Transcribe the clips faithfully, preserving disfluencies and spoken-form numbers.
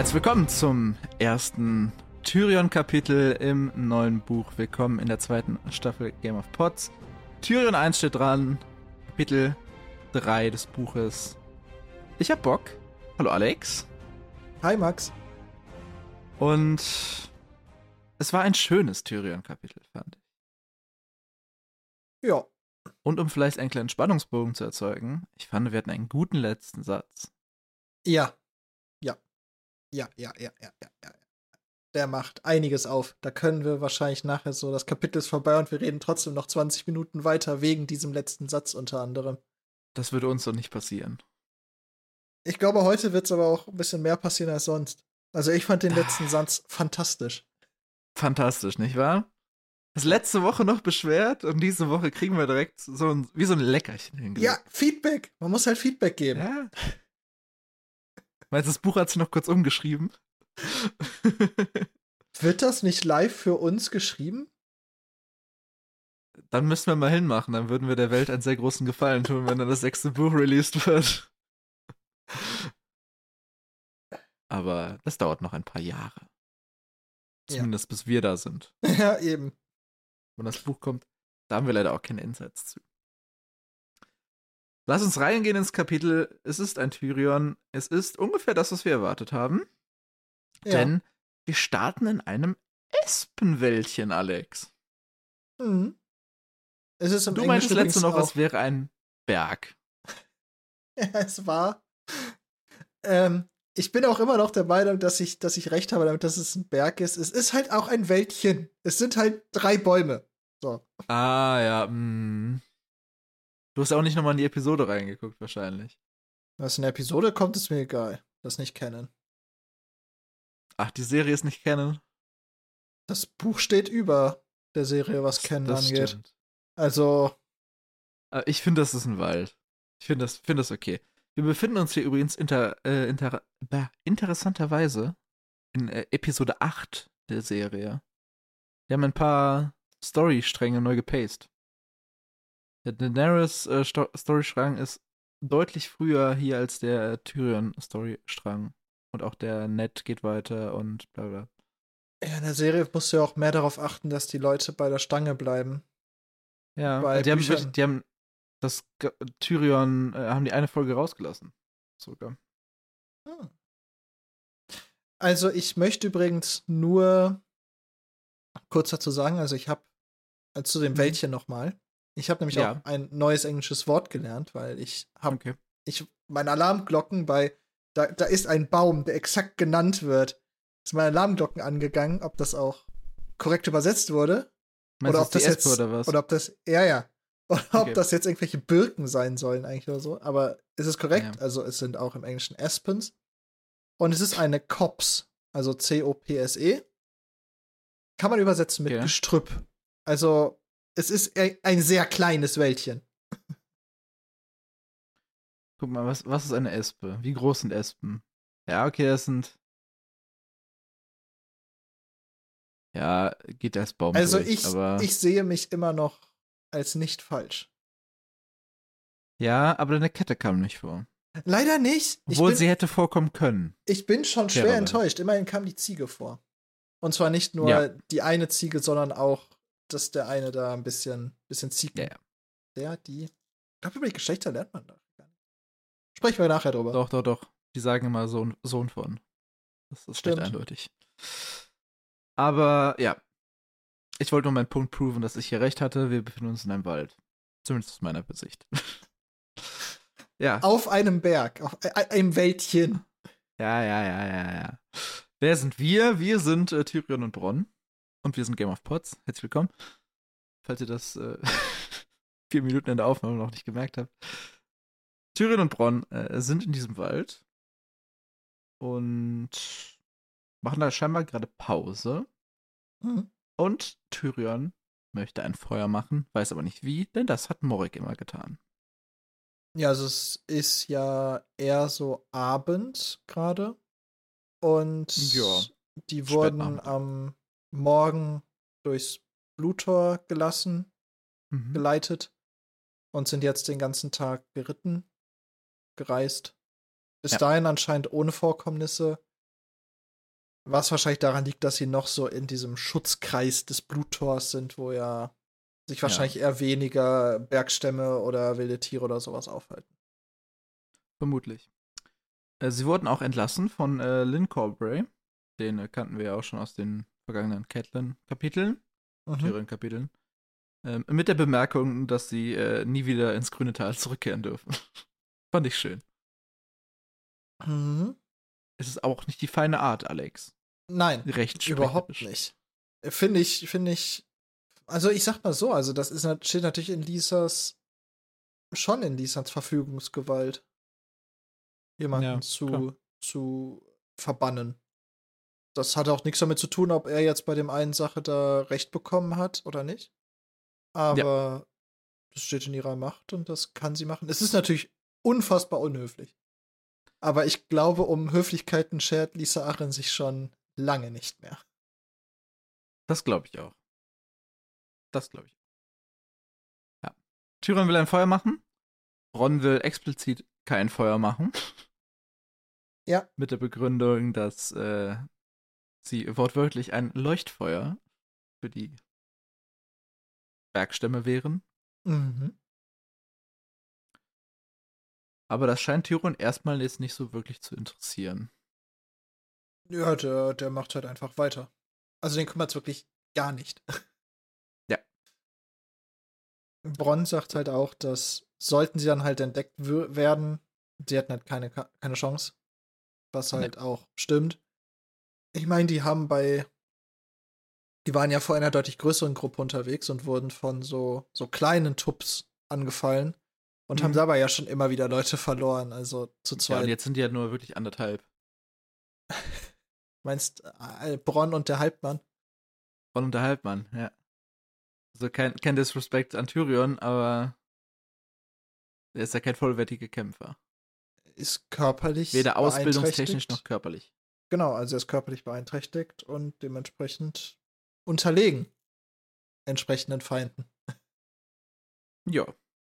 Herzlich willkommen zum ersten Tyrion-Kapitel im neuen Buch. Willkommen in der zweiten Staffel Game of Pods. Tyrion eins steht dran, Kapitel drei des Buches. Ich hab Bock. Hallo Alex. Hi Max. Und es war ein schönes Tyrion-Kapitel, fand ich. Ja. Und um vielleicht einen kleinen Spannungsbogen zu erzeugen, ich fand, wir hatten einen guten letzten Satz. Ja. Ja. Ja, ja, ja, ja, ja, ja. Der macht einiges auf. Da können wir wahrscheinlich nachher so, das Kapitel ist vorbei und wir reden trotzdem noch zwanzig Minuten weiter wegen diesem letzten Satz unter anderem. Das würde uns doch nicht passieren. Ich glaube, heute wird es aber auch ein bisschen mehr passieren als sonst. Also ich fand den letzten Satz fantastisch. Fantastisch, nicht wahr? Das letzte Woche noch beschwert und diese Woche kriegen wir direkt so ein, wie so ein Leckerchen hingelegt. Ja, Feedback. Man muss halt Feedback geben. Ja. Meinst du, das Buch hat sich noch kurz umgeschrieben? Wird das nicht live für uns geschrieben? Dann müssten wir mal hinmachen. Dann würden wir der Welt einen sehr großen Gefallen tun, wenn dann das sechste Buch released wird. Aber das dauert noch ein paar Jahre. Zumindest ja. Bis wir da sind. Ja, eben. Wenn das Buch kommt, da haben wir leider auch keine Insights zu. Lass uns reingehen ins Kapitel. Es ist ein Tyrion. Es ist ungefähr das, was wir erwartet haben. Ja. Denn wir starten in einem Espenwäldchen, Alex. Mhm. Es ist im du Englisch meintest letzte noch, es wäre ein Berg. Ja, es war. Ähm, ich bin auch immer noch der Meinung, dass ich, dass ich recht habe, damit dass es ein Berg ist. Es ist halt auch ein Wäldchen. Es sind halt drei Bäume. So. Ah, ja. Mh. Du hast auch nicht nochmal in die Episode reingeguckt, wahrscheinlich. Was in der Episode kommt, ist mir egal. Das nicht kennen. Ach, die Serie ist nicht kennen? Das Buch steht über der Serie, was kennen das angeht. Stimmt. Also. Ich finde, das ist ein Wald. Ich finde das, find das okay. Wir befinden uns hier übrigens inter, äh, inter, äh, interessanterweise in äh, Episode acht der Serie. Wir haben ein paar Storystränge neu gepaced. Der Daenerys äh, Sto- Storystrang ist deutlich früher hier als der Tyrion Storystrang. Und auch der Ned geht weiter und bla bla. Ja, in der Serie musst du ja auch mehr darauf achten, dass die Leute bei der Stange bleiben. Ja, bei also die, haben Büchern. wirklich, die haben das G- Tyrion, äh, haben die eine Folge rausgelassen. Sogar. Hm. Also ich möchte übrigens nur kurz dazu sagen, also ich habe äh, zu dem Mhm. Wäldchen nochmal. Ich habe nämlich Ja. auch ein neues englisches Wort gelernt, weil ich habe Okay. ich meine Alarmglocken bei da, da ist ein Baum, der exakt genannt wird. Ist meine Alarmglocken angegangen, ob das auch korrekt übersetzt wurde. Meinst oder du ob das die jetzt Espe oder was? oder ob das ja ja oder Okay. ob das jetzt irgendwelche Birken sein sollen eigentlich oder so. Aber ist es korrekt? Ja. Also es sind auch im Englischen Aspens und es ist eine Copse, also C O P S E. Kann man übersetzen mit Okay. Gestrüpp. Also es ist ein sehr kleines Wäldchen. Guck mal, was, was ist eine Espe? Wie groß sind Espen? Ja, okay, das sind. Ja, geht als Baum Also durch, ich, aber. ich sehe mich immer noch als nicht falsch. Ja, aber eine Kette kam nicht vor. Leider nicht. Ich Obwohl bin, sie hätte vorkommen können. ich bin schon schwer Fairerweise. enttäuscht. Immerhin kam die Ziege vor. Und zwar nicht nur Ja. die eine Ziege, sondern auch, dass der eine da ein bisschen, bisschen Ziegen. Ja, ja. Der, die. Ich glaube, über die Geschlechter lernt man da gar nicht. Sprechen wir nachher drüber. Doch, doch, doch. Die sagen immer Sohn, Sohn von. Das ist Stimmt. recht eindeutig. Aber ja. Ich wollte nur meinen Punkt proven, dass ich hier recht hatte. Wir befinden uns in einem Wald. Zumindest aus meiner Sicht. Ja. Auf einem Berg, auf äh, einem Wäldchen. Ja, ja, ja, ja, ja. Wer sind wir? Wir sind äh, Tyrion und Bronn. Und wir sind Game of Pods. Herzlich willkommen. Falls ihr das äh, vier Minuten in der Aufnahme noch nicht gemerkt habt. Tyrion und Bronn äh, sind in diesem Wald und machen da scheinbar gerade Pause. Hm. Und Tyrion möchte ein Feuer machen, weiß aber nicht wie, denn das hat Morrick immer getan. Ja, also es ist ja eher so Abend gerade. Und Ja, die wurden Spätabend. am Morgen durchs Bluttor gelassen, Mhm. geleitet und sind jetzt den ganzen Tag geritten, gereist. Bis Ja. dahin anscheinend ohne Vorkommnisse. Was wahrscheinlich daran liegt, dass sie noch so in diesem Schutzkreis des Bluttors sind, wo ja sich Ja, wahrscheinlich eher weniger Bergstämme oder wilde Tiere oder sowas aufhalten. vermutlich. Äh, sie wurden auch entlassen von äh, Lynn Corbray. Den äh, kannten wir ja auch schon aus den vergangenen Catelyn-Kapiteln, Mhm. Tyrion-Kapiteln. Ähm, mit der Bemerkung, dass sie äh, nie wieder ins grüne Tal zurückkehren dürfen. Fand ich schön. Mhm. Es ist auch nicht die feine Art, Alex. Nein, überhaupt Rechtssprecherisch. nicht. Finde ich, finde ich. Also ich sag mal so, also das ist nat- steht natürlich in Lisas, schon in Lisas Verfügungsgewalt, jemanden Ja, klar. zu, zu verbannen. Das hat auch nichts damit zu tun, ob er jetzt bei dem einen Sache da Recht bekommen hat oder nicht. Ja, Aber das steht in ihrer Macht und das kann sie machen. Es ist natürlich unfassbar unhöflich. Aber ich glaube, um Höflichkeiten schert Lisa Arryn sich schon lange nicht mehr. das glaube ich auch. Das glaube ich. Ja. Tyrion will ein Feuer machen. Ron will explizit kein Feuer machen. Ja. Mit der Begründung, dass äh, sie wortwörtlich ein Leuchtfeuer für die Bergstämme wären. Mhm. Aber das scheint Tyrion erstmal jetzt nicht so wirklich zu interessieren. Ja, der, der macht halt einfach weiter. Also den kümmert es wirklich gar nicht. Ja. Bronn sagt halt auch, dass sollten sie dann halt entdeckt werden, sie hätten halt keine, keine Chance. Was Ja. halt auch stimmt. Ich meine, die haben bei, die waren ja vor einer deutlich größeren Gruppe unterwegs und wurden von so, so kleinen Tupps angefallen und haben Mhm. dabei ja schon immer wieder Leute verloren. Also zu Ja, und zweit. jetzt sind die halt nur wirklich anderthalb. Meinst äh, Bronn und der Halbmann? Ron und der Halbmann, ja. Also kein, kein Disrespect an Tyrion, aber er ist ja kein vollwertiger Kämpfer. Ist körperlich Weder ausbildungstechnisch noch beeinträchtigt. körperlich. Genau, also er ist körperlich beeinträchtigt und dementsprechend unterlegen entsprechenden Feinden. Ja.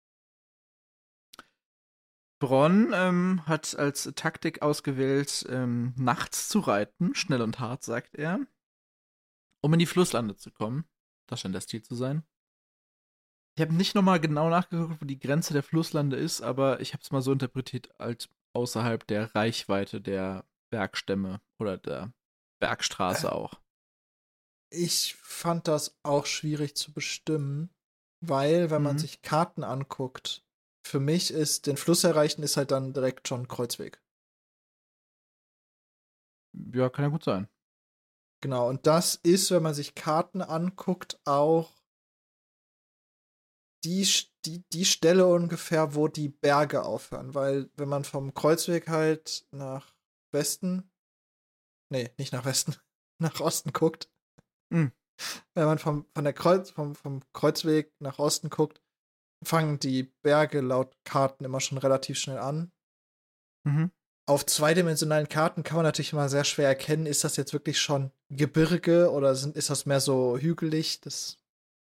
Bronn ähm, hat als Taktik ausgewählt, ähm, nachts zu reiten, schnell und hart, sagt er, um in die Flusslande zu kommen. Das scheint das Ziel zu sein. Ich habe nicht nochmal genau nachgeguckt, wo die Grenze der Flusslande ist, aber ich habe es mal so interpretiert als außerhalb der Reichweite der Bergstämme oder der Äh, Bergstraße auch. Ich fand das auch schwierig zu bestimmen, weil, wenn man Mhm. sich Karten anguckt, für mich ist den Fluss erreichen ist halt dann direkt schon Kreuzweg. Ja, kann ja gut sein. Genau, und das ist, wenn man sich Karten anguckt, auch die, die, die Stelle ungefähr, wo die Berge aufhören. Weil, wenn man vom Kreuzweg halt nach Westen, nee, nicht nach Westen, nach Osten guckt, Mhm. wenn man vom, von der Kreuz, vom, vom Kreuzweg nach Osten guckt, fangen die Berge laut Karten immer schon relativ schnell an. Mhm. Auf zweidimensionalen Karten kann man natürlich immer sehr schwer erkennen, ist das jetzt wirklich schon Gebirge oder sind, ist das mehr so hügelig? Das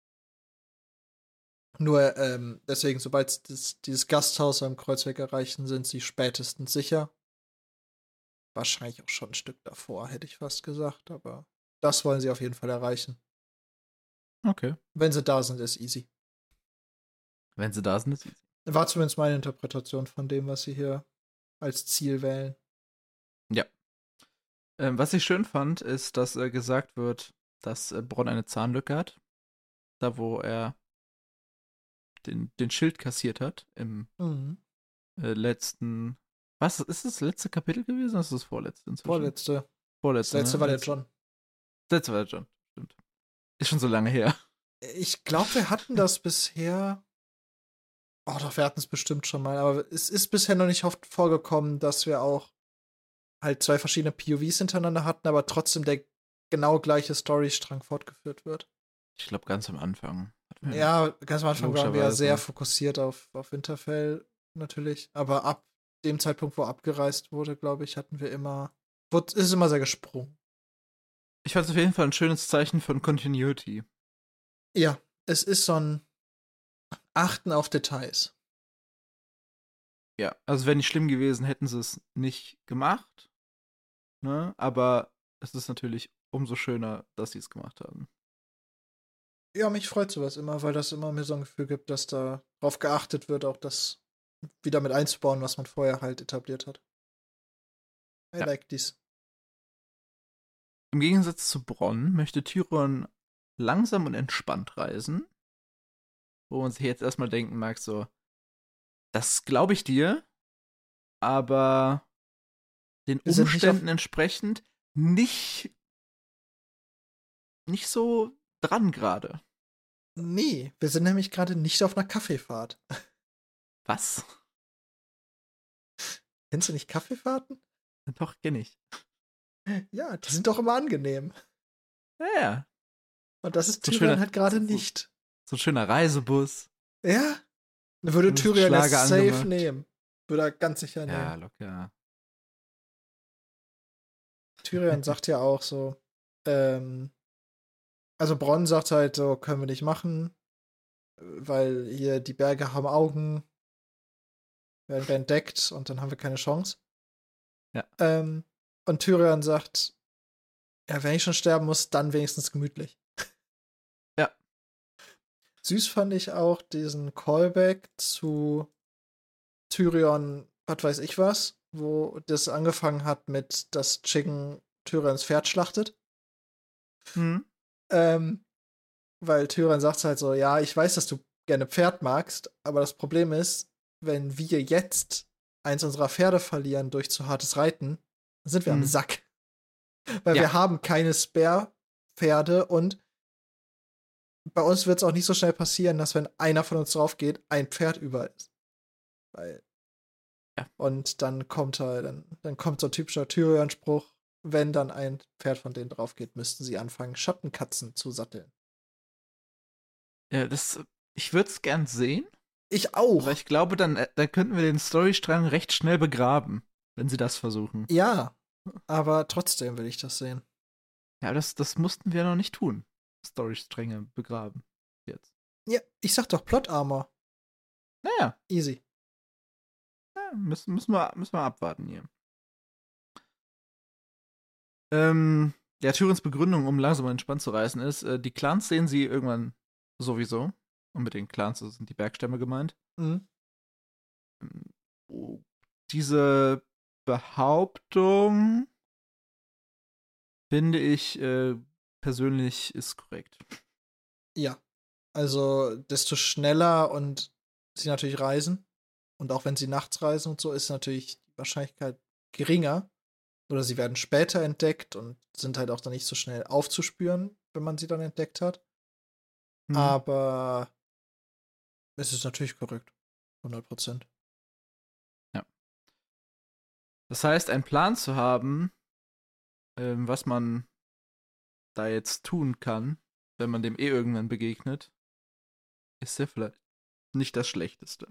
nur ähm, deswegen, sobald das, dieses Gasthaus am Kreuzweg erreichen, sind sie spätestens sicher. Wahrscheinlich auch schon ein Stück davor, hätte ich fast gesagt, aber das wollen sie auf jeden Fall erreichen. Okay. Wenn sie da sind, ist easy. Wenn sie da sind, ist easy. War zumindest meine Interpretation von dem, was sie hier als Ziel wählen. Ja. Ähm, was ich schön fand, ist, dass äh, gesagt wird, dass äh, Bronn eine Zahnlücke hat. Da, wo er den, den Schild kassiert hat im Mhm. äh, letzten. Was? Ist das letzte Kapitel gewesen? Oder ist das vorletzte inzwischen? Vorletzte. Das Vorletzte, letzte ne? war der Als, John. letzte war der John. Stimmt. Ist schon so lange her. Ich glaube, wir hatten das bisher. Oh, doch, wir hatten es bestimmt schon mal. Aber es ist bisher noch nicht oft vorgekommen, dass wir auch halt zwei verschiedene P O Vs hintereinander hatten, aber trotzdem der genau gleiche Storystrang fortgeführt wird. Ich glaube, ganz am Anfang. Hatten wir Ja, ganz am Anfang waren wir ja sehr logischerweise. fokussiert auf, auf Winterfell natürlich. Aber ab dem Zeitpunkt, wo abgereist wurde, glaube ich, hatten wir immer. Wurde, ist immer sehr gesprungen. Ich fand es auf jeden Fall ein schönes Zeichen von Continuity. Ja, es ist so ein Achten auf Details. Ja, also wäre nicht schlimm gewesen, hätten sie es nicht gemacht. Ne? Aber es ist natürlich umso schöner, dass sie es gemacht haben. Ja, mich freut sowas immer, weil das immer mir so ein Gefühl gibt, dass da drauf geachtet wird, auch das wieder mit einzubauen, was man vorher halt etabliert hat. I Ja. like this. Im Gegensatz zu Bronn möchte Tyrion langsam und entspannt reisen, wo man sich jetzt erstmal denken mag, so, das glaube ich dir, aber den Wir sind nicht auf. Umständen entsprechend nicht, nicht so dran gerade. Nee, wir sind nämlich gerade nicht auf einer Kaffeefahrt. Was? Kennst du nicht Kaffeefahrten? Doch, kenne ich. Ja, die sind doch immer angenehm. Ja, ja. Und das ist So ein Tyrion schöner, halt gerade so, so, nicht. so ein schöner Reisebus. Ja? Würde Alles Tyrion es Schlager safe angemacht. nehmen. Würde er ganz sicher Ja, nehmen. locker. Tyrion sagt ja auch so, ähm, also Bronn sagt halt so, können wir nicht machen, weil hier die Berge haben Augen, werden wir entdeckt und dann haben wir keine Chance. Ja. Ähm, und Tyrion sagt, ja, wenn ich schon sterben muss, dann wenigstens gemütlich. Ja. Süß fand ich auch diesen Callback zu Tyrion, was weiß ich was, wo das angefangen hat mit, dass Chicken Tyrions Pferd schlachtet. Hm. Ähm, weil Tyrion sagt halt so, ja, ich weiß, dass du gerne Pferd magst, aber das Problem ist, wenn wir jetzt eins unserer Pferde verlieren durch zu hartes Reiten, dann sind wir am Hm. Sack. Weil Ja. wir haben keine Spare-Pferde und bei uns wird es auch nicht so schnell passieren, dass wenn einer von uns drauf geht, ein Pferd über ist. Weil Ja. Und dann kommt halt, dann, dann kommt so ein typischer Tyrion-Spruch, wenn dann ein Pferd von denen drauf geht, müssten sie anfangen, Schattenkatzen zu satteln. Ja, das, ich würde es gern sehen, Ich auch. aber ich glaube, dann, äh, dann könnten wir den Storystrang recht schnell begraben, wenn sie das versuchen. Ja, aber trotzdem will ich das sehen. Ja, das, das mussten wir noch nicht tun. Storystränge begraben. Jetzt. Ja, ich sag doch Plot Armor. Naja, Easy. ja, müssen, müssen, wir, müssen wir abwarten hier. Ähm, ja, Tyrions Begründung, um langsam entspannt zu reisen, ist, äh, die Clans sehen sie irgendwann sowieso. Und mit den Clans sind die Bergstämme gemeint. Mhm. Oh, diese Behauptung finde ich äh, persönlich ist korrekt. Ja. Also, desto schneller und sie natürlich reisen, und auch wenn sie nachts reisen und so, ist natürlich die Wahrscheinlichkeit geringer. Oder sie werden später entdeckt und sind halt auch dann nicht so schnell aufzuspüren, wenn man sie dann entdeckt hat. Hm. Aber es ist natürlich korrekt. hundert Prozent. Ja. Das heißt, einen Plan zu haben, ähm, was man da jetzt tun kann, wenn man dem eh irgendwann begegnet, ist ja vielleicht nicht das Schlechteste.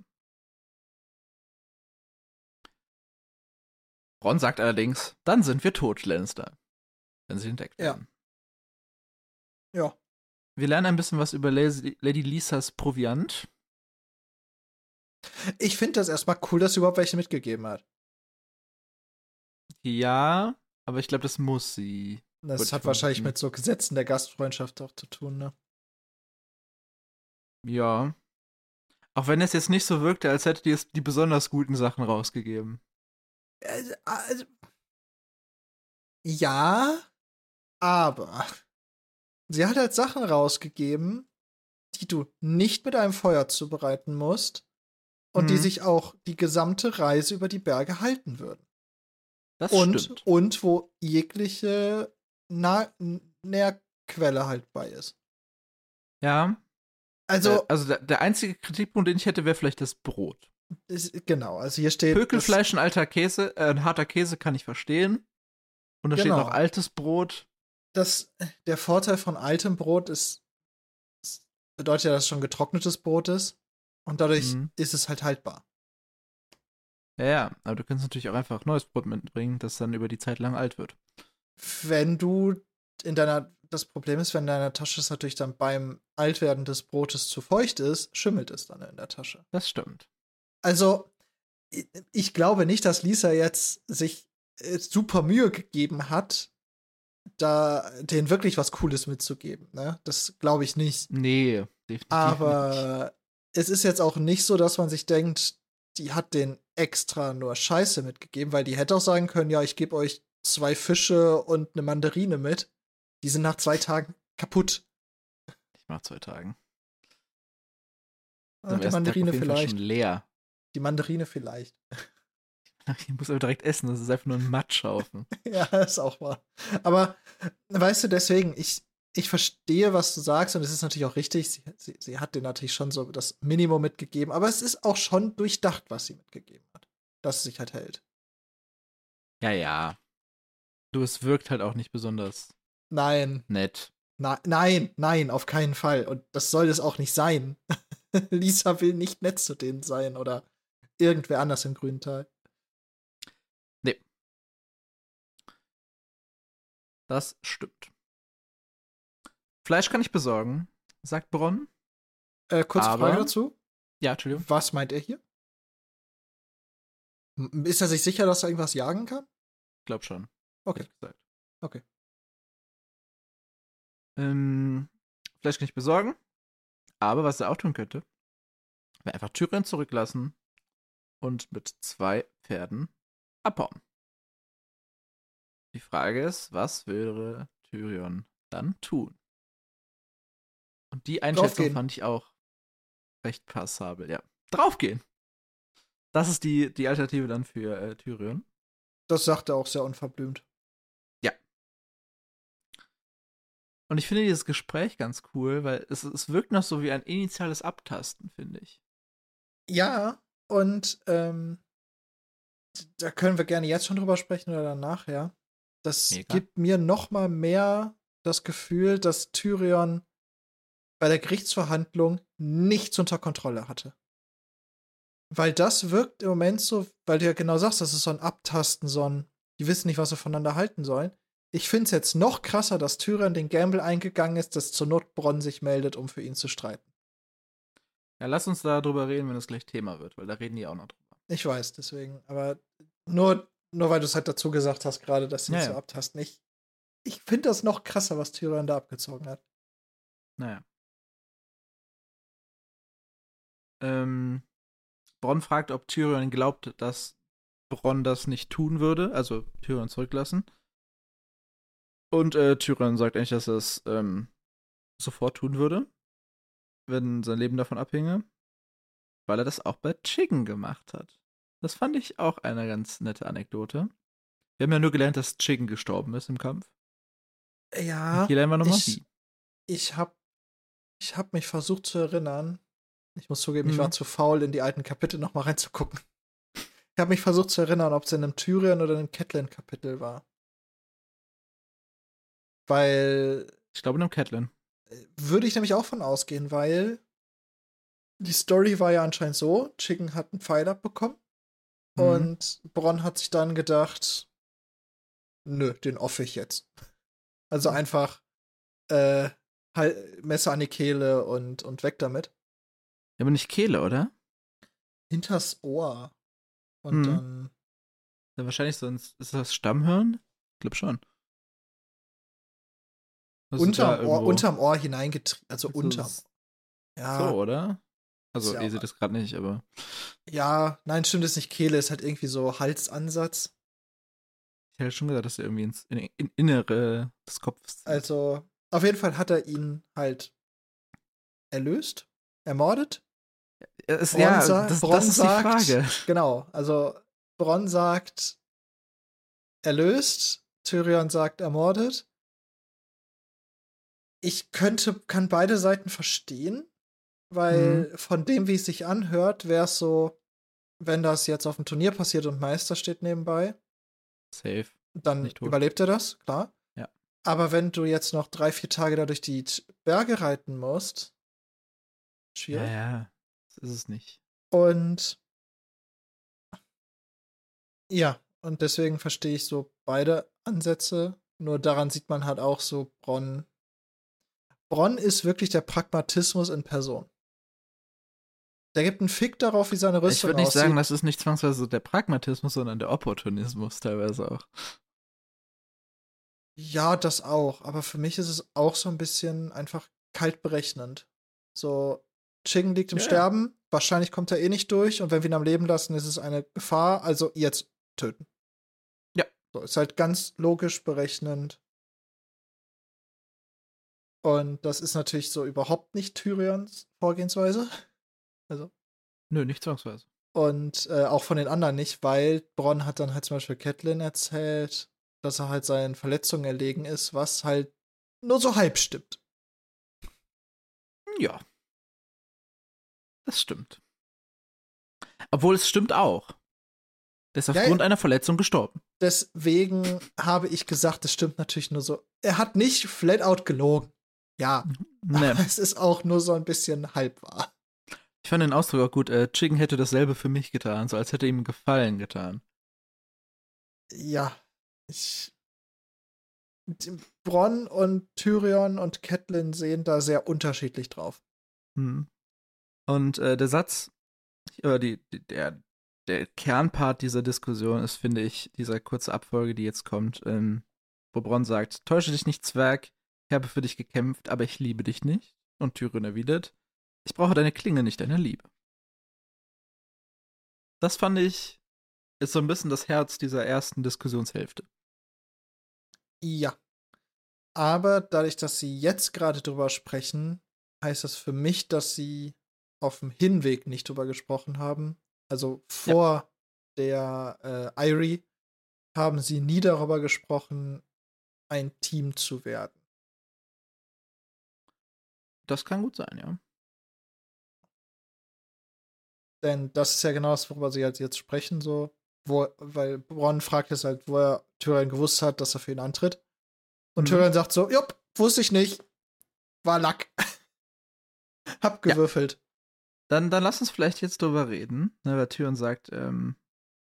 Ron sagt allerdings, dann sind wir tot, Lannister, wenn sie entdeckt Ja. werden. Ja. Wir lernen ein bisschen was über Lady Lady Lysas Proviant. Ich finde das erstmal cool, dass sie überhaupt welche mitgegeben hat. Ja, aber ich glaube, das muss sie. Das Würde ich hat wahrscheinlich vermuten. mit so Gesetzen der Gastfreundschaft auch zu tun, ne? Ja. Auch wenn es jetzt nicht so wirkte, als hätte die es die besonders guten Sachen rausgegeben. Also, also, ja, aber sie hat halt Sachen rausgegeben, die du nicht mit einem Feuer zubereiten musst und die Mhm. sich auch die gesamte Reise über die Berge halten würden. Das Und, stimmt. und wo jegliche Na Nährquelle halt bei ist. Ja. Also, Äh, also der, der einzige Kritikpunkt, den ich hätte, wäre vielleicht das Brot. ist, genau, also hier steht. Pökelfleisch und alter Käse, äh, ein harter Käse kann ich verstehen. Und da Genau. steht noch altes Brot. Das, der Vorteil von altem Brot ist, es bedeutet ja, dass es schon getrocknetes Brot ist. Und dadurch Mhm. ist es halt haltbar. Ja, ja, aber du kannst natürlich auch einfach neues Brot mitbringen, das dann über die Zeit lang alt wird. Wenn du in deiner, das Problem ist, wenn in deiner Tasche es natürlich dann beim Altwerden des Brotes zu feucht ist, schimmelt es dann in der Tasche. Das stimmt. Also, ich, ich glaube nicht, dass Lisa jetzt sich äh, super Mühe gegeben hat, da denen wirklich was Cooles mitzugeben. Ne? Das glaube ich nicht. Nee, definitiv nicht. Aber es ist jetzt auch nicht so, dass man sich denkt, die hat den extra nur Scheiße mitgegeben, weil die hätte auch sagen können, ja, ich gebe euch zwei Fische und eine Mandarine mit. Die sind nach zwei Tagen kaputt. Nicht nach zwei Tagen. Ah, Am die ersten Tag Mandarine auf jeden Fall vielleicht. schon leer. Die Mandarine vielleicht. Ich muss aber direkt essen, das ist einfach nur ein Matschhaufen. Ja, ist auch wahr. Aber weißt du, deswegen, ich, ich verstehe, was du sagst, und es ist natürlich auch richtig. Sie, sie, sie hat dir natürlich schon so das Minimum mitgegeben, aber es ist auch schon durchdacht, was sie mitgegeben hat. Dass es sich halt hält. Ja, ja. Du, es wirkt halt auch nicht besonders Nein. nett. Na, nein, nein, auf keinen Fall. Und das soll es auch nicht sein. Lisa will nicht nett zu denen sein oder irgendwer anders im grünen Tal. Nee. Das stimmt. Fleisch kann ich besorgen, sagt Bronn. Äh, kurze Aber, Frage dazu. Ja, Entschuldigung. Was meint er hier? M- Ist er sich sicher, dass er irgendwas jagen kann? Glaub schon. Okay. Gesagt. Okay. Ähm, Fleisch kann ich besorgen. Aber was er auch tun könnte, wäre einfach Tyrion zurücklassen und mit zwei Pferden abhauen. Die Frage ist, was würde Tyrion dann tun? Und die Einschätzung Draufgehen. fand ich auch recht passabel, ja. Draufgehen. Das ist die, die Alternative dann für äh, Tyrion. Das sagt er auch sehr unverblümt. Ja. Und ich finde dieses Gespräch ganz cool, weil es, es wirkt noch so wie ein initiales Abtasten, finde ich. Ja, und ähm, da können wir gerne jetzt schon drüber sprechen oder dann nachher. Das Mega. gibt mir noch mal mehr das Gefühl, dass Tyrion bei der Gerichtsverhandlung nichts unter Kontrolle hatte. Weil das wirkt im Moment so, weil du ja genau sagst, das ist so ein Abtasten, so ein, die wissen nicht, was sie voneinander halten sollen. Ich finde es jetzt noch krasser, dass Tyrion den Gamble eingegangen ist, dass zur Not Bronn sich meldet, um für ihn zu streiten. Ja, lass uns darüber reden, wenn es gleich Thema wird, weil da reden die auch noch drüber. Ich weiß, deswegen. Aber nur, nur weil du es halt dazu gesagt hast, gerade, dass sie Ja, es ja. so abtasten. Ich, ich finde das noch krasser, was Tyrion da abgezogen hat. Naja. Ähm, Bronn fragt, ob Tyrion glaubt, dass Bronn das nicht tun würde, also Tyrion zurücklassen. Und äh, Tyrion sagt eigentlich, dass er es ähm, sofort tun würde, wenn sein Leben davon abhinge, weil er das auch bei Chicken gemacht hat. Das fand ich auch eine ganz nette Anekdote. Wir haben ja nur gelernt, dass Chicken gestorben ist im Kampf. Ja, Hier lernen wir nochmal ich, wie. ich hab, ich hab mich versucht zu erinnern. Ich muss zugeben, ich Mhm. war zu faul, in die alten Kapitel noch mal reinzugucken. Ich habe mich versucht zu erinnern, ob es in einem Tyrion oder einem Catelyn-Kapitel war. Weil Ich glaube in einem Catelyn. äh, würde ich nämlich auch von ausgehen, weil die Story war ja anscheinend so, Chicken hat einen Pfeil abbekommen Mhm. und Bronn hat sich dann gedacht, nö, den offe ich jetzt. Also Mhm. einfach äh, Hal- Messer an die Kehle und, und weg damit. Ja, aber nicht Kehle, oder? Hinters Ohr. Und Mhm. dann. Ja, wahrscheinlich sonst. Ist das Stammhirn? Ich glaube schon. Also Unterm da Ohr, irgendwo- unterm Ohr hineingetrieben. Also ist unterm. das Ja, So, oder? Also, ist ja ihr auch- seht es gerade nicht, aber. ja, nein, stimmt, ist nicht Kehle, ist halt irgendwie so Halsansatz. Ich hätte schon gesagt, dass er irgendwie ins in, in Innere des Kopfes zieht. Also, auf jeden Fall hat er ihn halt erlöst, ermordet. es, Bronn ja, sa- das, Bronn das ist sagt, die Frage. Genau, also Bronn sagt erlöst, Tyrion sagt ermordet. Ich könnte, kann beide Seiten verstehen, weil Mhm. von dem, wie es sich anhört, wäre es so, wenn das jetzt auf dem Turnier passiert und Meister steht nebenbei, Safe. dann Nicht tot. überlebt er das, klar. Ja. Aber wenn du jetzt noch drei, vier Tage da durch die T- Berge reiten musst, Ja, schwierig. ja. Das ist es nicht. Und ja, und deswegen verstehe ich so beide Ansätze. Nur daran sieht man halt auch so, Bronn. Bronn ist wirklich der Pragmatismus in Person. Der gibt einen Fick darauf, wie seine Ich Rüstung würde nicht aussieht. sagen, das ist nicht zwangsweise der Pragmatismus, sondern der Opportunismus teilweise auch. Ja, das auch. Aber für mich ist es auch so ein bisschen einfach kalt berechnend. So, Chicken liegt im Ja, ja. Sterben, wahrscheinlich kommt er eh nicht durch und wenn wir ihn am Leben lassen, ist es eine Gefahr, also jetzt töten. Ja. So, ist halt ganz logisch berechnend. Und das ist natürlich so überhaupt nicht Tyrions Vorgehensweise. Also, Nö, nicht zwangsweise. und äh, auch von den anderen nicht, weil Bronn hat dann halt zum Beispiel Catelyn erzählt, dass er halt seinen Verletzungen erlegen ist, was halt nur so halb stimmt. Ja, das stimmt. Obwohl es stimmt auch. Der ist Ja, ja, aufgrund einer Verletzung gestorben. deswegen habe ich gesagt, das stimmt natürlich nur so. Er hat nicht flat out gelogen. Ja, Ne. aber es ist auch nur so ein bisschen halb wahr. Ich fand den Ausdruck auch gut. Äh, Chicken hätte dasselbe für mich getan, so als hätte ihm Gefallen getan. Ja, ich. Bronn und Tyrion und Catelyn sehen da sehr unterschiedlich drauf. Hm. Und äh, der Satz, oder die, die, der, der Kernpart dieser Diskussion ist, finde ich, dieser kurze Abfolge, die jetzt kommt, ähm, wo Bronn sagt, täusche dich nicht, Zwerg, ich habe für dich gekämpft, aber ich liebe dich nicht. Und Tyrion erwidert, ich brauche deine Klinge, nicht deine Liebe. Das fand ich, ist so ein bisschen das Herz dieser ersten Diskussionshälfte. Ja. Aber dadurch, dass sie jetzt gerade drüber sprechen, heißt das für mich, dass sie auf dem Hinweg nicht drüber gesprochen haben. Also Ja, vor der äh, Irie haben sie nie darüber gesprochen, ein Team zu werden. das kann gut sein, ja. Denn das ist ja genau das, worüber sie halt jetzt sprechen, so. Wo, weil Bronn fragt es halt, wo er Tyrion gewusst hat, dass er für ihn antritt. Und Mhm. Tyrion sagt so, jupp, wusste ich nicht. War Lack. Hab Ja, gewürfelt. dann, dann lass uns vielleicht jetzt drüber reden, ne, weil Tyrion sagt, ähm,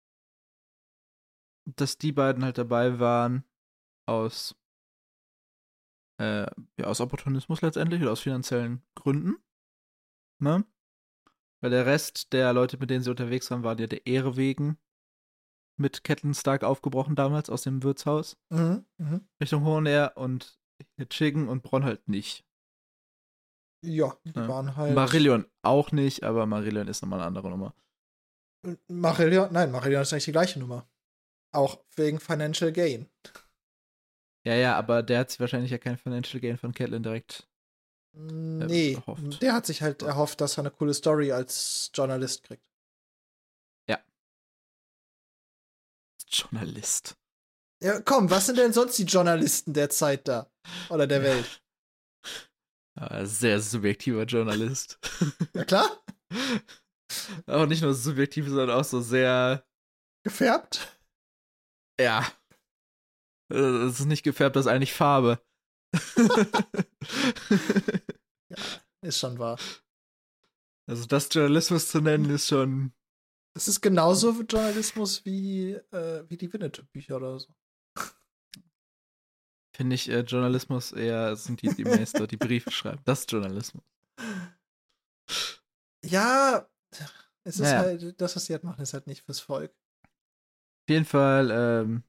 dass die beiden halt dabei waren aus, äh, ja, aus Opportunismus letztendlich oder aus finanziellen Gründen, ne? Weil der Rest der Leute, mit denen sie unterwegs waren, waren ja der Ehre wegen mit Catelyn Stark aufgebrochen damals aus dem Wirtshaus Mhm, mhm. Richtung Hohen Air und Chicken und Bronn halt nicht. Ja, die Ne? waren halt. Marillion auch nicht, aber Marillion ist nochmal eine andere Nummer. Marillion, nein, Marillion ist eigentlich die gleiche Nummer. Auch wegen Financial Gain. Ja, ja, aber der hat sich wahrscheinlich ja kein Financial Gain von Catelyn direkt ähm, Nee, erhofft. der hat sich halt So. erhofft, dass er eine coole Story als Journalist kriegt. Ja. Journalist. Ja, komm, was sind denn sonst die Journalisten der Zeit da? Oder der Ja. Welt? Ja, sehr subjektiver Journalist. Ja, klar? Auch nicht nur subjektiv, sondern auch so sehr, Gefärbt? ja, äh, es ist nicht gefärbt, das ist eigentlich Farbe. Ja, ist schon wahr. Also das Journalismus zu nennen, ist schon, Das ist genauso Journalismus wie, äh, wie die Winnetou-Bücher oder so. finde ich, äh, Journalismus eher sind die, die Meister, die Briefe schreiben. Das ist Journalismus. Ja, es ist Naja, halt, das, was sie halt machen, ist halt nicht fürs Volk. auf jeden Fall, ähm,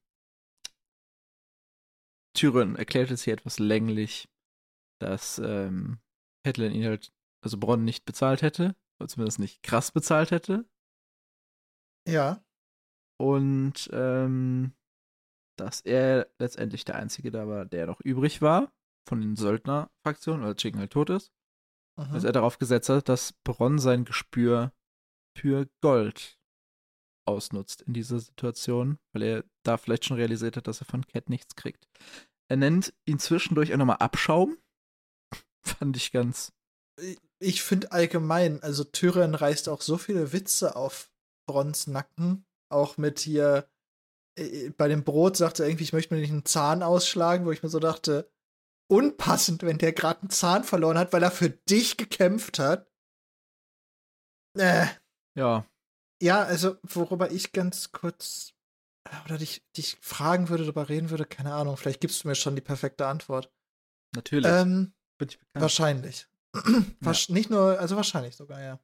Tyrion erklärt es hier etwas länglich, dass ähm, Catelyn ihn halt, also Bronn nicht bezahlt hätte, oder zumindest nicht krass bezahlt hätte. Ja, Und ähm, dass er letztendlich der Einzige da war, der noch übrig war von den Söldnerfraktionen, weil Chicken halt tot ist. Dass mhm. er darauf gesetzt hat, dass Bronn sein Gespür für Gold ausnutzt in dieser Situation, weil er da vielleicht schon realisiert hat, dass er von Cat nichts kriegt. Er nennt ihn zwischendurch auch nochmal Abschaum. Fand ich ganz. Ich finde allgemein, also Tyrion reißt auch so viele Witze auf Bronns Nacken. Auch mit hier, äh, bei dem Brot sagt er irgendwie, ich möchte mir nicht einen Zahn ausschlagen, wo ich mir so dachte, unpassend, wenn der gerade einen Zahn verloren hat, weil er für dich gekämpft hat. Äh, Ja, ja, also, worüber ich ganz kurz oder dich, dich fragen würde, darüber reden würde, keine Ahnung, vielleicht gibst du mir schon die perfekte Antwort. natürlich. Ähm, Bin ich bekannt. wahrscheinlich. Ja. Wasch, nicht nur, also wahrscheinlich sogar, ja.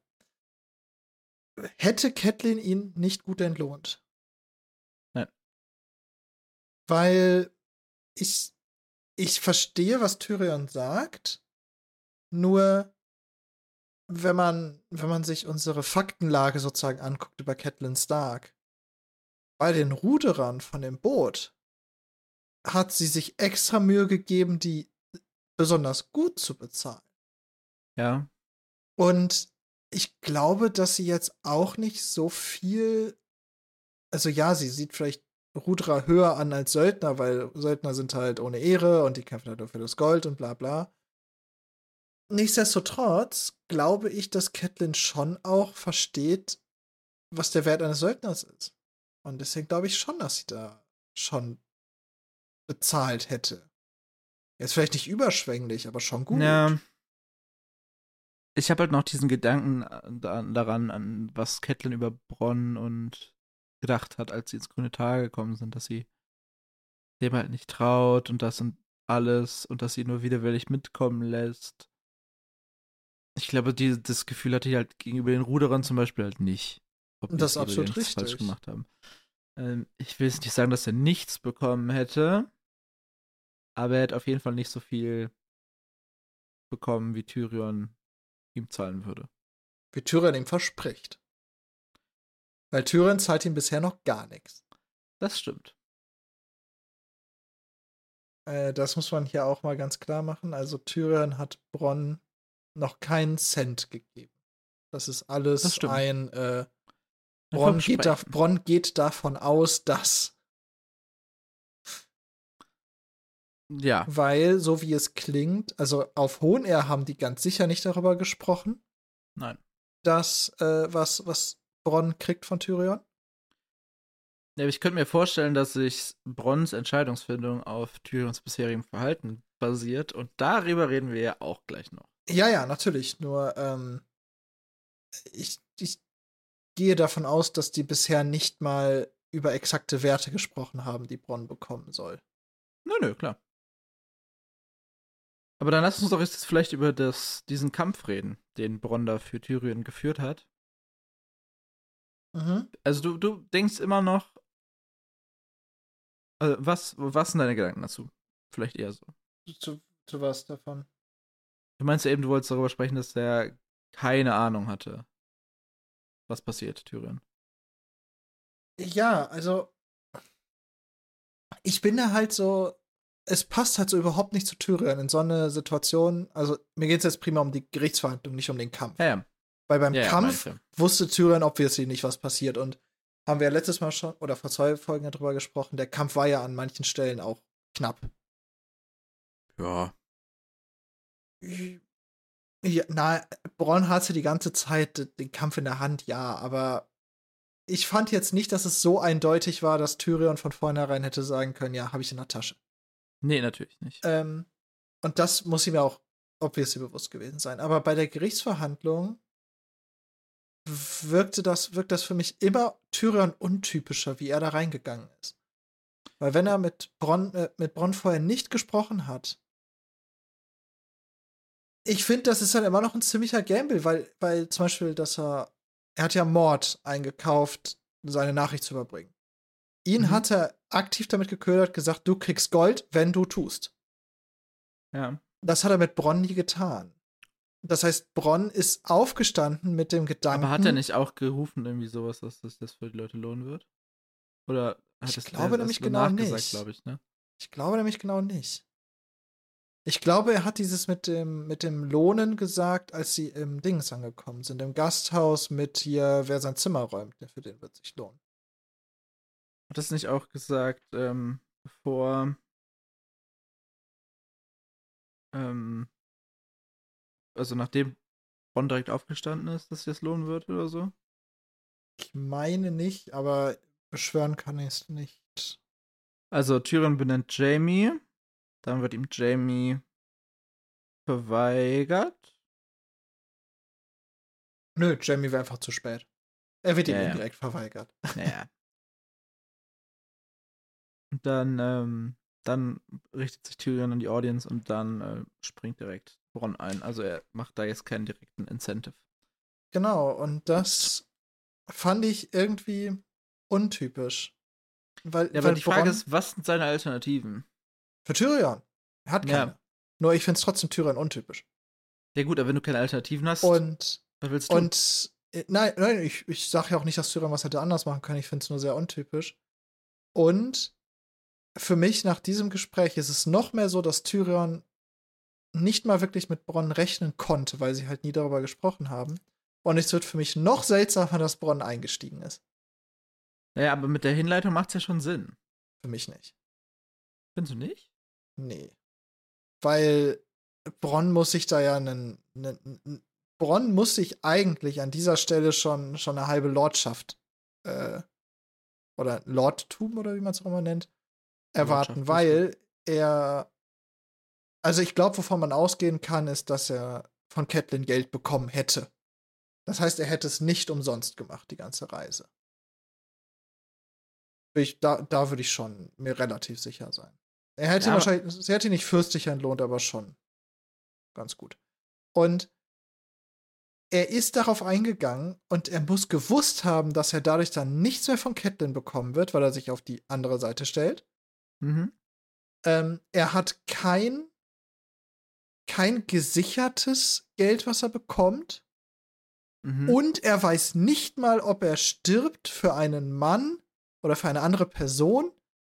Hätte Catelyn ihn nicht gut entlohnt? Nein. Weil ich ich verstehe, was Tyrion sagt, nur wenn man, wenn man sich unsere Faktenlage sozusagen anguckt über Catelyn Stark, bei den Ruderern von dem Boot hat sie sich extra Mühe gegeben, die besonders gut zu bezahlen. Ja. Und ich glaube, dass sie jetzt auch nicht so viel, also ja, sie sieht vielleicht Ruderer höher an als Söldner, weil Söldner sind halt ohne Ehre und die kämpfen halt nur für das Gold und bla bla. Nichtsdestotrotz glaube ich, dass Catelyn schon auch versteht, was der Wert eines Söldners ist. Und deswegen glaube ich schon, dass sie da schon bezahlt hätte. Jetzt vielleicht nicht überschwänglich, aber schon gut. Ja. Ich habe halt noch diesen Gedanken daran, an was Catelyn über Bronn und gedacht hat, als sie ins grüne Tal gekommen sind, dass sie dem halt nicht traut und das und alles und dass sie nur widerwillig mitkommen lässt. Ich glaube, die, das Gefühl hatte ich halt gegenüber den Ruderern zum Beispiel halt nicht. Ob Das ist die absolut nichts richtig. falsch gemacht haben. Ähm, ich will jetzt nicht sagen, dass er nichts bekommen hätte, aber er hätte auf jeden Fall nicht so viel bekommen, wie Tyrion ihm zahlen würde. Wie Tyrion ihm verspricht. Weil Tyrion zahlt ihm bisher noch gar nichts. Das stimmt. Äh, das muss man hier auch mal ganz klar machen. Also Tyrion hat Bronn noch keinen Cent gegeben. Das ist alles Das stimmt. ein äh, Bronn, geht da, Bronn geht davon aus, dass. Ja. Weil, so wie es klingt, also auf Hohenair haben die ganz sicher nicht darüber gesprochen. Nein. Dass, äh, was, was Bronn kriegt von Tyrion. Ja, aber ich könnte mir vorstellen, dass sich Bronns Entscheidungsfindung auf Tyrions bisherigem Verhalten basiert und darüber reden wir ja auch gleich noch. Ja, ja, natürlich. Nur, ähm, ich, ich gehe davon aus, dass die bisher nicht mal über exakte Werte gesprochen haben, die Bronn bekommen soll. Nö, nö, klar. Aber dann lass uns doch jetzt vielleicht über das, diesen Kampf reden, den Bronn da für Tyrion geführt hat. Mhm. Also du, du denkst immer noch, äh, was, was sind deine Gedanken dazu? Vielleicht eher so. Zu, zu was davon? Du meinst ja eben, du wolltest darüber sprechen, dass der keine Ahnung hatte, was passiert, Tyrion. Ja, also ich bin da halt so, es passt halt so überhaupt nicht zu Tyrion in so eine Situation. Also mir geht es jetzt prima um die Gerichtsverhandlung, nicht um den Kampf. Ja, ja. Weil beim Ja, Kampf ja, wusste Tyrion obviously nicht, was passiert. Und haben wir ja letztes Mal schon, oder vor zwei Folgen darüber gesprochen, der Kampf war ja an manchen Stellen auch knapp. Ja. Ja, na, Bronn hatte die ganze Zeit den Kampf in der Hand, ja, aber ich fand jetzt nicht, dass es so eindeutig war, dass Tyrion von vornherein hätte sagen können, ja, habe ich in der Tasche. Nee, natürlich nicht. Ähm, und das muss ihm ja auch obviously bewusst gewesen sein. Aber bei der Gerichtsverhandlung wirkte das, wirkt das für mich immer Tyrion untypischer, wie er da reingegangen ist. Weil wenn er mit Bronn, äh, mit Bronn vorher nicht gesprochen hat, ich finde, das ist dann immer noch ein ziemlicher Gamble, weil, weil zum Beispiel, dass er, er hat ja Mord eingekauft, seine Nachricht zu überbringen. Ihn Mhm. hat er aktiv damit geködert, gesagt, du kriegst Gold, wenn du tust. Ja. Das hat er mit Bronn nie getan. Das heißt, Bronn ist aufgestanden mit dem Gedanken. Aber hat er nicht auch gerufen, irgendwie sowas, dass das, das für die Leute lohnen wird? Oder hat ich es glaube nämlich genau nicht. glaube ich, ne? Ich glaube nämlich genau nicht. Ich glaube, er hat dieses mit dem, mit dem Lohnen gesagt, als sie im Dings angekommen sind, im Gasthaus mit hier, wer sein Zimmer räumt, der für den wird sich lohnen. Hat es nicht auch gesagt, ähm, bevor ähm, also nachdem Bronn direkt aufgestanden ist, dass sich das lohnen wird oder so? Ich meine nicht, aber beschwören kann ich es nicht. Also Tyrion benennt Jaime, dann wird ihm Jaime verweigert. Nö, Jamie wäre einfach zu spät. Er wird ihm Ja, ja. indirekt verweigert. Naja. Und dann, ähm, dann richtet sich Tyrion an die Audience und dann äh, springt direkt Bronn ein. Also er macht da jetzt keinen direkten Incentive. Genau, und das fand ich irgendwie untypisch. Weil, Ja, aber weil die Frage Bronn, ist, was sind seine Alternativen? für Tyrion. Er hat Ja. keine. Nur ich finde es trotzdem Tyrion untypisch. Ja gut, aber wenn du keine Alternativen hast, Und, was willst du tun? und äh, nein, nein, ich, ich sage ja auch nicht, dass Tyrion was hätte anders machen können. Ich finde es nur sehr untypisch. Und für mich nach diesem Gespräch ist es noch mehr so, dass Tyrion nicht mal wirklich mit Bronn rechnen konnte, weil sie halt nie darüber gesprochen haben. Und es wird für mich noch seltsamer, dass Bronn eingestiegen ist. Naja, aber mit der Hinleitung macht's ja schon Sinn. Für mich nicht. Findest du nicht? Nee. Weil Bronn muss sich da ja einen. einen Bronn muss sich eigentlich an dieser Stelle schon, schon eine halbe Lordschaft äh, oder Lordtum oder wie man es auch immer nennt, erwarten, Lordschaft, weil er. Also ich glaube, wovon man ausgehen kann, ist, dass er von Catelyn Geld bekommen hätte. Das heißt, er hätte es nicht umsonst gemacht, die ganze Reise. Ich, da, da würde ich schon mir relativ sicher sein. Er hätte Ja, aber- wahrscheinlich, sie hätte ihn nicht fürstlich entlohnt, aber schon ganz gut. Und er ist darauf eingegangen und er muss gewusst haben, dass er dadurch dann nichts mehr von Catelyn bekommen wird, weil er sich auf die andere Seite stellt. Mhm. Ähm, er hat kein, kein gesichertes Geld, was er bekommt. Mhm. Und er weiß nicht mal, ob er stirbt für einen Mann oder für eine andere Person,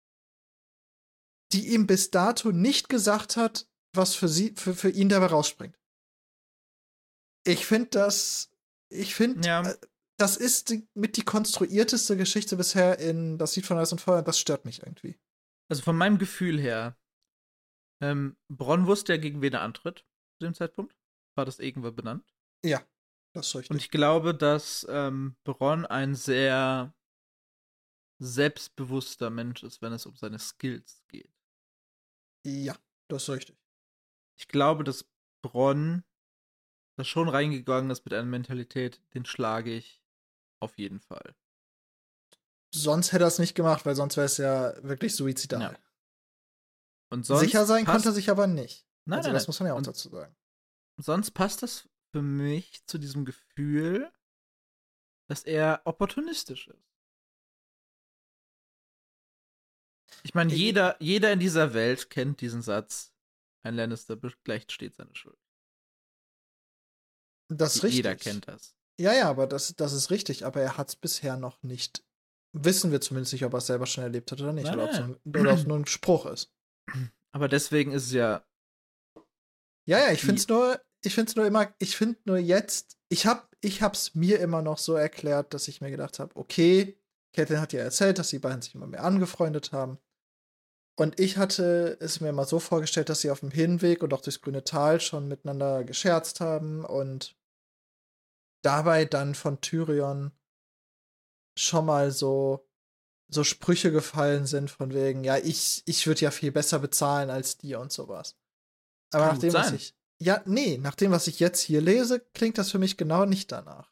die ihm bis dato nicht gesagt hat, was für, sie, für, für ihn dabei rausspringt. Ich finde das, ich finde, Ja. äh, das ist die, mit die konstruierteste Geschichte bisher in Das Lied von Eis und Feuer und das stört mich irgendwie. Also von meinem Gefühl her, ähm, Bronn wusste ja, gegen wen er antritt zu dem Zeitpunkt. War das irgendwann benannt? Ja, das ist Und richtig. ich glaube, dass ähm, Bronn ein sehr selbstbewusster Mensch ist, wenn es um seine Skills geht. Ja, das ist richtig. Ich glaube, dass Bronn da schon reingegangen ist mit einer Mentalität, den schlage ich auf jeden Fall. Sonst hätte er es nicht gemacht, weil sonst wäre es ja wirklich suizidal. Ja. Und sonst Sicher sein passt, konnte er sich aber nicht. Nein, also nein, das nein. muss man ja auch Und dazu sagen. sonst passt das für mich zu diesem Gefühl, dass er opportunistisch ist. Ich meine, Ich- jeder, jeder in dieser Welt kennt diesen Satz, ein Lannister begleicht stets seine Schuld. Das ist richtig. Jeder kennt das. Ja, ja, aber das, das ist richtig. Aber er hat es bisher noch nicht. Wissen wir zumindest nicht, ob er es selber schon erlebt hat oder nicht. Nein, oder ob es nein. nur, oder ob es nur ein Spruch ist. Aber deswegen ist es ja. Ja, ja, ich Die- finde es nur, ich finde es nur immer, ich finde nur jetzt, ich hab, ich hab's mir immer noch so erklärt, dass ich mir gedacht habe, okay, Catelyn hat ja erzählt, dass die beiden sich immer mehr angefreundet haben. Und ich hatte es mir mal so vorgestellt, dass sie auf dem Hinweg und auch durchs grüne Tal schon miteinander gescherzt haben und dabei dann von Tyrion schon mal so, so Sprüche gefallen sind von wegen, ja, ich, ich würde ja viel besser bezahlen als dir und sowas. Aber Kann nach gut dem, was sein. ich. Ja, nee, nach dem, was ich jetzt hier lese, klingt das für mich genau nicht danach.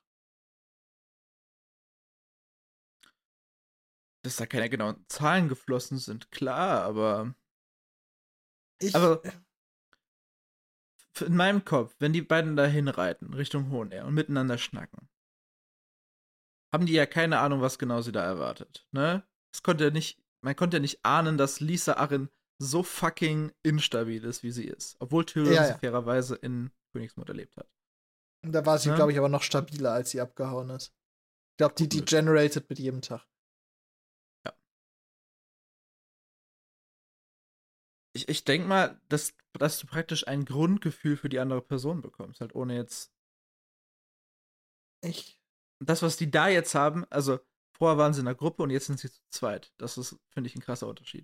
Dass da keine genauen Zahlen geflossen sind, klar, aber. Ich, Aber f- in meinem Kopf, wenn die beiden da hinreiten, Richtung Hohenair und miteinander schnacken, haben die ja keine Ahnung, was genau sie da erwartet, ne? Es konnte ja nicht, man konnte ja nicht ahnen, dass Lisa Arryn so fucking instabil ist, wie sie ist. Obwohl Tyrion Ja, sie ja. fairerweise in Königsmund erlebt hat. da war sie, Ne? glaube ich, aber noch stabiler, als sie abgehauen ist. Ich glaube, die Gut möglich. degenerated mit jedem Tag. Ich, ich denke mal, dass, dass du praktisch ein Grundgefühl für die andere Person bekommst, halt ohne jetzt. Ich. Das, was die da jetzt haben, also vorher waren sie in einer Gruppe und jetzt sind sie zu zweit. Das ist, finde ich, ein krasser Unterschied.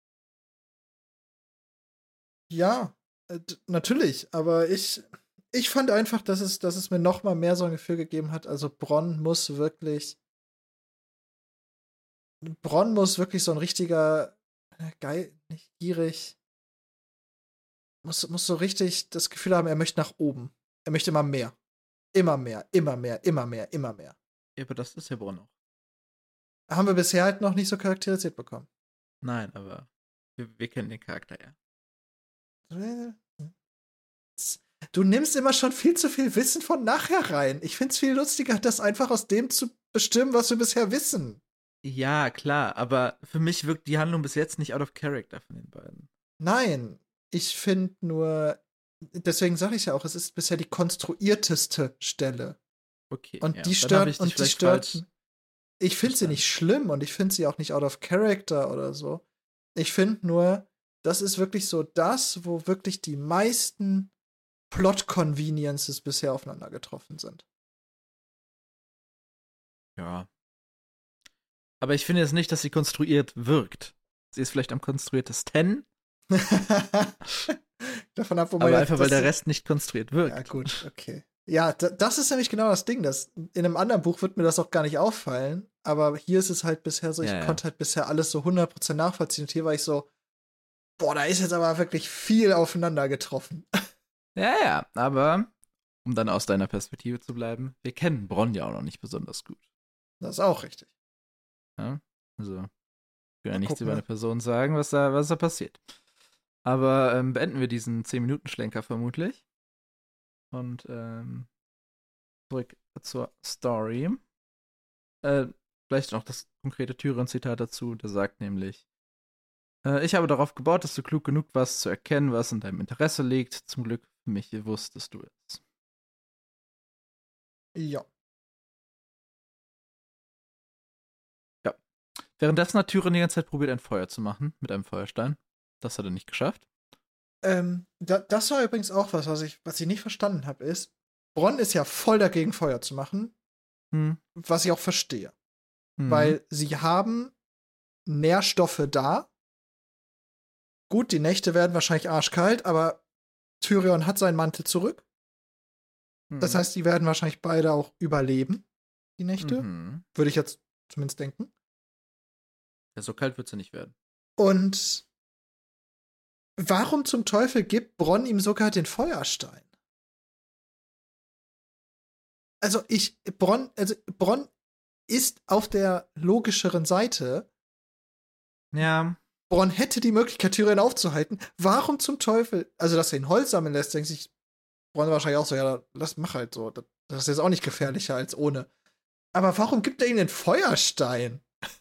Ja, äh, d- natürlich, aber ich. Ich fand einfach, dass es, dass es mir noch mal mehr so ein Gefühl gegeben hat. Also, Bronn muss wirklich. Bronn muss wirklich so ein richtiger. äh, Geil, nicht gierig. Muss, muss so richtig das Gefühl haben, er möchte nach oben. Er möchte immer mehr. Immer mehr, immer mehr, immer mehr, immer mehr. Ja, aber das ist ja Bronn auch. Haben wir bisher halt noch nicht so charakterisiert bekommen. Nein, aber wir, wir kennen den Charakter ja. Du nimmst immer schon viel zu viel Wissen von nachher rein. Ich find's viel lustiger, das einfach aus dem zu bestimmen, was wir bisher wissen. Ja, klar, aber für mich wirkt die Handlung bis jetzt nicht out of character von den beiden. Nein. Ich finde nur, deswegen sage ich ja auch, es ist bisher die konstruierteste Stelle. Okay, Und ja. die Dann habe stört, ich dich und die vielleicht stört. falsch Ich finde sie verstanden. nicht schlimm und ich finde sie auch nicht out of character oder so. Ich finde nur, das ist wirklich so das, wo wirklich die meisten Plot-Conveniences bisher aufeinander getroffen sind. Ja. Aber ich finde jetzt nicht, dass sie konstruiert wirkt. Sie ist vielleicht am konstruiertesten, Davon ab, wo man aber jetzt einfach, weil das. der Rest nicht konstruiert Ja, wirkt. gut, okay. Ja, da, das ist nämlich genau das Ding. Das, in einem anderen Buch wird mir das auch gar nicht auffallen. Aber hier ist es halt bisher so, ich Ja, ja. konnte halt bisher alles so hundert Prozent nachvollziehen. Und hier war ich so, boah, da ist jetzt aber wirklich viel aufeinander getroffen. Ja, ja, aber um dann aus deiner Perspektive zu bleiben, wir kennen Bronn ja auch noch nicht besonders gut. Das ist auch richtig. Ja? Also, wir können ja Mal nichts gucken, über eine ne? Person sagen, was da, was da passiert. Aber ähm, beenden wir diesen zehn-Minuten-Schlenker vermutlich. Und ähm, zurück zur Story. Äh, vielleicht noch das konkrete Tyrion-Zitat dazu. Der sagt nämlich: äh, Ich habe darauf gebaut, dass du klug genug warst, zu erkennen, was in deinem Interesse liegt. Zum Glück für mich wusstest du es. Ja. Ja. Währenddessen hat Tyrion die ganze Zeit probiert, ein Feuer zu machen mit einem Feuerstein. Das hat er nicht geschafft. Ähm, da, das war übrigens auch was, was ich, was ich nicht verstanden habe, ist, Bronn ist ja voll dagegen, Feuer zu machen, Hm. was ich auch verstehe. Mhm. Weil sie haben Nährstoffe da. Gut, die Nächte werden wahrscheinlich arschkalt, aber Tyrion hat seinen Mantel zurück. Das Mhm. heißt, die werden wahrscheinlich beide auch überleben, die Nächte. Mhm. Würde ich jetzt zumindest denken. Ja, so kalt wird es ja nicht werden. Und warum zum Teufel gibt Bronn ihm sogar den Feuerstein? Also ich, Bronn, also Bronn ist auf der logischeren Seite. Ja. Bronn hätte die Möglichkeit, Tyrion aufzuhalten. Warum zum Teufel? Also, dass er ihn Holz sammeln lässt, denkt sich Bronn wahrscheinlich auch so, ja, lass, mach halt so. Das, das ist jetzt auch nicht gefährlicher als ohne. Aber warum gibt er ihm den Feuerstein?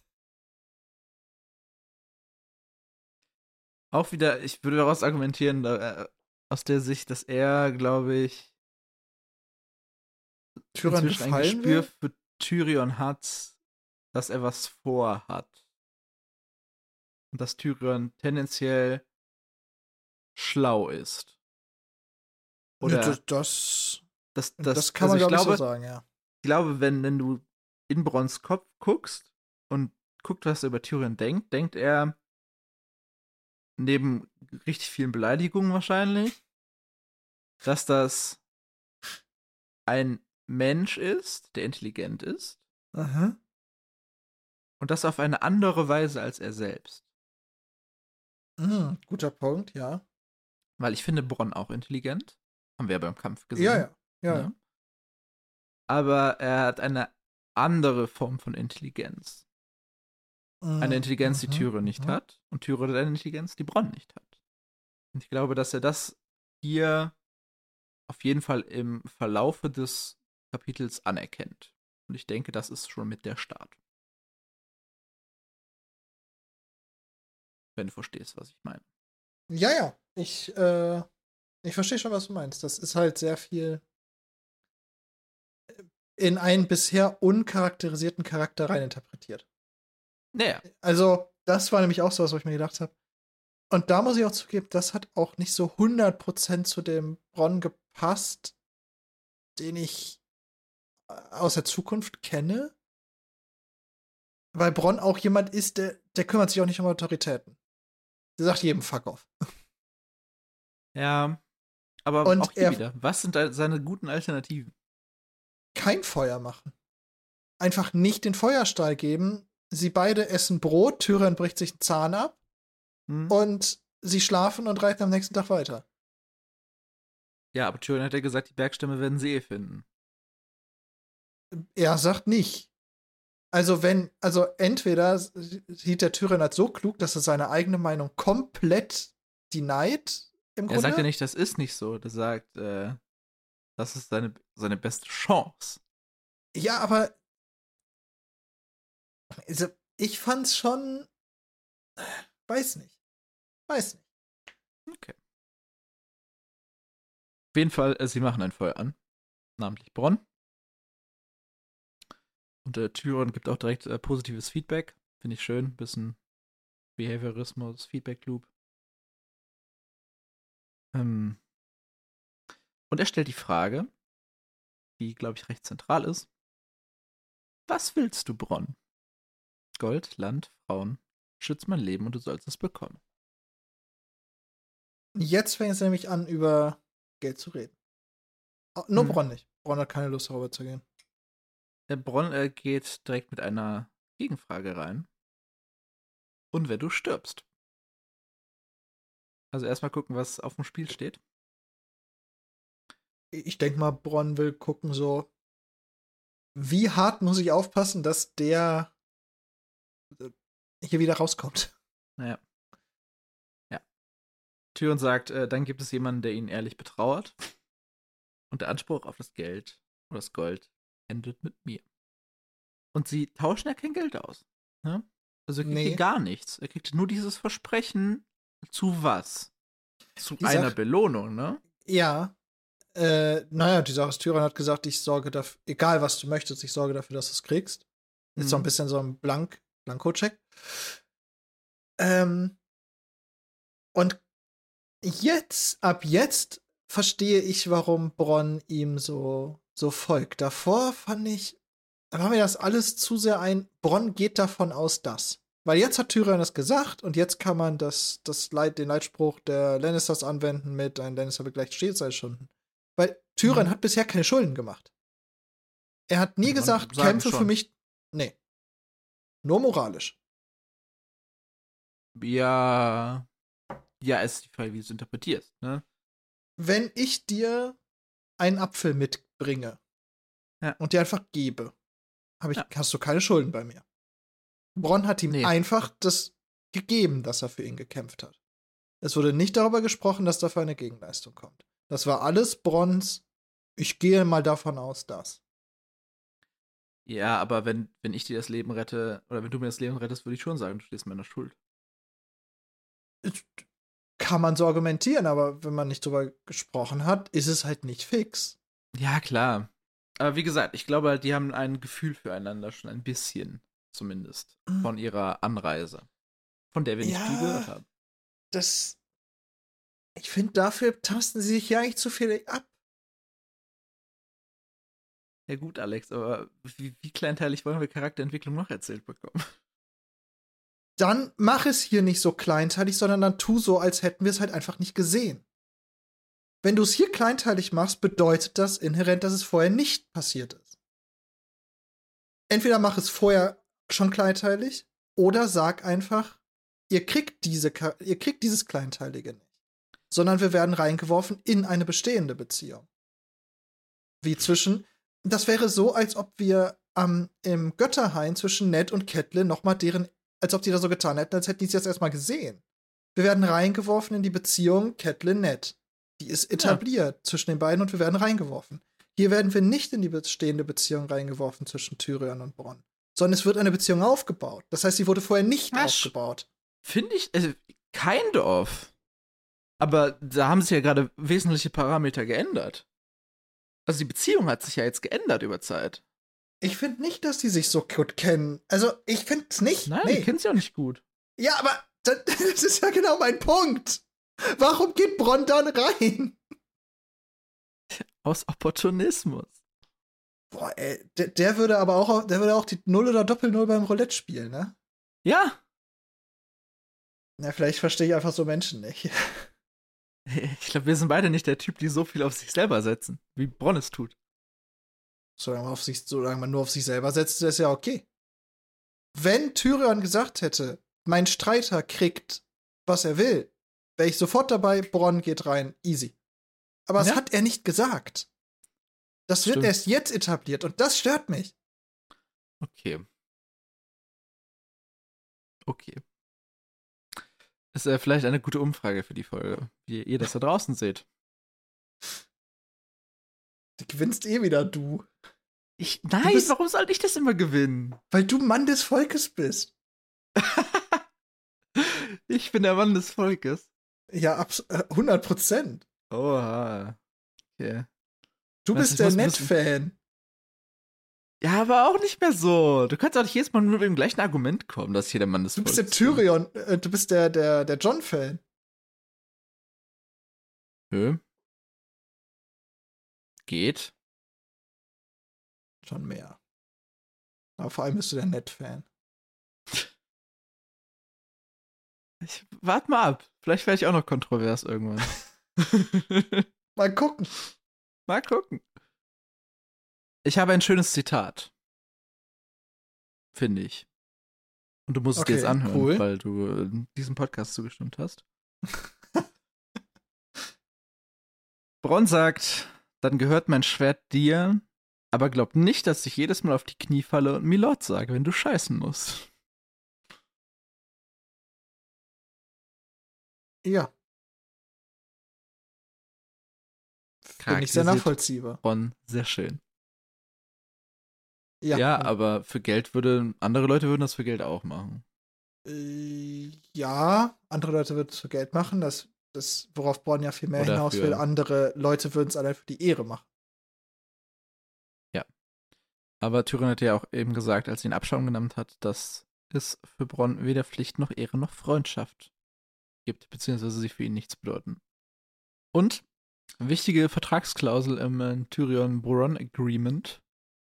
Auch wieder, ich würde daraus argumentieren, äh, aus der Sicht, dass er, glaube ich, Tyrion inzwischen ein gefallen Gespür will? für Tyrion hat, dass er was vorhat. Und dass Tyrion tendenziell schlau ist. Ne, Oder das, das, dass das das, kann also man, ich glaube ich, so glaube, sagen, ja. ich glaube, wenn, wenn du in Brons Kopf guckst und guckt, was er über Tyrion denkt, denkt er neben richtig vielen Beleidigungen wahrscheinlich, dass das ein Mensch ist, der intelligent ist Aha. und das auf eine andere Weise als er selbst. Mhm, guter Punkt, ja. Weil ich finde Bronn auch intelligent. Haben wir ja beim Kampf Ja, gesehen. ja. Ja, ja. Ne? Aber er hat eine andere Form von Intelligenz. Eine Mhm, Intelligenz, die mhm, Tyrion nicht mhm. hat. Und Tyrion hat eine Intelligenz, die Bronn nicht hat. Und ich glaube, dass er das hier auf jeden Fall im Verlaufe des Kapitels anerkennt. Und ich denke, das ist schon mit der Start. Wenn du verstehst, was ich meine. Ja, ja. Ich, äh, ich verstehe schon, was du meinst. Das ist halt sehr viel in einen bisher uncharakterisierten Charakter reininterpretiert. Naja. Also, das war nämlich auch so was, wo ich mir gedacht habe. Und da muss ich auch zugeben, das hat auch nicht so hundert Prozent zu dem Bronn gepasst, den ich äh, aus der Zukunft kenne. Weil Bronn auch jemand ist, der, der kümmert sich auch nicht um Autoritäten. Der sagt jedem Fuck off. Ja, aber auch Und hier er wieder. Was sind da seine guten Alternativen? kein Feuer machen. Einfach nicht den Feuerstahl geben. Sie beide essen Brot, Tyrion bricht sich einen Zahn ab Hm? und sie schlafen und reiten am nächsten Tag weiter. Ja, aber Tyrion hat ja gesagt, die Bergstämme werden sie eh finden. Er sagt nicht. Also wenn, also entweder sieht der Tyrion als so klug, dass er seine eigene Meinung komplett denied, im Er sagt ja Grunde. nicht, das ist nicht so. Der sagt, äh, das ist seine, seine beste Chance. Ja, aber also, ich fand's schon, weiß nicht, weiß nicht. Okay. jeden Fall, äh, sie machen ein Feuer an, namentlich Bronn. Und äh, Tyrion gibt auch direkt äh, positives Feedback. Finde ich schön. Bisschen Behaviorismus, Feedback Loop. Ähm, und er stellt die Frage, die, glaube ich, recht zentral ist. Was willst du, Bronn? Gold, Land, Frauen. Schütz mein Leben und du sollst es bekommen. Jetzt fängt es nämlich an, über Geld zu reden. Oh, nur Mhm. Bronn nicht. Bronn hat keine Lust, darüber zu gehen. Der Bronn äh, geht direkt mit einer Gegenfrage rein. Und wenn du stirbst. Also erstmal gucken, was auf dem Spiel steht. Ich denke mal, Bronn will gucken, so, wie hart muss ich aufpassen, dass der äh, hier wieder rauskommt. Naja. Ja. Tyrion sagt, äh, dann gibt es jemanden, der ihn ehrlich betrauert. Und der Anspruch auf das Geld oder das Gold endet mit mir. Und sie tauschen ja kein Geld aus. Ne? Also er kriegt Nee. hier gar nichts. Er kriegt nur dieses Versprechen zu was? Zu Die einer Sache- Belohnung, ne? Ja. Äh, naja, die Sache ist, Tyrion hat gesagt, ich sorge dafür, egal was du möchtest, ich sorge dafür, dass du es kriegst. Ist so ein Mhm. bisschen so ein Blank, Blanko-Check. Ähm, und jetzt, ab jetzt, verstehe ich, warum Bronn ihm so, so folgt. Davor fand ich, da war mir das alles zu sehr ein, Bronn geht davon aus, dass. Weil jetzt hat Tyrion das gesagt und jetzt kann man das, das Leit, den Leitspruch der Lannisters anwenden mit ein Lannister begleicht stets als Stunden. Weil Tyrion Mhm. hat bisher keine Schulden gemacht. Er hat nie Könnte man gesagt, sagen kämpfe für schon. mich. Nee. Nur moralisch. Ja. Ja, ist die Frage, wie du es interpretierst, ne? Wenn ich dir einen Apfel mitbringe Ja. und dir einfach gebe, hab ich, Ja. hast du keine Schulden bei mir. Bronn hat ihm Nee. einfach das gegeben, dass er für ihn gekämpft hat. Es wurde nicht darüber gesprochen, dass dafür eine Gegenleistung kommt. Das war alles Bronns, ich gehe mal davon aus, dass. Ja, aber wenn, wenn ich dir das Leben rette, oder wenn du mir das Leben rettest, würde ich schon sagen, du stehst meiner Schuld. Kann man so argumentieren, aber wenn man nicht drüber gesprochen hat, ist es halt nicht fix. Ja, klar. Aber wie gesagt, ich glaube halt, die haben ein Gefühl füreinander schon ein bisschen, zumindest, von ihrer Anreise. Von der wir nicht viel gehört Ja, haben. das. Ich finde, dafür tasten sie sich ja eigentlich zu viel ab. Ja gut, Alex, aber wie, wie kleinteilig wollen wir Charakterentwicklung noch erzählt bekommen? Dann mach es hier nicht so kleinteilig, sondern dann tu so, als hätten wir es halt einfach nicht gesehen. Wenn du es hier kleinteilig machst, bedeutet das inhärent, dass es vorher nicht passiert ist. Entweder mach es vorher schon kleinteilig oder sag einfach, ihr kriegt, diese, ihr kriegt dieses Kleinteilige nicht. Sondern wir werden reingeworfen in eine bestehende Beziehung. Wie zwischen, das wäre so, als ob wir ähm, im Götterhain zwischen Ned und Catelyn nochmal deren, als ob die da so getan hätten, als hätten die es jetzt erstmal gesehen. Wir werden reingeworfen in die Beziehung Catelyn-Ned. Die ist etabliert ja. zwischen den beiden und wir werden reingeworfen. Hier werden wir nicht in die bestehende Beziehung reingeworfen zwischen Tyrion und Bronn, sondern es wird eine Beziehung aufgebaut. Das heißt, sie wurde vorher nicht Ach, aufgebaut. Finde ich, also, kind of. Aber da haben sich ja gerade wesentliche Parameter geändert. Also die Beziehung hat sich ja jetzt geändert über Zeit. Ich finde nicht, dass die sich so gut kennen. Also, ich finde es nicht. Nein, nee. die kennen sie auch nicht gut. Ja, aber das, das ist ja genau mein Punkt. Warum geht Bronn dann rein? Aus Opportunismus. Boah, ey, der, der würde aber auch, der würde auch die Null oder Doppel-Null beim Roulette spielen, ne? Ja. Na, vielleicht verstehe ich einfach so Menschen nicht. Ich glaube, wir sind beide nicht der Typ, die so viel auf sich selber setzen, wie Bronn es tut. Solange man, auf sich, solange man nur auf sich selber setzt, ist das ja okay. Wenn Tyrion gesagt hätte, mein Streiter kriegt, was er will, wäre ich sofort dabei, Bronn geht rein, easy. Aber das ja? hat er nicht gesagt. Das Stimmt. wird erst jetzt etabliert und das stört mich. Okay. Okay. Ist äh, vielleicht eine gute Umfrage für die Folge, wie ihr das da draußen seht. Du gewinnst eh wieder du. Ich, nein, bist, warum soll ich das immer gewinnen? Weil du Mann des Volkes bist. Ich bin der Mann des Volkes. Ja, hundert Prozent. Oha. Okay. Du Was, bist ich der muss ein bisschen- Ned-Fan. Ja, aber auch nicht mehr so. Du kannst auch nicht jedes Mal nur mit dem gleichen Argument kommen, dass jeder Mann des Du bist der Volkes ist. Tyrion, äh, du bist der, der, der John-Fan. Nö. Geht. Schon mehr. Aber vor allem bist du der Ned-Fan. Ich warte mal ab. Vielleicht werde ich auch noch kontrovers irgendwann. Mal gucken. Mal gucken. Ich habe ein schönes Zitat. Finde ich. Und du musst Okay, es dir jetzt anhören, cool. weil du äh, diesem Podcast zugestimmt hast. Bronn sagt, dann gehört mein Schwert dir, aber glaub nicht, dass ich jedes Mal auf die Knie falle und Milord sage, wenn du scheißen musst. Ja. Finde ich sehr Charakterisiert nachvollziehbar. Bronn sehr schön. Ja, Ja, und, aber für Geld würde, andere Leute würden das für Geld auch machen. äh, ja, andere Leute würden es für Geld machen, das, das, worauf Bronn ja viel mehr Oder hinaus für- will. Andere Leute würden es allein für die Ehre machen. Aber Tyrion hat ja auch eben gesagt, als sie ihn Abschaum genannt hat, dass es für Bronn weder Pflicht noch Ehre noch Freundschaft gibt, beziehungsweise sie für ihn nichts bedeuten. Und wichtige Vertragsklausel im äh, Tyrion-Bronn Agreement,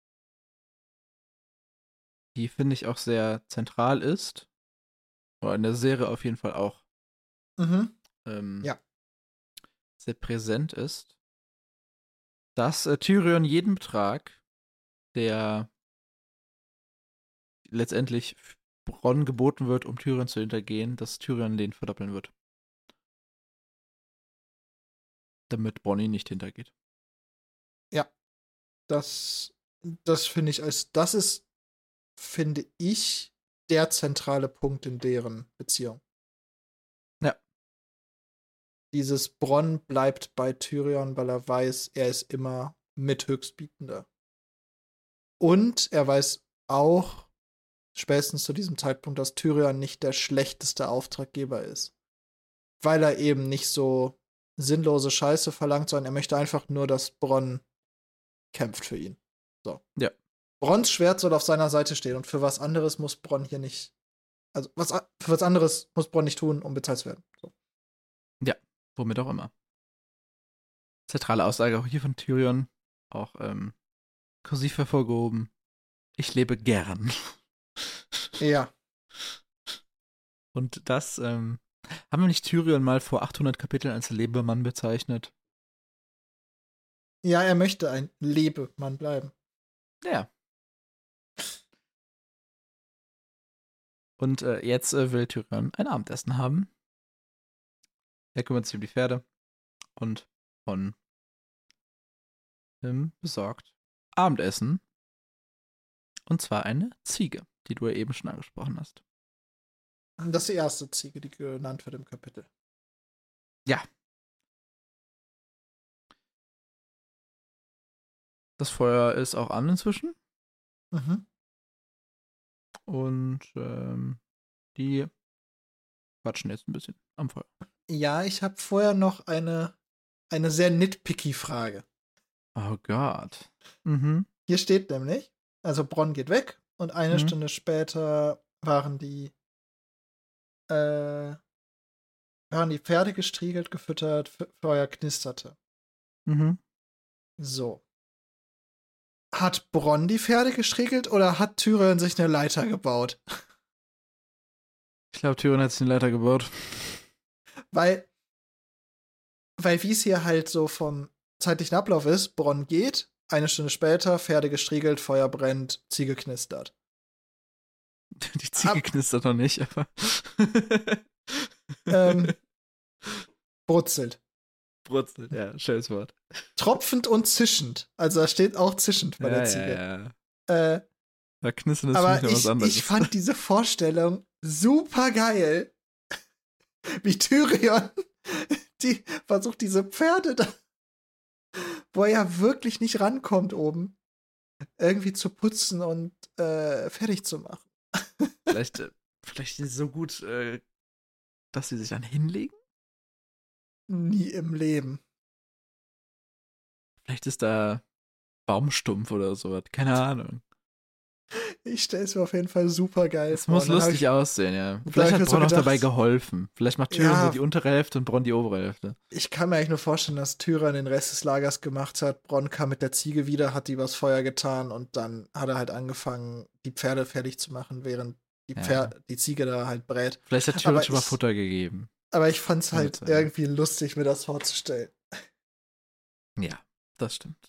die finde ich auch sehr zentral ist, oder in der Serie auf jeden Fall auch Mhm. ähm, Ja. sehr präsent ist, dass äh, Tyrion jeden Betrag, der letztendlich Bronn geboten wird, um Tyrion zu hintergehen, dass Tyrion den verdoppeln wird. Damit Bronn ihn nicht hintergeht. Ja. Das, das finde ich als, das ist, finde ich, der zentrale Punkt in deren Beziehung. Ja. Dieses Bronn bleibt bei Tyrion, weil er weiß, er ist immer mit Höchstbietender. Und er weiß auch, spätestens zu diesem Zeitpunkt, dass Tyrion nicht der schlechteste Auftraggeber ist. Weil er eben nicht so sinnlose Scheiße verlangt, sondern er möchte einfach nur, dass Bronn kämpft für ihn. So. Ja. Bronns Schwert soll auf seiner Seite stehen und für was anderes muss Bronn hier nicht. Also was, für was anderes muss Bronn nicht tun, um bezahlt zu werden. So. Ja, womit auch immer. Zentrale Aussage auch hier von Tyrion, auch ähm, kursiv hervorgehoben. Ich lebe gern. Ja. Und das, ähm, haben wir nicht Tyrion mal vor achthundert Kapiteln als Lebemann bezeichnet? Ja, er möchte ein Lebemann bleiben. Ja. Und äh, jetzt äh, will Tyrion ein Abendessen haben. Er kümmert sich um die Pferde und von ähm, besorgt Abendessen. Und zwar eine Ziege, die du ja eben schon angesprochen hast. Das ist die erste Ziege, die genannt wird im Kapitel. Ja. Das Feuer ist auch an inzwischen. Mhm. Und ähm, die quatschen jetzt ein bisschen am Feuer. Ja, ich habe vorher noch eine, eine sehr nitpicky Frage. Oh Gott. Mhm. Hier steht nämlich, also Bronn geht weg und eine Mhm. Stunde später waren die äh, waren die Pferde gestriegelt, gefüttert, F- Feuer knisterte. Mhm. So. Hat Bronn die Pferde gestriegelt oder hat Tyrion sich eine Leiter gebaut? Ich glaube, Tyrion hat sich eine Leiter gebaut. Weil, weil wie es hier halt so vom zeitlichen Ablauf ist, Bronn geht, eine Stunde später, Pferde gestriegelt, Feuer brennt, Ziege knistert. Die Ziege Ab- knistert noch nicht, aber. Ähm, brutzelt. Brutzelt, ja, schönes Wort. Tropfend und zischend. Also da steht auch zischend bei ja, der Ziege. ja, ja. Äh, Da knistern ist für aber mich noch was ich, anderes. ich fand diese Vorstellung super geil, wie Tyrion die versucht, diese Pferde da, wo er ja wirklich nicht rankommt oben, irgendwie zu putzen und äh, fertig zu machen. vielleicht, äh, vielleicht ist es so gut, äh, dass sie sich dann hinlegen? Nie im Leben. Vielleicht ist da Baumstumpf oder sowas. Keine Ahnung. Ich stelle es mir auf jeden Fall super geil Es vor. muss Und dann habe lustig ich, aussehen, ja. da hab Vielleicht ich hat mir so Bronn auch dabei gedacht, geholfen. Vielleicht macht Tyrion so ja, die untere Hälfte und Bronn die obere Hälfte. ich kann mir eigentlich nur vorstellen, dass Tyrion den Rest des Lagers gemacht hat. Bronn kam mit der Ziege wieder, hat die übers Feuer getan und dann hat er halt angefangen, die Pferde fertig zu machen, während die, Ja. Pfer die Ziege da halt brät. Vielleicht hat Tyrion Aber schon mal ich, Futter gegeben. aber ich fand's Kann gut halt sein. irgendwie lustig, mir das vorzustellen. Ja, das stimmt.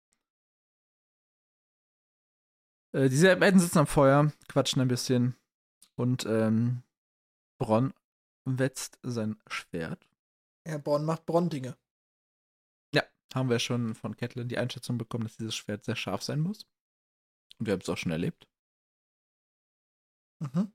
Äh, diese beiden sitzen am Feuer, quatschen ein bisschen und ähm, Bronn wetzt sein Schwert. Ja, Bronn macht Bronn-Dinge. Ja, haben wir schon von Catelyn die Einschätzung bekommen, dass dieses Schwert sehr scharf sein muss. Und wir haben es auch schon erlebt. Mhm.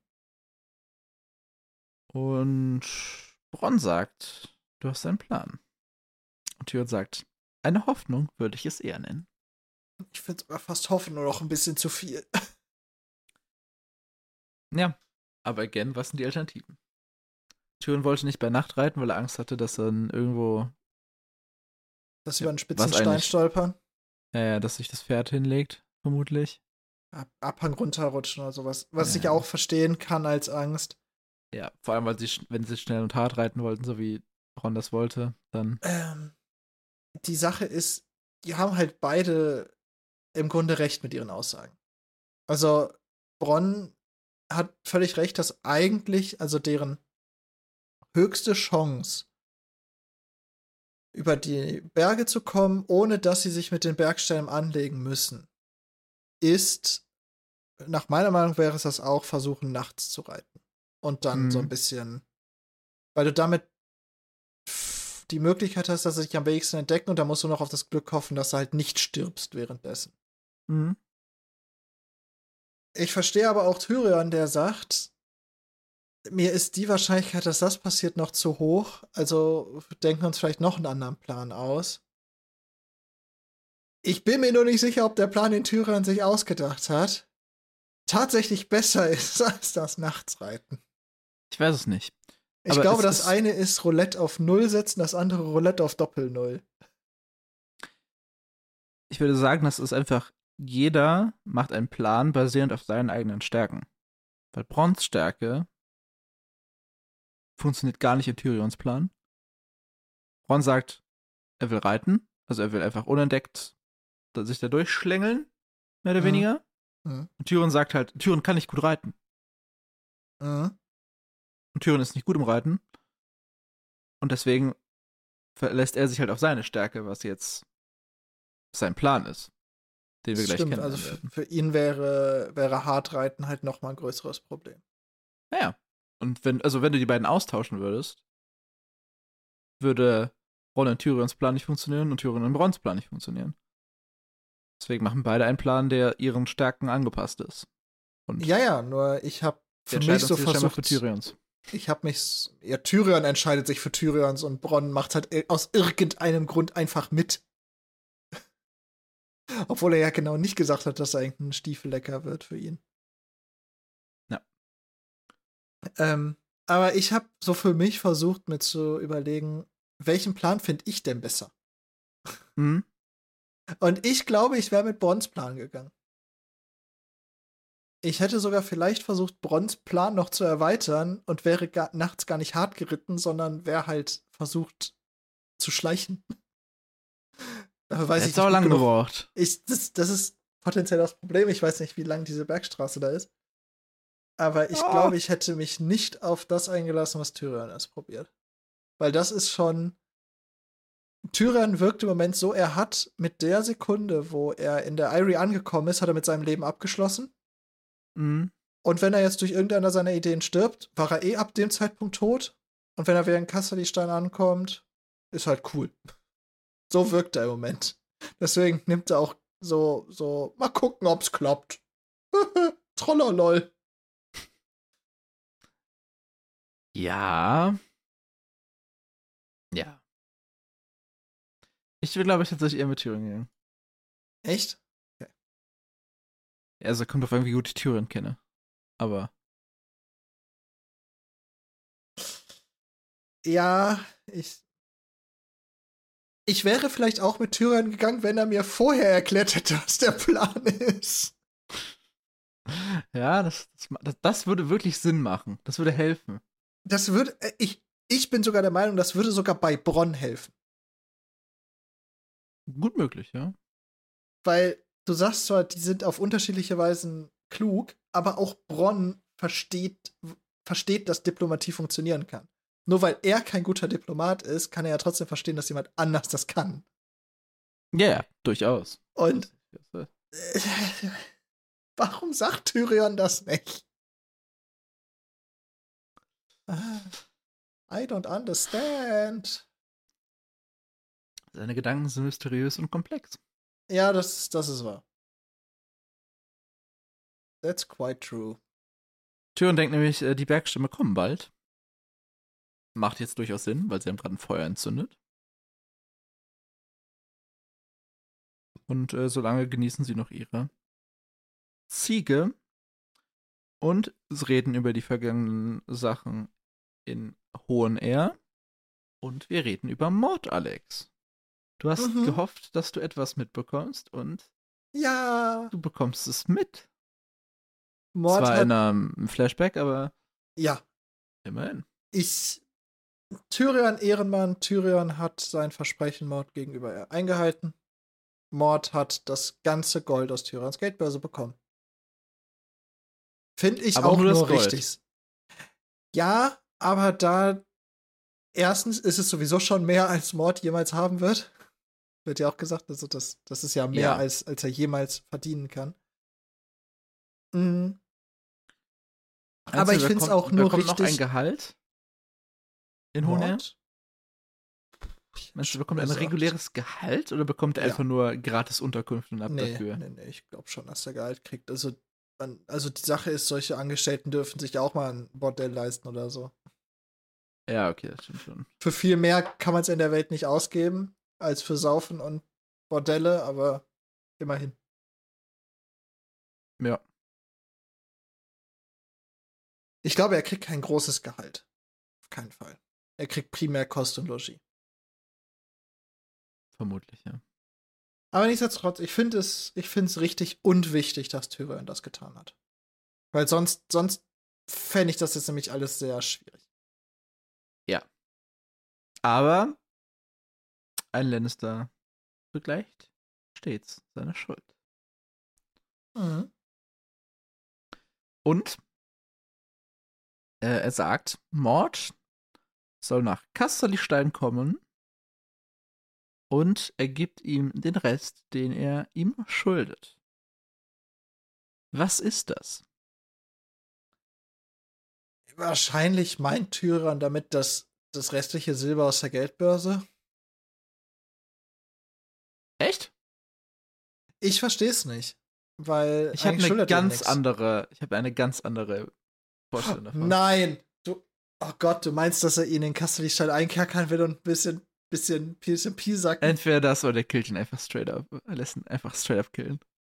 Und Bronn sagt, du hast einen Plan. Und Tyrion sagt, eine Hoffnung würde ich es eher nennen. Ich finde sogar fast hoffen nur noch ein bisschen zu viel. Ja, aber again, was sind die Alternativen? Tyrion wollte nicht bei Nacht reiten, weil er Angst hatte, dass dann irgendwo, Dass sie ja, über einen spitzen was Stein eigentlich, stolpern, ja, ja, dass sich das Pferd hinlegt, vermutlich. Ab Abhang runterrutschen oder sowas. Was ich Ja, auch verstehen kann als Angst. ja, vor allem, weil sie, sch- wenn sie schnell und hart reiten wollten, so wie Bronn das wollte, dann, Ähm, die Sache ist, die haben halt beide im Grunde recht mit ihren Aussagen. Also, Bronn hat völlig recht, dass eigentlich, also deren höchste Chance, über die Berge zu kommen, ohne dass sie sich mit den Bergstämmen anlegen müssen, ist, nach meiner Meinung wäre es das auch, versuchen, nachts zu reiten. Und dann so ein mhm. bisschen, weil du damit pff, die Möglichkeit hast, dass sie dich am wenigsten entdecken und da musst du noch auf das Glück hoffen, dass du halt nicht stirbst währenddessen. Mhm. Ich verstehe aber auch Tyrion, der sagt, mir ist die Wahrscheinlichkeit, dass das passiert, noch zu hoch. Also denken wir uns vielleicht noch einen anderen Plan aus. Ich bin mir nur nicht sicher, ob der Plan, den Tyrion sich ausgedacht hat, tatsächlich besser ist als das Nachtsreiten. Ich weiß es nicht. Ich Aber glaube, es das ist, eine ist Roulette auf Null setzen, das andere Roulette auf Doppel-Null. ich würde sagen, das ist einfach, jeder macht einen Plan basierend auf seinen eigenen Stärken. Weil Bronns Stärke funktioniert gar nicht in Tyrions Plan. Bronn sagt, er will reiten, also er will einfach unentdeckt sich da durchschlängeln, mehr oder Mhm. weniger. Mhm. Und Tyrion sagt halt, Tyrion kann nicht gut reiten. Mhm. Und Tyrion ist nicht gut im Reiten. Und deswegen verlässt er sich halt auf seine Stärke, was jetzt sein Plan ist, den wir Das gleich stimmt, also kennenlernen für, werden. für ihn wäre, wäre Hardreiten halt noch mal ein größeres Problem. Naja. Und wenn, also wenn du die beiden austauschen würdest, würde Bronn und Tyrions Plan nicht funktionieren und Tyrion und Bronns Plan nicht funktionieren. Deswegen machen beide einen Plan, der ihren Stärken angepasst ist. Und Ja, ja, nur ich habe wir für entscheiden mich uns so hier scheinbar für versucht, Tyrions. ich habe mich, ja, Tyrion entscheidet sich für Tyrions und Bronn macht halt aus irgendeinem Grund einfach mit. Obwohl er ja genau nicht gesagt hat, dass er irgendein Stiefellecker wird für ihn. Ja. Ähm, aber ich habe so für mich versucht, mir zu überlegen, welchen Plan finde ich denn besser? Mhm. Und ich glaube, ich wäre mit Bronns Plan gegangen. Ich hätte sogar vielleicht versucht, Bronns Plan noch zu erweitern und wäre gar, nachts gar nicht hart geritten, sondern wäre halt versucht zu schleichen. Dafür weiß ich Hättest nicht auch gut lange genug. gebraucht. Ich, das, das ist potenziell das Problem. Ich weiß nicht, wie lang diese Bergstraße da ist. Aber ich Oh. glaube, ich hätte mich nicht auf das eingelassen, was Tyrion erst probiert. Weil das ist schon. Tyrion wirkt im Moment so, er hat mit der Sekunde, wo er in der Eyrie angekommen ist, hat er mit seinem Leben abgeschlossen. Mhm. Und wenn er jetzt durch irgendeiner seiner Ideen stirbt, war er eh ab dem Zeitpunkt tot. Und wenn er wieder in Casterly-Stein ankommt, ist halt cool. So wirkt er im Moment. Deswegen nimmt er auch so, so, mal gucken, ob's klappt. Trollerlol. Ja. Ja. Ich will, glaube ich, tatsächlich eher mit Tyrion gehen. Echt? Okay. Also kommt auf irgendwie gut die Tyrion kenne. Aber Ja, ich. Ich wäre vielleicht auch mit Tyrion gegangen, wenn er mir vorher erklärt hätte, was der Plan ist. Ja, das, das, das würde wirklich Sinn machen. Das würde helfen. Das würde, äh, ich, ich bin sogar der Meinung, das würde sogar bei Bronn helfen. Gut möglich, ja. Weil du sagst zwar, die sind auf unterschiedliche Weisen klug, aber auch Bronn versteht, versteht, dass Diplomatie funktionieren kann. Nur weil er kein guter Diplomat ist, kann er ja trotzdem verstehen, dass jemand anders das kann. Ja, ja, durchaus. Und äh, warum sagt Tyrion das nicht? I don't understand. Seine Gedanken sind mysteriös und komplex. Ja, das, das ist wahr. That's quite true. Tyrion denkt nämlich, die Bergstämme kommen bald. Macht jetzt durchaus Sinn, weil sie haben gerade ein Feuer entzündet. Und äh, solange genießen sie noch ihre Ziege und reden über die vergangenen Sachen in Hohen Air. Und wir reden über Mord, Alex. Du hast mhm. gehofft, dass du etwas mitbekommst und ja, du bekommst es mit. Mord Zwar hat, in einem Flashback, aber ja, immerhin. Ich Tyrion Ehrenmann, Tyrion hat sein Versprechen Mord gegenüber eingehalten. Mord hat das ganze Gold aus Tyrions Geldbörse bekommen. Finde ich aber auch nur, nur Gold. richtig. Ja, aber da erstens ist es sowieso schon mehr, als Mord jemals haben wird. Wird ja auch gesagt, also das, das ist ja mehr, ja. Als, als er jemals verdienen kann. Mhm. Aber ich finde es auch nur bekommt richtig. Noch ein Gehalt in Hohen Air? Meinst du, bekommt er ein reguläres Gehalt oder bekommt er ja. einfach nur gratis Unterkünfte und ab nee, dafür? Nee, nee, ich glaube schon, dass er Gehalt kriegt. Also, man, also die Sache ist, solche Angestellten dürfen sich auch mal ein Bordell leisten oder so. Ja, okay, das stimmt schon. Für viel mehr kann man es in der Welt nicht ausgeben, als für Saufen und Bordelle, aber immerhin. Ja. Ich glaube, er kriegt kein großes Gehalt. Auf keinen Fall. Er kriegt primär Kost und Logis. Vermutlich, ja. Aber nichtsdestotrotz, ich finde es, ich finde es richtig und wichtig, dass Tyrion das getan hat. Weil sonst, sonst fände ich das jetzt nämlich alles sehr schwierig. Ja. Aber ein Lannister begleicht stets seine Schuld. Mhm. Und äh, er sagt, Mord soll nach Casterlystein kommen und er gibt ihm den Rest, den er ihm schuldet. Was ist das? Wahrscheinlich meint Tyrion damit das, das restliche Silber aus der Geldbörse. Echt? Ich verstehe es nicht, weil ich habe eine ganz andere, ich habe eine ganz andere Vorstellung davon. Nein, du, oh Gott, du meinst, dass er ihn in Casterlystein einkerkern will und ein bisschen, bisschen, bisschen piesacken? Entweder das oder der killt ihn einfach straight up, er lässt ihn einfach straight up killen.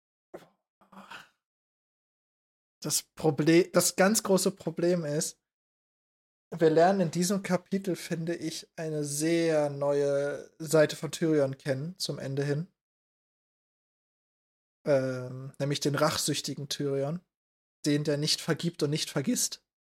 Das Problem, das ganz große Problem ist, wir lernen in diesem Kapitel, finde ich, eine sehr neue Seite von Tyrion kennen, zum Ende hin. Ähm, nämlich den rachsüchtigen Tyrion. Den, der nicht vergibt und nicht vergisst.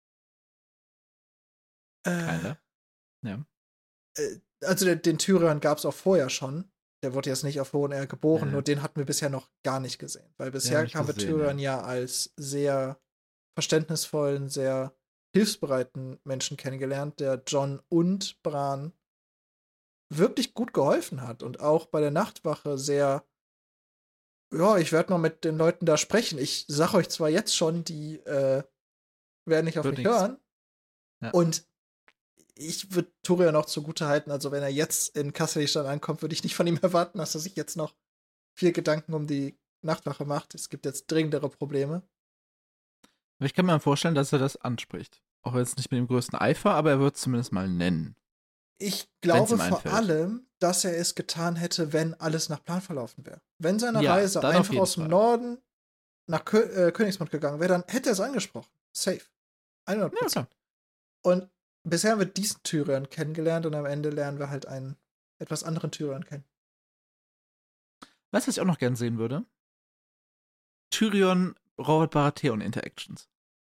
Keiner. Äh, ja. Äh, also den, den Tyrion gab es auch vorher schon. Der wurde jetzt nicht auf Hohen Air geboren, ja. nur den hatten wir bisher noch gar nicht gesehen. Weil bisher ja, haben wir gesehen, Tyrion ja. ja als sehr verständnisvollen, sehr hilfsbereiten Menschen kennengelernt, der Jon und Bran wirklich gut geholfen hat und auch bei der Nachtwache sehr, ja, ich werde mal mit den Leuten da sprechen. Ich sag euch zwar jetzt schon, die äh, werden nicht auf Wird mich nix. hören. Ja. Und ich würde Tyrion noch zugute halten, also wenn er jetzt in Casterlystein ankommt, würde ich nicht von ihm erwarten, dass er sich jetzt noch viel Gedanken um die Nachtwache macht. Es gibt jetzt dringendere Probleme. Aber ich kann mir vorstellen, dass er das anspricht. Auch jetzt nicht mit dem größten Eifer, aber er wird es zumindest mal nennen. Ich glaube vor allem, dass er es getan hätte, wenn alles nach Plan verlaufen wäre. Wenn seine ja, Reise einfach aus dem Fall. Norden nach Kö äh, Königsmund gegangen wäre, dann hätte er es angesprochen. Safe. hundert Prozent. Ja, und bisher haben wir diesen Tyrion kennengelernt und am Ende lernen wir halt einen etwas anderen Tyrion kennen. Weißt du, was ich auch noch gern sehen würde? Tyrion, Robert Baratheon Interactions.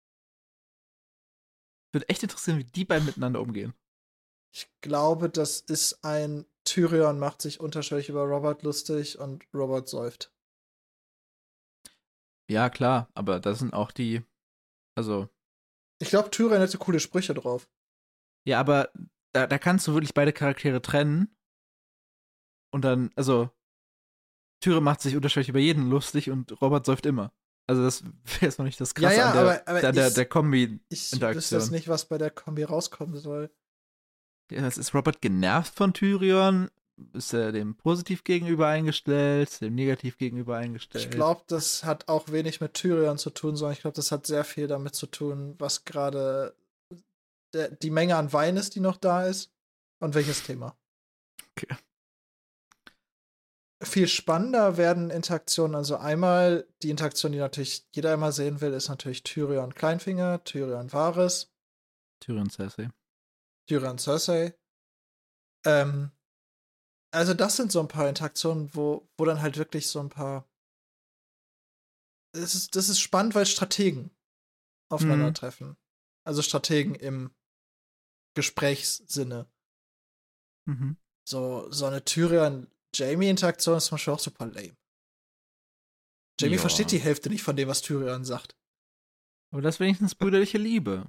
Würde echt interessieren, wie die beiden miteinander umgehen. Ich glaube, das ist ein Tyrion macht sich unterschwellig über Robert lustig und Robert säuft. Ja, klar, aber das sind auch die, also, Ich glaube, Tyrion hätte coole Sprüche drauf. ja, aber da, da kannst du wirklich beide Charaktere trennen und dann, also, Tyrion macht sich unterschwellig über jeden lustig und Robert säuft immer. Also, das wäre jetzt noch nicht das Ja, Krasse ja, an der, aber, aber der, der, ich, der ich wüsste Kombi-Interaktion. jetzt nicht, was bei der Kombi rauskommen soll. Ja, ist Robert genervt von Tyrion? Ist er dem positiv gegenüber eingestellt, dem negativ gegenüber eingestellt? Ich glaube, das hat auch wenig mit Tyrion zu tun, sondern ich glaube, das hat sehr viel damit zu tun, was gerade die Menge an Wein ist, die noch da ist und welches Thema. Okay. Viel spannender werden Interaktionen. Also einmal die Interaktion, die natürlich jeder einmal sehen will, ist natürlich Tyrion Kleinfinger, Tyrion Varys, Tyrion Cersei. Tyrion Cersei. Ähm, also das sind so ein paar Interaktionen, wo, wo dann halt wirklich so ein paar. Das ist, das ist spannend, weil Strategen aufeinandertreffen. Mhm. Also Strategen im Gesprächssinne. Mhm. So, so eine Tyrion-Jamie-Interaktion ist zum Beispiel auch super lame. Jamie ja. versteht die Hälfte nicht von dem, was Tyrion sagt. Aber das ist wenigstens brüderliche Liebe.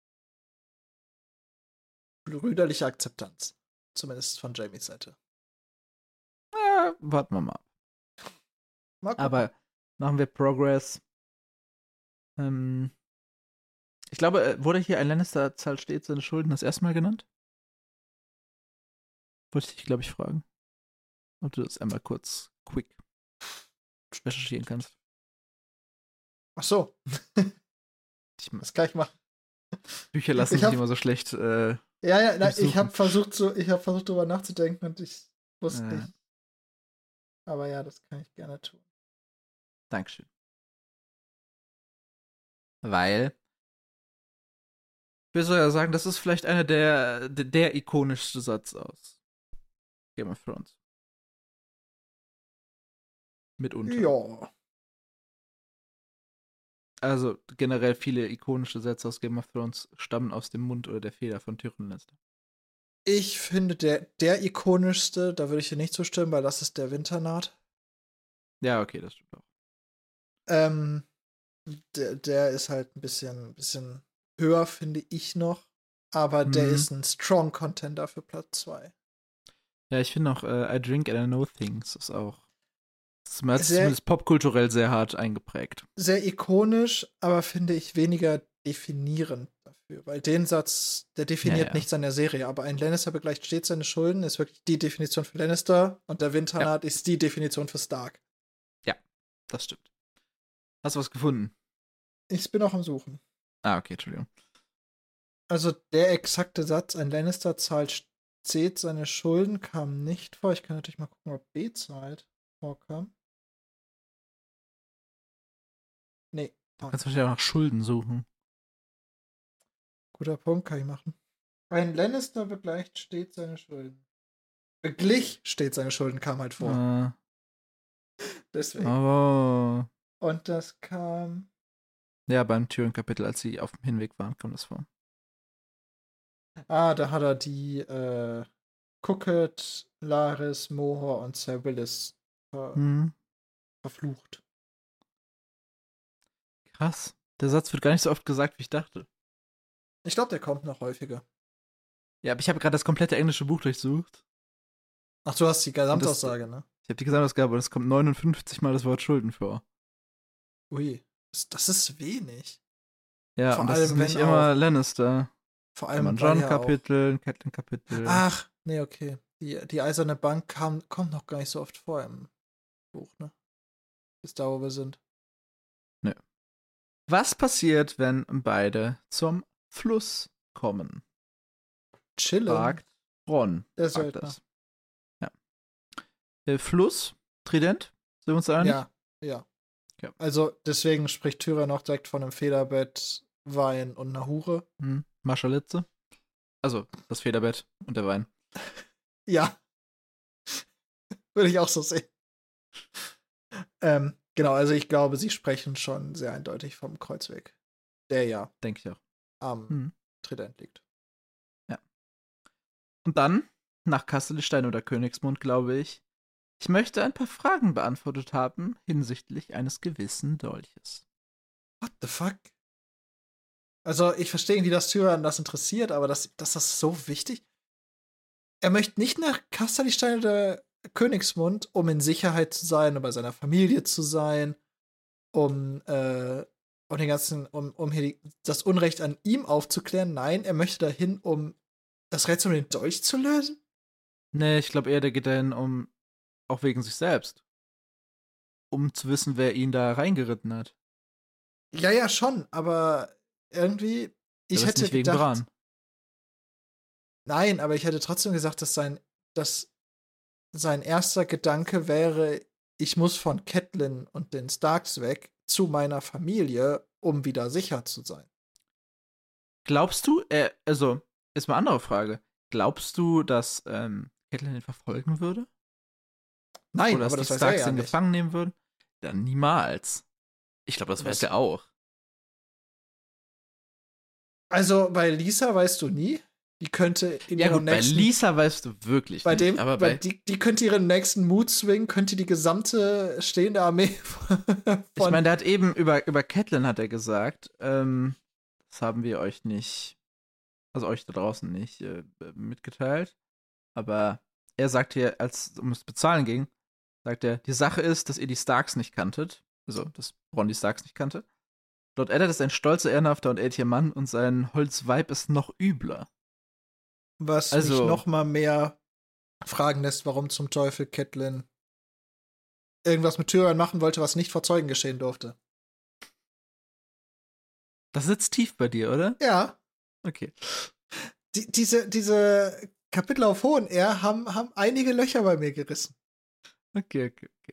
Brüderliche Akzeptanz. Zumindest von Jamies Seite. Ja, warten wir mal. mal Aber machen wir Progress. Ähm, ich glaube, wurde hier ein Lannister zahlt stets seine Schulden das erste Mal genannt? Wollte ich dich, glaube ich, fragen. Ob du das einmal kurz quick recherchieren kannst. Ach so. Ich, das kann ich machen. Bücher lassen ich hab, sich immer so schlecht. Äh, ja, ja, na, ich habe versucht, so, ich habe versucht, darüber nachzudenken und ich wusste äh. nicht. Aber ja, das kann ich gerne tun. Dankeschön. Weil, ich würde ja sagen, das ist vielleicht einer der, der, der ikonischste Satz aus Game of Thrones. Mitunter. Ja. Also generell viele ikonische Sätze aus Game of Thrones stammen aus dem Mund oder der Feder von Tyrion Lannister. Ich finde, der, der ikonischste, da würde ich dir nicht zustimmen, weil das ist der Winternaht. Ja, okay, das stimmt auch. Ähm, der, der ist halt ein bisschen, bisschen höher, finde ich noch. Aber hm. der ist ein Strong Contender für Platz zwei. Ja, ich finde auch uh, I Drink and I Know Things ist auch ist zumindest popkulturell sehr hart eingeprägt. Sehr ikonisch, aber finde ich weniger definierend dafür. Weil den Satz, der definiert ja, ja. nichts an der Serie. Aber ein Lannister begleicht stets seine Schulden, ist wirklich die Definition für Lannister. Und der Winternaht ja. ist die Definition für Stark. Ja, das stimmt. Hast du was gefunden? Ich bin auch am Suchen. Ah, okay, Entschuldigung. Also der exakte Satz, ein Lannister zahlt stets seine Schulden, kam nicht vor. Ich kann natürlich mal gucken, ob B-Zahlt vorkam. Nee. Du kannst wahrscheinlich auch nach Schulden suchen. Guter Punkt, kann ich machen. Ein Lannister begleicht stets seine Schulden. Beglich stets seine Schulden, kam halt vor. Äh. Deswegen. Oh. Und das kam. Ja, beim Tyrion-Kapitel, als sie auf dem Hinweg waren, kam das vor. Ah, da hat er die äh, Cooked, Laris, Mohor und Sir Willis ver hm. verflucht. Krass. Der Satz wird gar nicht so oft gesagt, wie ich dachte. Ich glaube, der kommt noch häufiger. Ja, aber ich habe gerade das komplette englische Buch durchsucht. Ach, du hast die Gesamtaussage, das, ne? Ich habe die Gesamtausgabe und es kommt neunundfünfzig Mal das Wort Schulden vor. Ui, das, das ist wenig. Ja, vor und das allem, ist nicht immer Lannister. Vor allem John-Kapitel, ein Catelyn-Kapitel. Ach, nee, okay. Die, die Eiserne Bank kam, kommt noch gar nicht so oft vor im Buch, ne? Bis da, wo wir sind. Nö. Was passiert, wenn beide zum Fluss kommen? Chillen. Fragt Bronn. Der Söldner. Ja. Der Fluss, Trident, sind wir uns einig? Ja, ja. Okay. Also deswegen spricht Tyrion auch direkt von einem Federbett, Wein und einer Hure. Hm. Maschalitze. Also das Federbett und der Wein. Ja. Würde ich auch so sehen. Ähm, genau, also ich glaube, sie sprechen schon sehr eindeutig vom Kreuzweg, der ja Denke ich auch. am Hm. Trident liegt. Ja. Und dann, nach Kastelstein oder Königsmund, glaube ich, ich möchte ein paar Fragen beantwortet haben hinsichtlich eines gewissen Dolches. What the fuck? Also, ich verstehe irgendwie, dass Tyrion das interessiert, aber das, das ist so wichtig. Er möchte nicht nach Kasterlistein oder Königsmund, um in Sicherheit zu sein, um bei seiner Familie zu sein, um, äh, um den ganzen, um, um hier die, das Unrecht an ihm aufzuklären. Nein, er möchte dahin, um das Rätsel um den Dolch zu lösen. Nee, ich glaube eher, der geht dahin, um, auch wegen sich selbst, um zu wissen, wer ihn da reingeritten hat. Ja, ja, schon, aber irgendwie, ich Aber ist hätte nicht wegen gedacht, Bran. nein, aber ich hätte trotzdem gesagt, dass sein, dass sein erster Gedanke wäre, ich muss von Catelyn und den Starks weg zu meiner Familie, um wieder sicher zu sein. Glaubst du, er, also, ist mal eine andere Frage. Glaubst du, dass ähm, Catelyn ihn verfolgen würde? Nein, Oder dass aber die das weiß er Starks ja ihn nicht. gefangen nehmen würden? Dann niemals. Ich glaube, das weiß Was? er auch. Also bei Lisa weißt du nie. Die könnte in Ja ihrem gut, bei nächsten Lisa weißt du wirklich bei nicht, dem, aber bei bei, die, die könnte ihren nächsten Mood swing, könnte die gesamte stehende Armee von. ich meine, der hat eben über, über Catelyn hat er gesagt, ähm, das haben wir euch nicht, also euch da draußen nicht äh, mitgeteilt, aber er sagt hier, als es ums Bezahlen ging, sagt er, die Sache ist, dass ihr die Starks nicht kanntet, also dass Bronn die Starks nicht kannte. Lord Eddard ist ein stolzer, ehrenhafter und ehrlicher Mann und sein Holzweib ist noch übler. Was mich Also, noch mal mehr fragen lässt, warum zum Teufel Catelyn irgendwas mit Tyrion machen wollte, was nicht vor Zeugen geschehen durfte. das sitzt tief bei dir, oder? Ja, Okay. die, diese, diese Kapitel auf Hohen R haben, haben einige Löcher bei mir gerissen. Okay, okay, okay.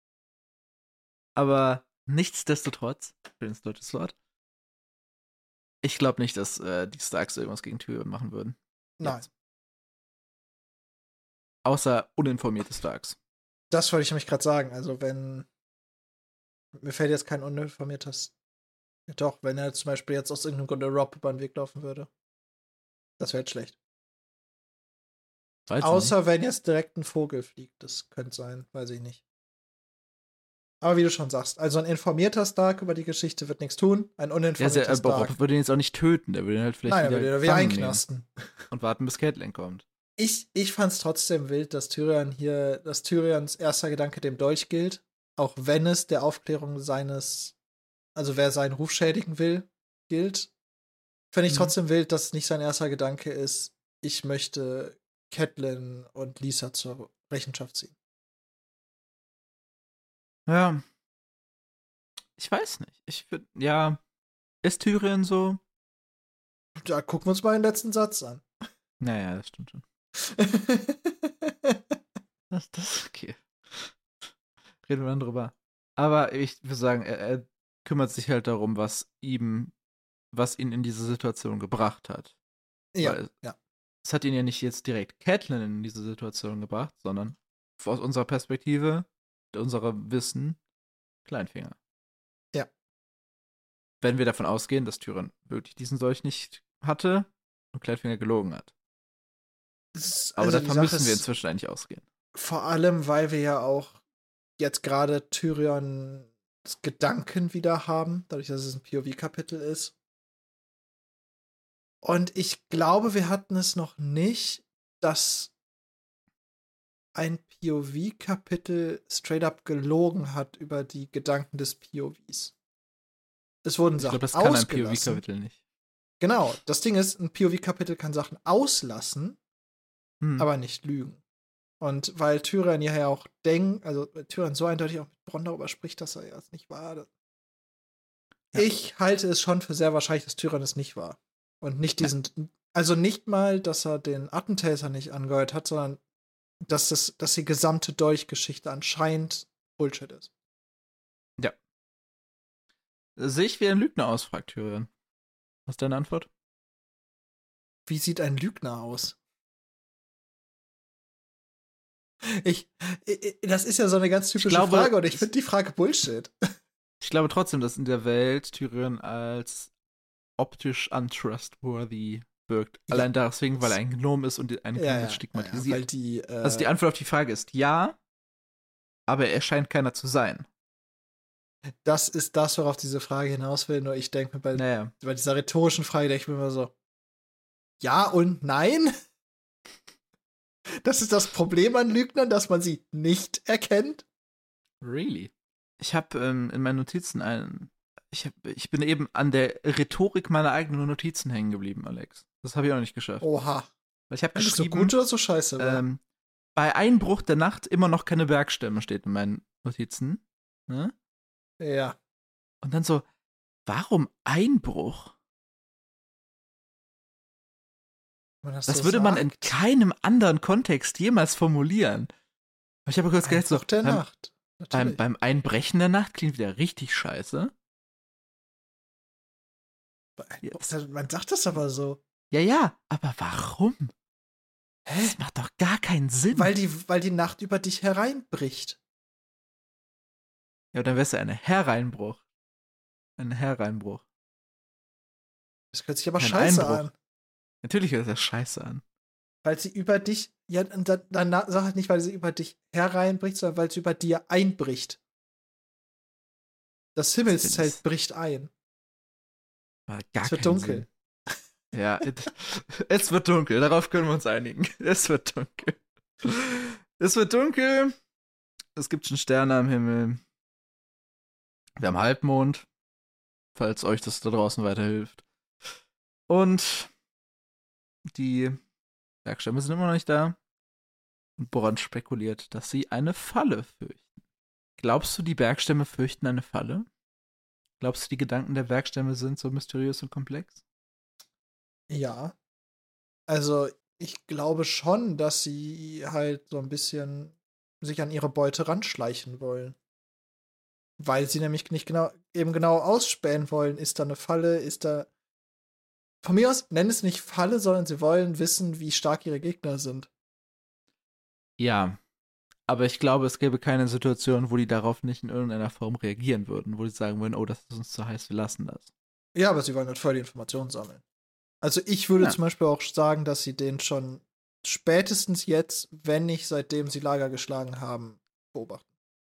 Aber nichtsdestotrotz, schönes deutsches Wort, ich glaube nicht, dass äh, die Starks irgendwas gegen Tyrion machen würden. Nein. Jetzt. Außer uninformierte Starks. Das wollte ich nämlich gerade sagen. Also, wenn. Mir fällt jetzt kein uninformiertes. Ja, doch, wenn er zum Beispiel jetzt aus irgendeinem Grunde Rob über den Weg laufen würde. Das wäre jetzt schlecht. Weiß Außer nicht. wenn jetzt direkt ein Vogel fliegt. Das könnte sein, weiß ich nicht. Aber wie du schon sagst, also ein informierter Stark über die Geschichte wird nichts tun. Ein Ja, uninformierter sehr, äh, Stark. Rob würde ihn jetzt auch nicht töten, der würde ihn halt vielleicht Nein, er wieder würde ihn wieder gefangen nehmen einknasten. und warten, bis Catelyn kommt. Ich, ich fand es trotzdem wild, dass Tyrion hier, dass Tyrions erster Gedanke dem Dolch gilt. Auch wenn es der Aufklärung seines, also wer seinen Ruf schädigen will, gilt. Finde ich Mhm. trotzdem wild, dass nicht sein erster Gedanke ist, ich möchte Catelyn und Lisa zur Rechenschaft ziehen. Ja, ich weiß nicht. Ich finde, ja, ist Tyrion so? Da gucken wir uns mal den letzten Satz an. Naja, das stimmt schon. Das, das ist okay. Reden wir dann drüber. Aber ich würde sagen, er, er kümmert sich halt darum, was ihm, was ihn in diese Situation gebracht hat. ja, Weil ja. es hat ihn ja nicht jetzt direkt Catelyn in diese Situation gebracht, sondern aus unserer Perspektive, unserer Wissen, Kleinfinger. Ja. Wenn wir davon ausgehen, dass Tyrion wirklich diesen Dolch nicht hatte und Kleinfinger gelogen hat. Ist, Aber also die davon Sache müssen wir ist, inzwischen eigentlich ausgehen. vor allem, weil wir ja auch jetzt gerade Tyrions Gedanken wieder haben, dadurch, dass es ein P O V-Kapitel ist. Und ich glaube, wir hatten es noch nicht, dass ein P O V-Kapitel straight up gelogen hat über die Gedanken des P O Vs. Es wurden Ich glaube, Sachen das kann ein P O ausgelassen. V-Kapitel nicht. Genau, das Ding ist, ein P O V-Kapitel kann Sachen auslassen, Hm. aber nicht lügen. Und weil Tyrion ja auch denkt, also Tyrion so eindeutig auch mit Bronn darüber spricht, dass er ja es nicht war. Ja. Ich halte es schon für sehr wahrscheinlich, dass Tyrion es nicht war. Und nicht diesen, ja. also nicht mal, dass er den Attentäter nicht angehört hat, sondern dass, das, dass die gesamte Dolchgeschichte anscheinend Bullshit ist. Ja. Sehe ich wie ein Lügner aus, fragt Tyrion. Was ist deine Antwort? Wie sieht ein Lügner aus? Ich, ich, das ist ja so eine ganz typische glaube, Frage und ich finde die Frage Bullshit. Ich glaube trotzdem, dass in der Welt Tyrion als optisch untrustworthy wirkt. Ja. Allein deswegen, weil er ein Gnom ist und ein Ja, Gnom ja, ist stigmatisiert. ja, weil die, äh, also die Antwort auf die Frage ist ja, aber er scheint keiner zu sein. Das ist das, worauf diese Frage hinaus will. Nur ich denke mir bei, Naja. bei dieser rhetorischen Frage, denke ich mir immer so, ja und nein? Das ist das Problem an Lügnern, dass man sie nicht erkennt? Really? Ich habe ähm, in meinen Notizen einen. Ich, hab, ich bin eben an der Rhetorik meiner eigenen Notizen hängen geblieben, Alex. Das habe ich auch nicht geschafft. Oha. Weil ich habe Ist das so geschrieben, gut oder so scheiße? War? Ähm, bei Einbruch der Nacht immer noch keine Bergstämme, steht in meinen Notizen. Ne? Ja. Und dann so, warum Einbruch? Man das Das so würde sagt. man in keinem anderen Kontext jemals formulieren. Aber ich habe kurz gedacht, so, Einbruch der beim, Nacht. beim, beim Einbrechen der Nacht klingt wieder richtig scheiße. Yes. Man sagt das aber so. Ja, ja, aber warum? Hä? Das macht doch gar keinen Sinn. Weil die, weil die Nacht über dich hereinbricht. Ja, dann wär's ja ein Hereinbruch. Ein Hereinbruch. Das hört sich aber Kein scheiße Einbruch. an. Natürlich hört das scheiße an. Weil sie über dich, ja, dann, dann sag halt nicht, weil sie über dich hereinbricht, sondern weil sie über dir einbricht. Das Himmelszelt Das bricht ein. War gar Es wird keinen dunkel. Sinn. Ja, it, es wird dunkel, darauf können wir uns einigen. Es wird dunkel. Es wird dunkel. Es gibt schon Sterne am Himmel. Wir haben Halbmond, falls euch das da draußen weiterhilft. Und die Bergstämme sind immer noch nicht da. Und Boran spekuliert, dass sie eine Falle fürchten. Glaubst du, die Bergstämme fürchten eine Falle? Glaubst du, die Gedanken der Bergstämme sind so mysteriös und komplex? Ja. Also, ich glaube schon, dass sie halt so ein bisschen sich an ihre Beute ranschleichen wollen. Weil sie nämlich nicht genau, eben genau ausspähen wollen, ist da eine Falle, ist da. Von mir aus, nenn es nicht Falle, sondern sie wollen wissen, wie stark ihre Gegner sind. Ja, aber ich glaube, es gäbe keine Situation, wo die darauf nicht in irgendeiner Form reagieren würden, wo die sagen würden, oh, das ist uns zu heiß, wir lassen das. Ja, aber sie wollen halt voll die Informationen sammeln. Also ich würde Ja. zum Beispiel auch sagen, dass sie den schon spätestens jetzt, wenn nicht seitdem sie Lager geschlagen haben, beobachten.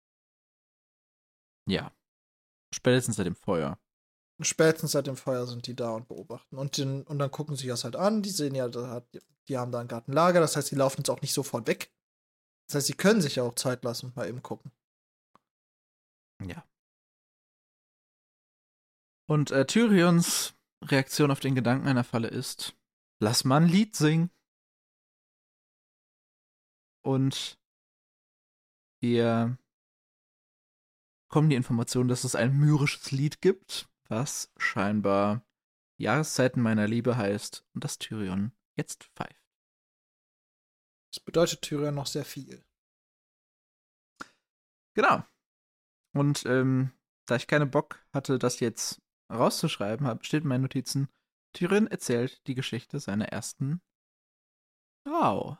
Ja. Spätestens seit dem Feuer. Spätestens seit dem Feuer sind die da und beobachten. Und, den, und dann gucken sie das halt an. Die sehen ja, da hat, die haben da ein Gartenlager. Das heißt, die laufen jetzt auch nicht sofort weg. Das heißt, sie können sich ja auch Zeit lassen, mal eben gucken. Ja. Und äh, Tyrions Reaktion auf den Gedanken einer Falle ist, lass mal ein Lied singen. Und wir bekommen die Information, dass es ein myrisches Lied gibt, was scheinbar Jahreszeiten meiner Liebe heißt und das Tyrion jetzt pfeift. Das bedeutet Tyrion noch sehr viel. Genau. Und ähm, da ich keinen Bock hatte, das jetzt rauszuschreiben, hab, steht in meinen Notizen, Tyrion erzählt die Geschichte seiner ersten Frau.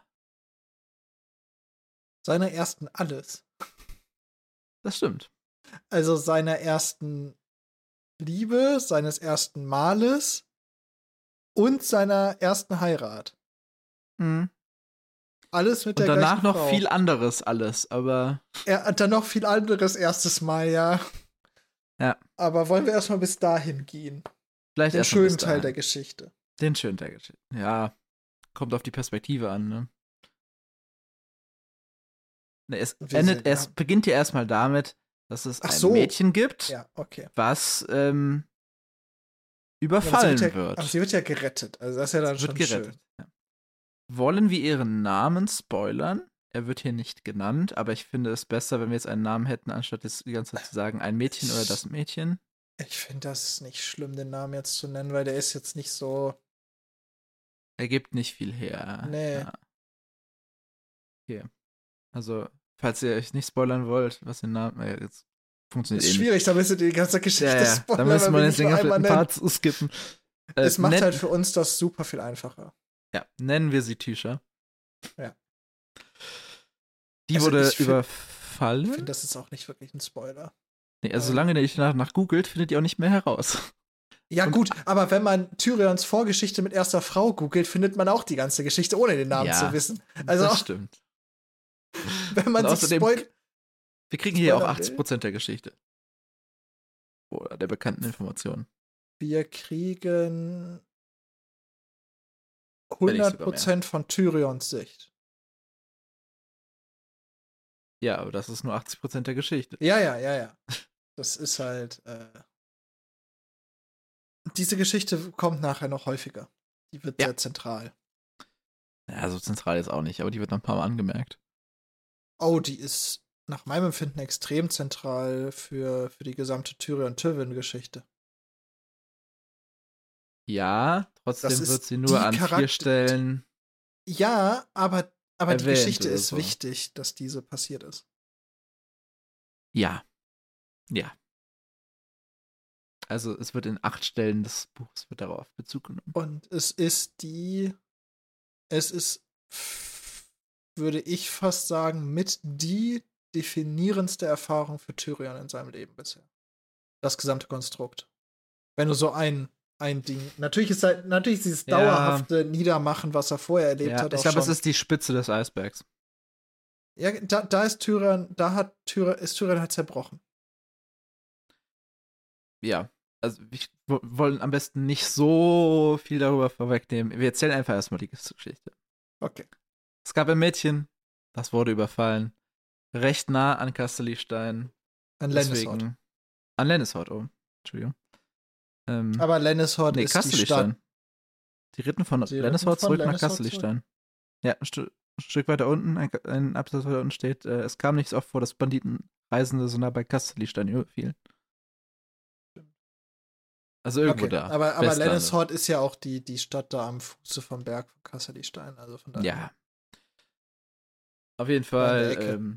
Seiner ersten alles. Das stimmt. Also seiner ersten Liebe, seines ersten Males und seiner ersten Heirat. Mhm. Alles mit Und der danach gleichen noch Frau. viel anderes alles, aber Er hat dann noch viel anderes erstes Mal, ja. Ja. Aber wollen wir erstmal bis dahin gehen? vielleicht Den erst mal bis schönen Teil dahin. der Geschichte. Den schönen Teil der Geschichte. Ja, kommt auf die Perspektive an, ne? ne es, Wir endet, sehen, ja. es beginnt ja erstmal damit, dass es Ach ein so. Mädchen gibt, Ja, okay. was ähm, Ja, aber überfallen sie wird. Ja, wird. aber sie wird ja gerettet. Also das ist ja dann Sie wird schon gerettet. schön. Ja. Wollen wir ihren Namen spoilern? Er wird hier nicht genannt, aber ich finde es besser, wenn wir jetzt einen Namen hätten, anstatt jetzt die ganze Zeit zu sagen, ein Mädchen oder das Mädchen. Ich finde das nicht schlimm, den Namen jetzt zu nennen, weil der ist jetzt nicht so. Er gibt nicht viel her. Nee. Ja. Okay. Also, falls ihr euch nicht spoilern wollt, was den Namen. Äh, jetzt funktioniert Ist eh nicht. schwierig, da müsst ihr die ganze Geschichte Ja, ja. spoilern. Da müssen wir weil jetzt nicht den nur einmal ganzen nennen. Part skippen. Äh, Es macht nenn- halt für uns das super viel einfacher. Ja, nennen wir sie Tisha. Ja. Die Also wurde ich find- überfallen. Ich finde, das ist auch nicht wirklich ein Spoiler. Nee, also solange ihr nicht nach, nach googelt, findet ihr auch nicht mehr heraus. Ja, Und- gut, aber wenn man Tyrions Vorgeschichte mit erster Frau googelt, findet man auch die ganze Geschichte, ohne den Namen Ja, zu wissen. Also, das stimmt. wenn man Und sich außerdem- spoil Wir kriegen hier auch Spoiler achtzig Prozent der Geschichte. Oder der bekannten Informationen. wir kriegen Wenn nicht hundert sogar mehr. Prozent von Tyrions Sicht. Ja, aber das ist nur achtzig Prozent der Geschichte. Ja, ja, ja, ja. Das ist halt, äh diese Geschichte kommt nachher noch häufiger. Die wird Ja. sehr zentral. Ja, so zentral ist auch nicht, aber die wird noch ein paar Mal angemerkt. Oh, die ist nach meinem Empfinden extrem zentral für, für die gesamte Tyrion-Tywin-Geschichte. Ja, trotzdem Das ist wird sie nur die an Charakter- vier Stellen. Ja, aber, aber die Erwähnt Geschichte oder ist so. wichtig, dass diese passiert ist. Ja. Ja. Also es wird in acht Stellen des Buchs wird darauf Bezug genommen. Und es ist die, es ist, würde ich fast sagen, mit die definierendste Erfahrung für Tyrion in seinem Leben bisher. Das gesamte Konstrukt. Wenn du so ein, ein Ding, natürlich ist halt, natürlich ist dieses Ja. dauerhafte Niedermachen, was er vorher erlebt Ja, hat, ich auch glaube, es schon. ist die Spitze des Eisbergs. Ja, da, da ist Tyrion, da hat Tyrion, ist Tyrion halt zerbrochen. Ja. Also wir w- wollen am besten nicht so viel darüber vorwegnehmen. Wir erzählen einfach erstmal die Geschichte. Okay. Es gab ein Mädchen, das wurde überfallen. Recht nah an Casterlystein. An Lannishort. Deswegen. An Lannishort, oh. Entschuldigung. Ähm, Aber Lannishort nee, ist die Stadt. Casterlystein. Die ritten von Die ritten Lannishort von zurück nach Lannishort Casterlystein. Ja, ein, Stu ein Stück weiter unten, ein, ein Absatz weiter unten steht, äh, es kam nicht so oft vor, dass Banditen Reisende so nah bei Casterlystein überfielen. Also irgendwo Okay. da. Aber, aber Westlande. Lannishort ist ja auch die, die Stadt da am Fuße vom Berg von Casterlystein. Also von daher. Ja. Auf jeden Da in Fall, der Ecke. ähm,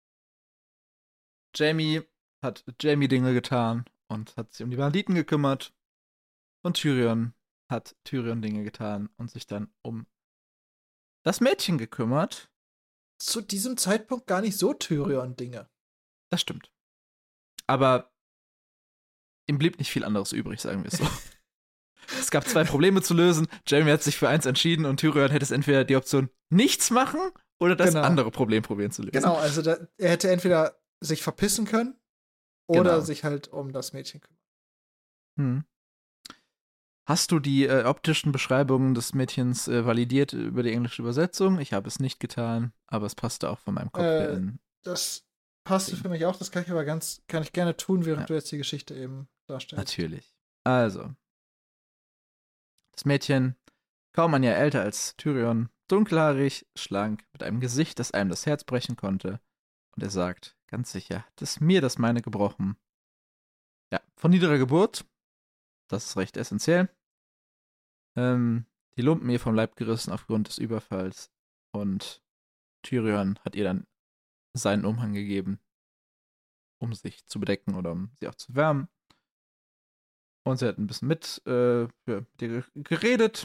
Jamie hat Jamie Dinge getan und hat sich um die Banditen gekümmert. Und Tyrion hat Tyrion Dinge getan und sich dann um das Mädchen gekümmert. Zu diesem Zeitpunkt gar nicht so Tyrion-Dinge. Das stimmt. Aber ihm blieb nicht viel anderes übrig, sagen wir es so. Es gab zwei Probleme zu lösen. Jamie hat sich für eins entschieden und Tyrion hätte es entweder die Option nichts machen oder das Genau. andere Problem probieren zu lösen. Genau, also da, er hätte entweder sich verpissen können oder Genau. sich halt um das Mädchen kümmern. Hm. Hast du die äh, optischen Beschreibungen des Mädchens äh, validiert über die englische Übersetzung? Ich habe es nicht getan, aber es passte auch von meinem Kopf Äh, her in. Das passte für mich auch, das kann ich aber ganz, kann ich gerne tun, während Ja. du jetzt die Geschichte eben darstellst. Natürlich. Also. Das Mädchen, kaum ein Jahr älter als Tyrion, dunkelhaarig, schlank, mit einem Gesicht, das einem das Herz brechen konnte. Und er sagt, ganz sicher, hat es mir das meine gebrochen. Ja, von niederer Geburt. Das ist recht essentiell. Ähm, die Lumpen ihr vom Leib gerissen aufgrund des Überfalls. Und Tyrion hat ihr dann seinen Umhang gegeben, um sich zu bedecken oder um sie auch zu wärmen. Und sie hat ein bisschen mit, äh, mit ihr geredet.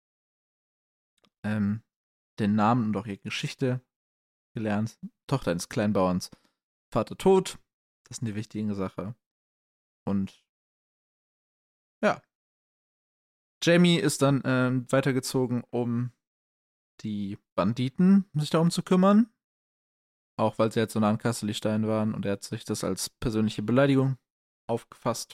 Ähm, den Namen und auch ihre Geschichte gelernt. Tochter eines Kleinbauerns, Vater tot. Das sind die wichtigen Sachen. Und ja. Jamie ist dann ähm, weitergezogen, um die Banditen sich darum zu kümmern. Auch weil sie jetzt so nah an Casterlystein waren und er hat sich das als persönliche Beleidigung aufgefasst.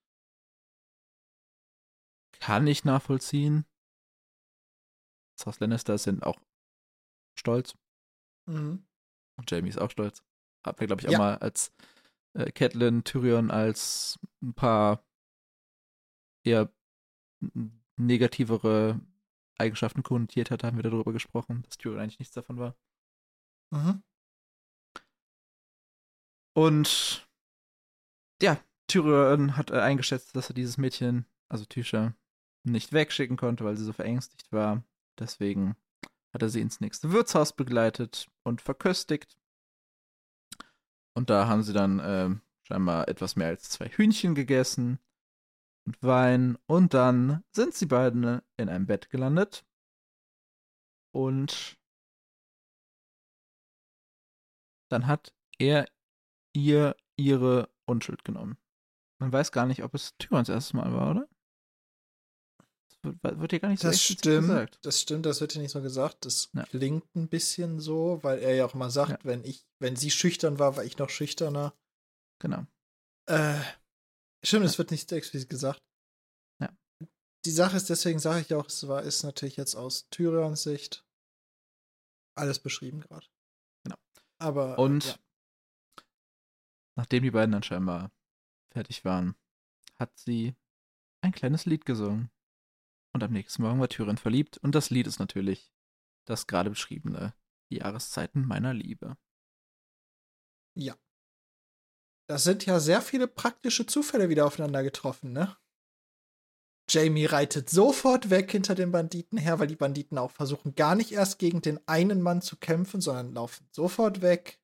Kann ich nachvollziehen. Das Haus Lannister sind auch stolz. Mhm. Und Jamie ist auch stolz. Hat mir, glaube ich, auch Ja. mal als äh, Catelyn Tyrion als ein paar eher n- negativere Eigenschaften konnotiert hat, haben wir darüber gesprochen, dass Tyrion eigentlich nichts davon war. Mhm. Und ja, Tyrion hat äh, eingeschätzt, dass er dieses Mädchen, also Tysha, nicht wegschicken konnte, weil sie so verängstigt war. Deswegen hat er sie ins nächste Wirtshaus begleitet und verköstigt. Und da haben sie dann ähm, scheinbar etwas mehr als zwei Hühnchen gegessen und Wein. Und dann sind sie beiden in einem Bett gelandet. Und dann hat er ihr ihre Unschuld genommen. Man weiß gar nicht, ob es Tyrons erstes Mal war, oder? Das wird, wird hier gar nicht so Das explizit stimmt, gesagt. das stimmt, das wird hier nicht so gesagt. Das Ja. klingt ein bisschen so, weil er ja auch immer sagt, Ja. wenn ich, wenn sie schüchtern war, war ich noch schüchterner. Genau. Äh, stimmt, es wird nicht explizit gesagt. Ja. Die Sache ist, deswegen sage ich auch, es war, ist natürlich jetzt aus Tyrions Sicht alles beschrieben gerade. Genau. Aber Und äh, ja. nachdem die beiden dann scheinbar fertig waren, hat sie ein kleines Lied gesungen. Und am nächsten Morgen war Tyrion verliebt. Und das Lied ist natürlich das gerade beschriebene Die Jahreszeiten meiner Liebe. Ja. Das sind ja sehr viele praktische Zufälle wieder aufeinander getroffen, ne? Jaime reitet sofort weg hinter den Banditen her, weil die Banditen auch versuchen, gar nicht erst gegen den einen Mann zu kämpfen, sondern laufen sofort weg.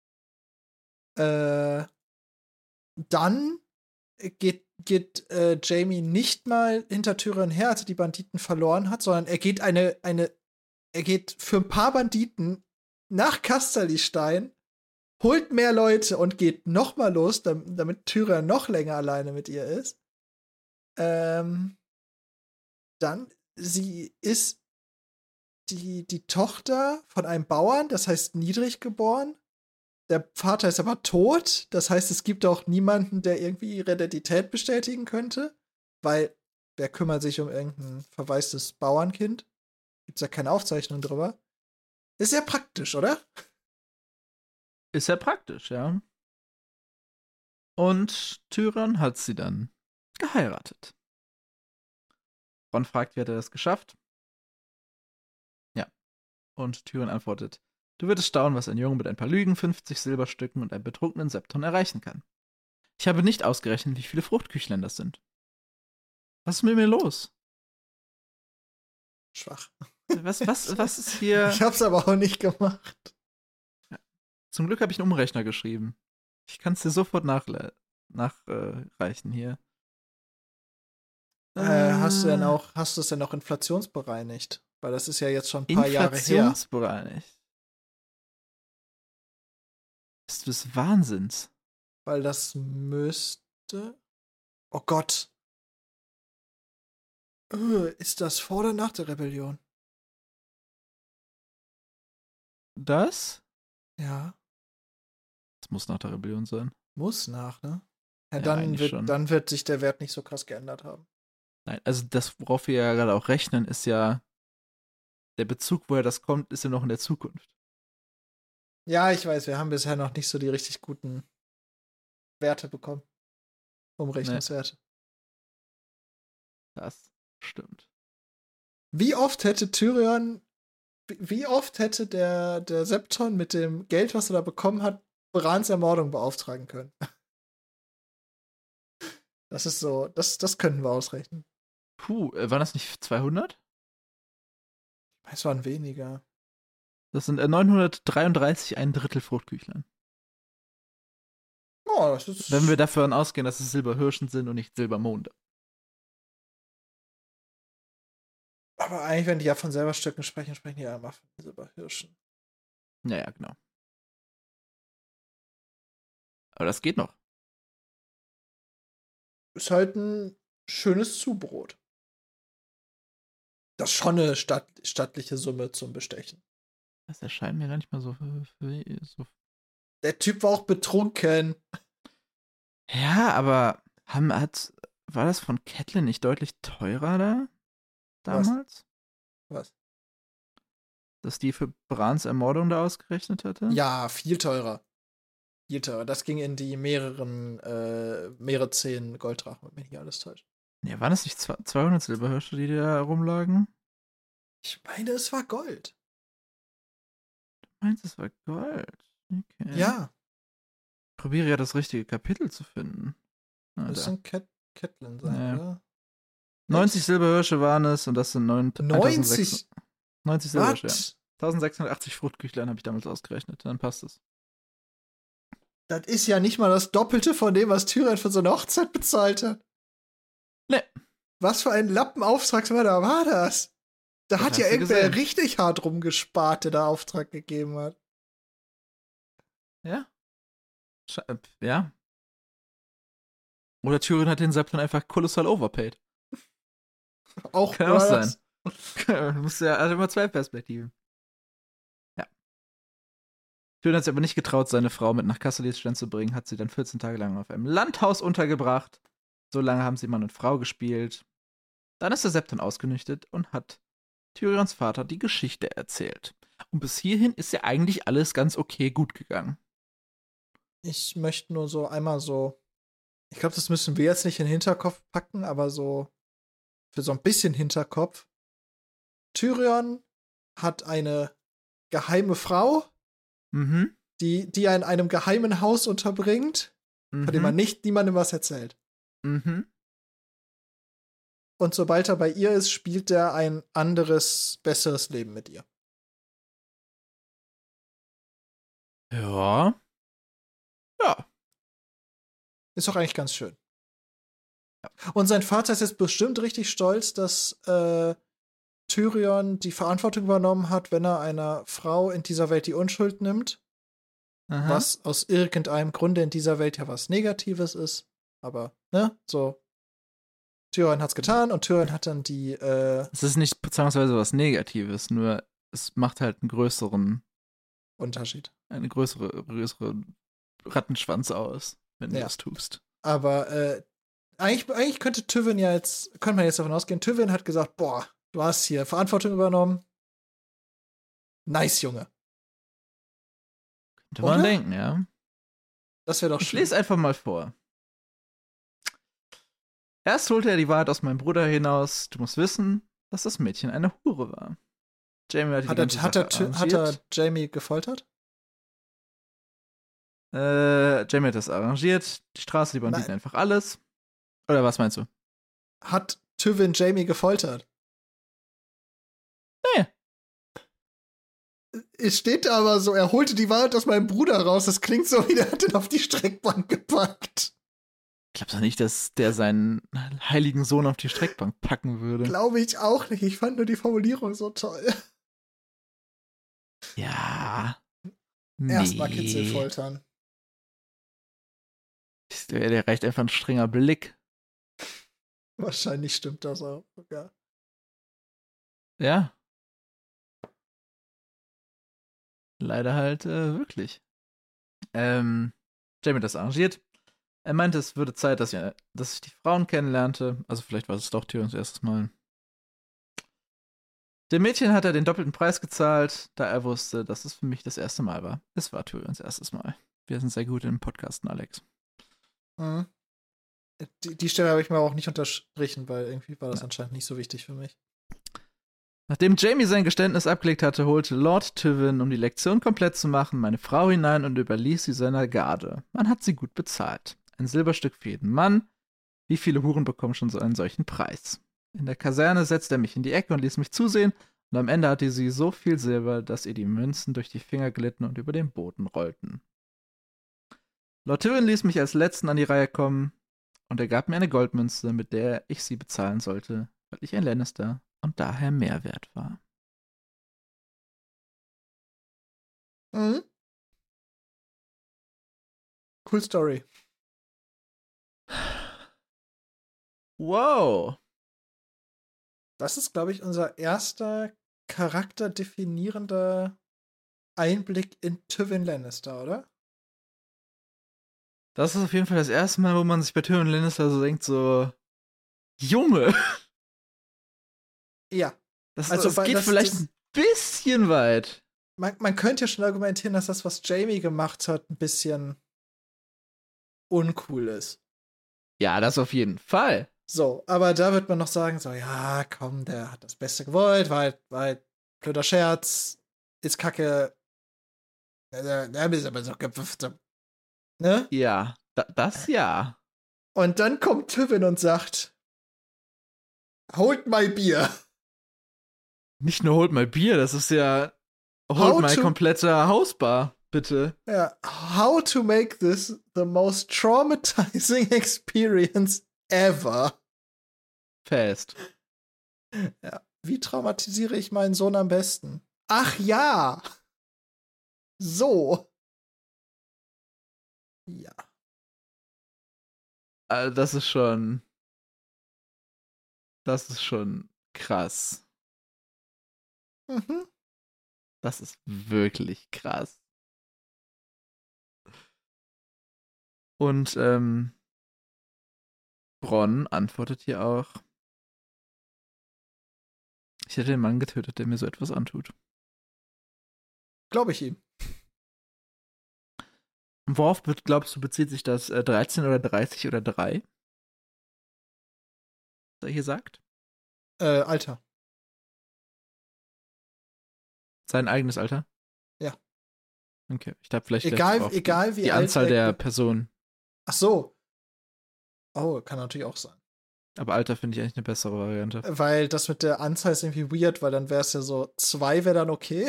Äh, dann geht, geht äh, Jaime nicht mal hinter Tyrion her, als er die Banditen verloren hat, sondern er geht eine, eine, er geht für ein paar Banditen nach Casterlystein, holt mehr Leute und geht noch mal los, damit, damit Tyrion noch länger alleine mit ihr ist. Ähm, dann, sie ist die, die Tochter von einem Bauern, das heißt niedrig geboren. Der Vater ist aber tot, das heißt, es gibt auch niemanden, der irgendwie ihre Identität bestätigen könnte, weil wer kümmert sich um irgendein verwaistes Bauernkind? Gibt's ja keine Aufzeichnung drüber. Ist ja praktisch, oder? Ist ja praktisch, ja. Und Tyrion hat sie dann geheiratet. Ron fragt, wie hat er das geschafft? Ja. Und Tyrion antwortet, du würdest staunen, was ein Junge mit ein paar Lügen, fünfzig Silberstücken und einem betrunkenen Septon erreichen kann. Ich habe nicht ausgerechnet, wie viele Fruchtküchlein das sind. Was ist mit mir los? Schwach. Was, was, was ist hier? Ich hab's aber auch nicht gemacht. Ja. Zum Glück habe ich einen Umrechner geschrieben. Ich kann es dir sofort nachreichen äh, hier. Äh, hast du denn auch, hast du es denn auch inflationsbereinigt? Weil das ist ja jetzt schon ein paar Jahre her. Inflationsbereinigt. Bist du des Wahnsinns? Weil das müsste. Oh Gott. Äh, ist das vor oder nach der Rebellion? Das? Ja. Das muss nach der Rebellion sein. Muss nach, ne? Ja, Ja, dann, eigentlich wird, schon. dann wird sich der Wert nicht so krass geändert haben. Nein, also das, worauf wir ja gerade auch rechnen, ist ja, der Bezug, woher das kommt, ist ja noch in der Zukunft. Ja, ich weiß, wir haben bisher noch nicht so die richtig guten Werte bekommen. Umrechnungswerte. Das stimmt. Wie oft hätte Tyrion, wie oft hätte der, der Septon mit dem Geld, was er da bekommen hat, Brans Ermordung beauftragen können? Das ist so, das, das könnten wir ausrechnen. Puh, äh, waren das nicht zweihundert? Es waren weniger. Das sind äh, neunhundertdreiunddreißig, ein Drittel Fruchtküchlein. Oh, das ist. Wenn wir davon ausgehen, dass es Silberhirschen sind und nicht Silbermonde. Aber eigentlich, wenn die ja von Silberstücken sprechen, sprechen die ja immer von Silberhirschen. Ja, ja, genau. Aber das geht noch. Ist halt ein schönes Zubrot. Das ist schon eine stadt, stattliche Summe zum Bestechen. Das erscheint mir gar nicht mal so, für, so. Der Typ war auch betrunken. Ja, aber haben, hat, war das von Catelyn nicht deutlich teurer da? Damals? Was? Was? Dass die für Brans Ermordung da ausgerechnet hatte? Ja, viel teurer. Viel teurer. Das ging in die mehreren, äh, mehrere zehn Golddrachen, wenn mich nicht alles täuscht. Ja, waren es nicht zweihundert Silberhirsche, die da rumlagen? Ich meine, es war Gold. Du meinst, es war Gold? Okay. Ja. Ich probiere ja das richtige Kapitel zu finden. Ah, Das da. sind Cat Catelyn sein, Ja. oder? neunzig Silberhirsche waren es und das sind neunzig? neunzig Silberhirsche, ja. Was? eintausendsechshundertachtzig Fruchtküchlein habe ich damals ausgerechnet. Dann passt es. Das ist ja nicht mal das Doppelte von dem, was Tyrion für so eine Hochzeit bezahlt hat. Ne. Was für ein Lappenauftragsmörder war das? Da Das hat hast ja du irgendwer gesehen. richtig hart rumgespart, der da Auftrag gegeben hat. Ja. Sch- äh, ja. Oder Tyrion hat den Septon einfach kolossal overpaid. Auch Kann auch sein. das. Du musst ja also immer zwei Perspektiven. Ja. Tyrion hat sich aber nicht getraut, seine Frau mit nach Casterly's Strand zu bringen, hat sie dann vierzehn Tage lang auf einem Landhaus untergebracht. So lange haben sie Mann und Frau gespielt. Dann ist der Septon ausgenüchtert und hat Tyrions Vater die Geschichte erzählt. Und bis hierhin ist ja eigentlich alles ganz okay gut gegangen. Ich möchte nur so einmal so, ich glaube, das müssen wir jetzt nicht in den Hinterkopf packen, aber so für so ein bisschen Hinterkopf. Tyrion hat eine geheime Frau, Mhm. die, die er in einem geheimen Haus unterbringt, Mhm. von dem man nicht niemandem was erzählt. Mhm. Und sobald er bei ihr ist, spielt er ein anderes, besseres Leben mit ihr. Ja. Ja. Ist doch eigentlich ganz schön. Und sein Vater ist jetzt bestimmt richtig stolz, dass äh, Tyrion die Verantwortung übernommen hat, wenn er einer Frau in dieser Welt die Unschuld nimmt. Aha. Was aus irgendeinem Grunde in dieser Welt ja was Negatives ist. Aber, ne, so. Tyrion hat's getan und Tyrion hat dann die, äh, Es ist nicht zwangsweise was Negatives, nur es macht halt einen größeren, Unterschied. eine größere, größere Rattenschwanz aus, wenn du Ja. das tust. Aber, äh, eigentlich, eigentlich könnte Tywin ja jetzt, könnte man jetzt davon ausgehen, Tywin hat gesagt, boah, du hast hier Verantwortung übernommen. Nice, Junge. Könnte man Oder? denken, ja. Das wäre doch Ich schön. lese einfach mal vor. Erst holte er die Wahrheit aus meinem Bruder hinaus. Du musst wissen, dass das Mädchen eine Hure war. Jamie hat die Hat ganze er, hat, Sache er, Ty- hat arrangiert. er Jamie gefoltert? Äh, Jamie hat das arrangiert. Die Straße, die Banditen, Nein. einfach alles. Oder was meinst du? Hat Tywin Jamie gefoltert? Nee. Es steht da aber so, er holte die Wahrheit aus meinem Bruder raus. Das klingt so, wie der hat den auf die Streckbank gepackt. Ich glaube doch nicht, dass der seinen heiligen Sohn auf die Streckbank packen würde. Glaube ich auch nicht. Ich fand nur die Formulierung so toll. Ja. Nee. Erstmal Kitzel foltern. Der, der reicht einfach ein strenger Blick. Wahrscheinlich stimmt das auch sogar. Ja. Leider halt äh, wirklich. Ähm, Jamie hat das arrangiert. Er meinte, es würde Zeit, dass, er, dass ich die Frauen kennenlernte. Also vielleicht war es doch Tyrions erstes Mal. Dem Mädchen hat er den doppelten Preis gezahlt, da er wusste, dass es für mich das erste Mal war. Es war Tyrions erstes Mal. Wir sind sehr gut im Podcasten, Alex. Mhm. Die, die Stelle habe ich mir auch nicht unterstrichen, weil irgendwie war das Ja. anscheinend nicht so wichtig für mich. Nachdem Jamie sein Geständnis abgelegt hatte, holte Lord Tywin, um die Lektion komplett zu machen, meine Frau hinein und überließ sie seiner Garde. Man hat sie gut bezahlt. Ein Silberstück für jeden Mann. Wie viele Huren bekommen schon so einen solchen Preis? In der Kaserne setzte er mich in die Ecke und ließ mich zusehen, und am Ende hatte sie so viel Silber, dass ihr die Münzen durch die Finger glitten und über den Boden rollten. Lord Tywin ließ mich als Letzten an die Reihe kommen, und er gab mir eine Goldmünze, mit der ich sie bezahlen sollte, weil ich ein Lannister und daher mehr wert war. Mhm. Cool Story. Wow. Das ist, glaube ich, unser erster charakterdefinierender Einblick in Tywin Lannister, oder? Das ist auf jeden Fall das erste Mal, wo man sich bei Tyrion Lannister so denkt, so, Junge, Ja. das, Also, das weil geht das- vielleicht das- ein bisschen weit. Man, man könnte ja schon argumentieren, dass das, was Jamie gemacht hat, ein bisschen uncool ist. Ja, das auf jeden Fall. So, aber da wird man noch sagen, so, ja, komm, der hat das Beste gewollt, war halt, war halt blöder Scherz, ist kacke. Der, der ist aber so gepfifft. Ne? Ja, da, das ja. Und dann kommt Tywin und sagt, holt my Bier. Nicht nur holt mal Bier, das ist ja How holt mal to- kompletter Hausbar, bitte. Ja, how to make this the most traumatizing experience ever. Fest. Ja. Wie traumatisiere ich meinen Sohn am besten? Ach ja! So. Ja. Also das ist schon. Das ist schon krass. Mhm. Das ist wirklich krass. Und ähm, Bronn antwortet hier auch: Ich hätte den Mann getötet, der mir so etwas antut. Glaube ich ihm. Worauf glaubst du, bezieht sich das äh, dreizehn oder dreißig oder drei? Was er hier sagt? Äh, Alter. Sein eigenes Alter? Ja. Okay, ich dachte vielleicht gleich Egal, auf die, egal wie die alt Anzahl er. der ge- Personen. Ach so. Oh, kann natürlich auch sein. Aber Alter finde ich eigentlich eine bessere Variante. Weil das mit der Anzahl ist irgendwie weird, weil dann wäre es ja so, zwei wäre dann okay.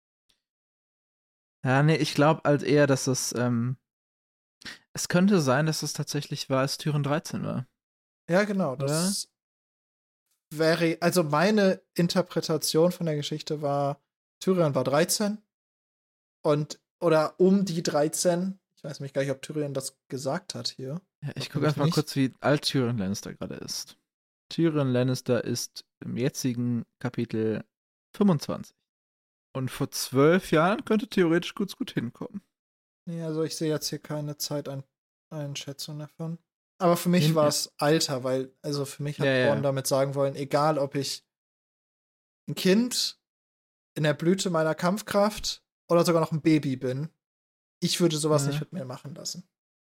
Ja, nee, ich glaube halt eher, dass es, ähm, es könnte sein, dass es tatsächlich war, als Türen dreizehn war, Ja, genau. oder? Das wäre, also meine Interpretation von der Geschichte war, Tyrion war dreizehn und, oder um die dreizehn. Ich weiß nämlich gar nicht, ob Tyrion das gesagt hat hier. Ja, ich Glaub gucke nämlich einfach mal nicht. kurz, wie alt Tyrion Lannister gerade ist. Tyrion Lannister ist im jetzigen Kapitel fünfundzwanzig. Und vor zwölf Jahren könnte theoretisch kurz gut hinkommen. Nee, also ich sehe jetzt hier keine Zeiteinschätzung davon. Aber für mich Nee, war ja. es Alter, weil, also für mich Ja, hat Bronn ja. damit sagen wollen, egal ob ich ein Kind in der Blüte meiner Kampfkraft oder sogar noch ein Baby bin, ich würde sowas nicht Ja. mit mir machen lassen.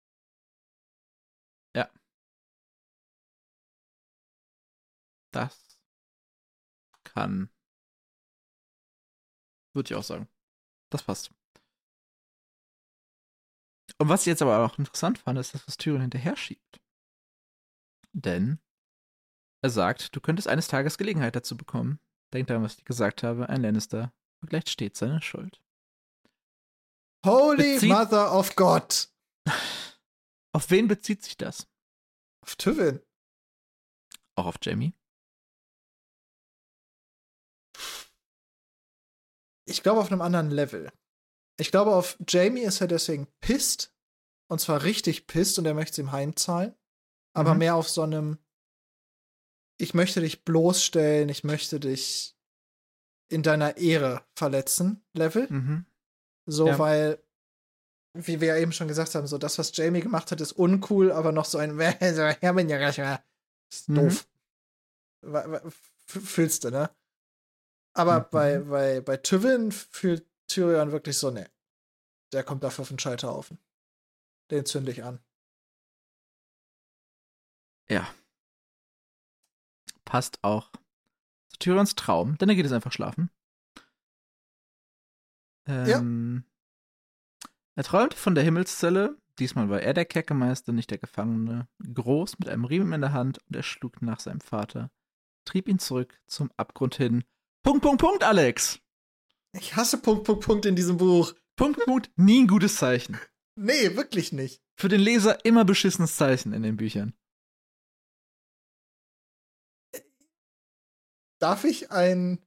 Ja. Das kann. Würde ich auch sagen. Das passt. Und was ich jetzt aber auch interessant fand, ist, dass das Tyrion hinterher schiebt. Denn er sagt, du könntest eines Tages Gelegenheit dazu bekommen. Denk daran, was ich gesagt habe. Ein Lannister vergleicht stets seine Schuld. Holy Bezieht. Mother of God! Auf wen bezieht sich das? Auf Tywin. Auch auf Jaime? Ich glaube auf einem anderen Level. Ich glaube, auf Jamie ist er deswegen pisst. Und zwar richtig pisst und er möchte es ihm heimzahlen. Aber Mhm. mehr auf so einem, ich möchte dich bloßstellen, ich möchte dich in deiner Ehre verletzen, Level. Mhm. So, Ja. weil, wie wir ja eben schon gesagt haben, so das, was Jamie gemacht hat, ist uncool, aber noch so ein, ja, bin ja gar ist Mhm. doof. Fühlst du, ne? Aber bei, Mhm. bei, bei Tywin fühlt Tyrion wirklich so, ne, der kommt dafür auf den Scheiterhaufen. Den zünde ich an. Ja. Passt auch zu Tyrions Traum, denn er geht jetzt einfach schlafen. Ja. Ähm, er träumt von der Himmelszelle. Diesmal war er der Kerkermeister, nicht der Gefangene. Groß, mit einem Riemen in der Hand, und er schlug nach seinem Vater. Trieb ihn zurück zum Abgrund hin. Punkt, Punkt, Punkt, Alex! Ich hasse Punkt, Punkt, Punkt in diesem Buch. Punkt, Punkt, nie ein gutes Zeichen. Nee, wirklich nicht. Für den Leser immer beschissenes Zeichen in den Büchern. Darf ich einen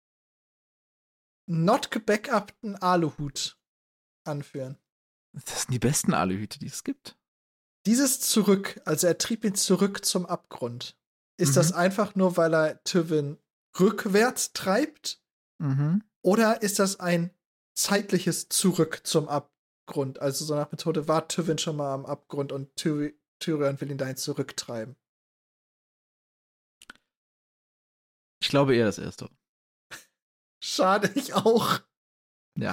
not gebackupten Aluhut anführen? Das sind die besten Aluhüte, die es gibt. Dieses Zurück, also er trieb ihn zurück zum Abgrund. Ist Mhm. das einfach nur, weil er Tywin rückwärts treibt? Mhm. Oder ist das ein zeitliches Zurück zum Abgrund? Also so nach Methode, war Tywin schon mal am Abgrund und Ty Tyrion will ihn dahin zurücktreiben. Ich glaube eher das erste. Schade, ich auch. Ja.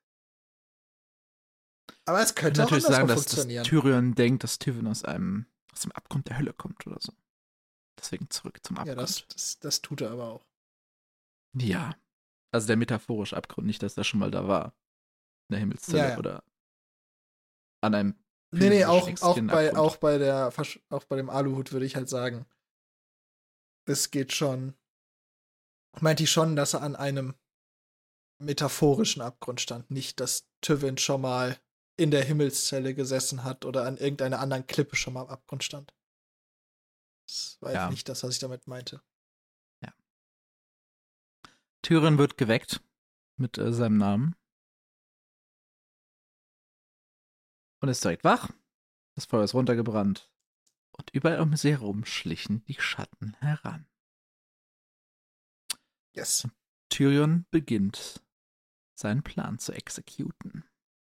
Aber es Ich könnte könnte auch natürlich andersrum sagen, dass, dass funktionieren. Tyrion denkt, dass Tywin aus einem aus dem Abgrund der Hölle kommt oder so. Deswegen zurück zum Ja, Abgrund. das, das, das tut er aber auch. Ja. Also der metaphorische Abgrund, nicht, dass er schon mal da war. In der Himmelszelle Ja, ja. oder an einem Nee, nee, physisch auch, auch, existierenden bei, Abgrund. auch, bei der, auch bei dem Aluhut würde ich halt sagen, es geht schon. Meint die schon, dass er an einem metaphorischen Abgrund stand. Nicht, dass Tywin schon mal in der Himmelszelle gesessen hat oder an irgendeiner anderen Klippe schon mal am Abgrund stand. Das war Ja. jetzt nicht das, was ich damit meinte. Ja. Tyrion wird geweckt mit äh, seinem Namen. und ist direkt wach. Das Feuer ist runtergebrannt. Und überall um sie herum schlichen die Schatten heran. Yes. Tyrion beginnt, seinen Plan zu exekuten.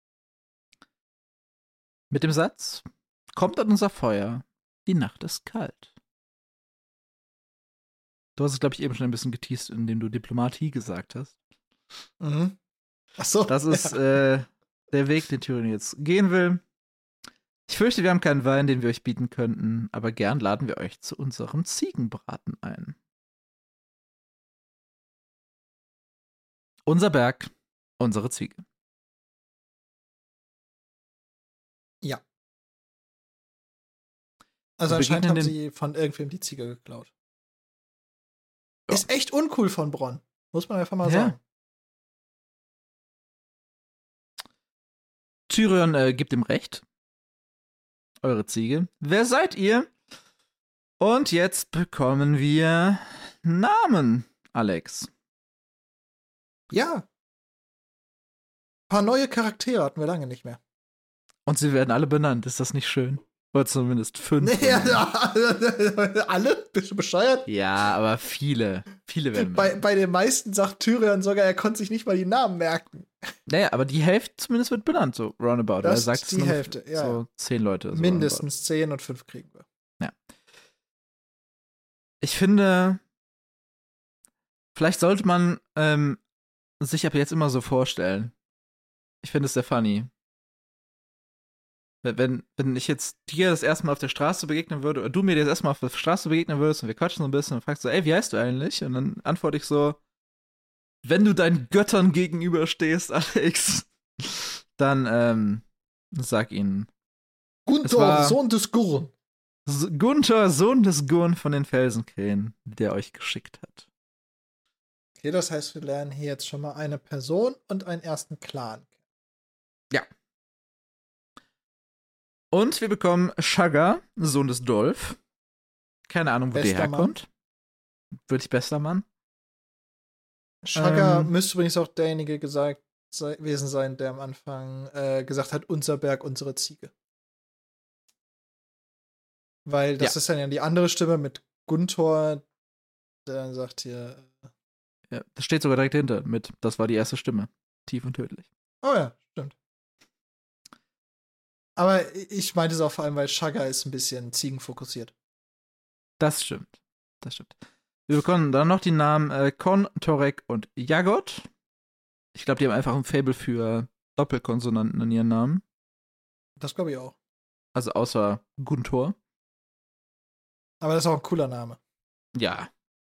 Mit dem Satz: Kommt an unser Feuer, die Nacht ist kalt. Du hast es, glaube ich, eben schon ein bisschen geteased, indem du Diplomatie gesagt hast. Mhm. Ach so. Das ist ja. äh, der Weg, den Tyrion jetzt gehen will. Ich fürchte, wir haben keinen Wein, den wir euch bieten könnten, aber gern laden wir euch zu unserem Ziegenbraten ein. Unser Berg, unsere Ziege. Ja. Also Wir anscheinend haben begegnen sie von irgendwem die Ziege geklaut. Ja. Ist echt uncool von Bronn. Muss man einfach mal Ja. sagen. Tyrion äh, gibt ihm recht. Eure Ziege. Wer seid ihr? Und jetzt bekommen wir Namen, Alex. Ja. Ein paar neue Charaktere hatten wir lange nicht mehr. Und sie werden alle benannt. Ist das nicht schön? Oder zumindest fünf. Nee, alle? Bist du bescheuert? Ja, aber viele. Viele werden Bei, benannt. bei den meisten sagt Tyrion sogar, er konnte sich nicht mal die Namen merken. Naja, aber die Hälfte zumindest wird benannt, so roundabout. Das Er sagt ist es die nur Hälfte, ja. So zehn Leute. So Mindestens zehn und fünf kriegen wir. roundabout. Ja. Ich finde, vielleicht sollte man ähm, sich ab jetzt immer so vorstellen. Ich finde es sehr funny. Wenn, wenn ich jetzt dir das erste Mal auf der Straße begegnen würde, oder du mir das erste Mal auf der Straße begegnen würdest und wir quatschen so ein bisschen und fragst so, ey, wie heißt du eigentlich? Und dann antworte ich so, wenn du deinen Göttern gegenüberstehst, Alex, dann ähm, sag ihnen. Gunthor, Sohn des Gurren. Gunther, Sohn des Gurn von den Felsenkrähen, der euch geschickt hat. Okay, das heißt, wir lernen hier jetzt schon mal eine Person und einen ersten Clan. Ja. Und wir bekommen Shagga, Sohn des Dolph. Keine Ahnung, wo Bester der herkommt. Wirklich bester Mann. Shagga Ähm, müsste übrigens auch derjenige gesagt sei, gewesen sein, der am Anfang äh, gesagt hat, unser Berg, unsere Ziege. Weil das Ja. ist dann ja die andere Stimme mit Gunthor, der dann sagt hier, Ja, das steht sogar direkt dahinter mit, das war die erste Stimme. Tief und tödlich. oh ja, stimmt. Aber ich meinte es auch vor allem, weil Shagga ist ein bisschen ziegenfokussiert. Das stimmt. Das stimmt. Wir bekommen dann noch die Namen äh, Kon, Torek und Jagot. Ich glaube, die haben einfach ein Faible für Doppelkonsonanten in ihren Namen. Das glaube ich auch. Also außer Gunthor. Aber das ist auch ein cooler Name. Ja.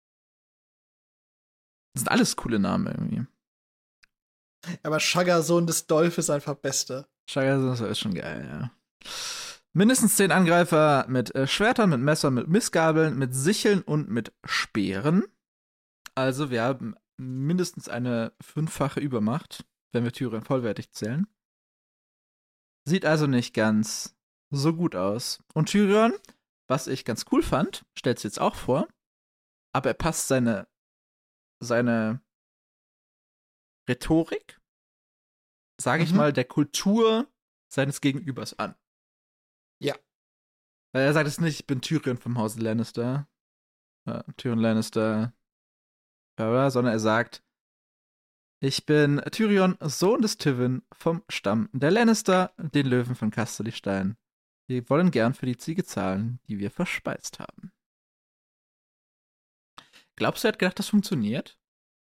Das sind alles coole Namen irgendwie. Aber Shagga, Sohn des Dolph, ist einfach Beste. Shagga ist schon geil, ja. Mindestens zehn Angreifer mit äh, Schwertern, mit Messern, mit Missgabeln, mit Sicheln und mit Speeren. Also wir haben mindestens eine fünffache Übermacht, wenn wir Tyrion vollwertig zählen. Sieht also nicht ganz so gut aus. Und Tyrion, was ich ganz cool fand, stellt es jetzt auch vor, aber er passt seine, seine Rhetorik, sage ich Mhm. mal, der Kultur seines Gegenübers an. Ja. Weil er sagt es nicht, ich bin Tyrion vom Hause Lannister. Ja, Tyrion Lannister. Ja, sondern er sagt, ich bin Tyrion, Sohn des Tywin vom Stamm der Lannister, den Löwen von Casterly Stein. Wir wollen gern für die Ziege zahlen, die wir verspeist haben. Glaubst du, er hat gedacht, das funktioniert?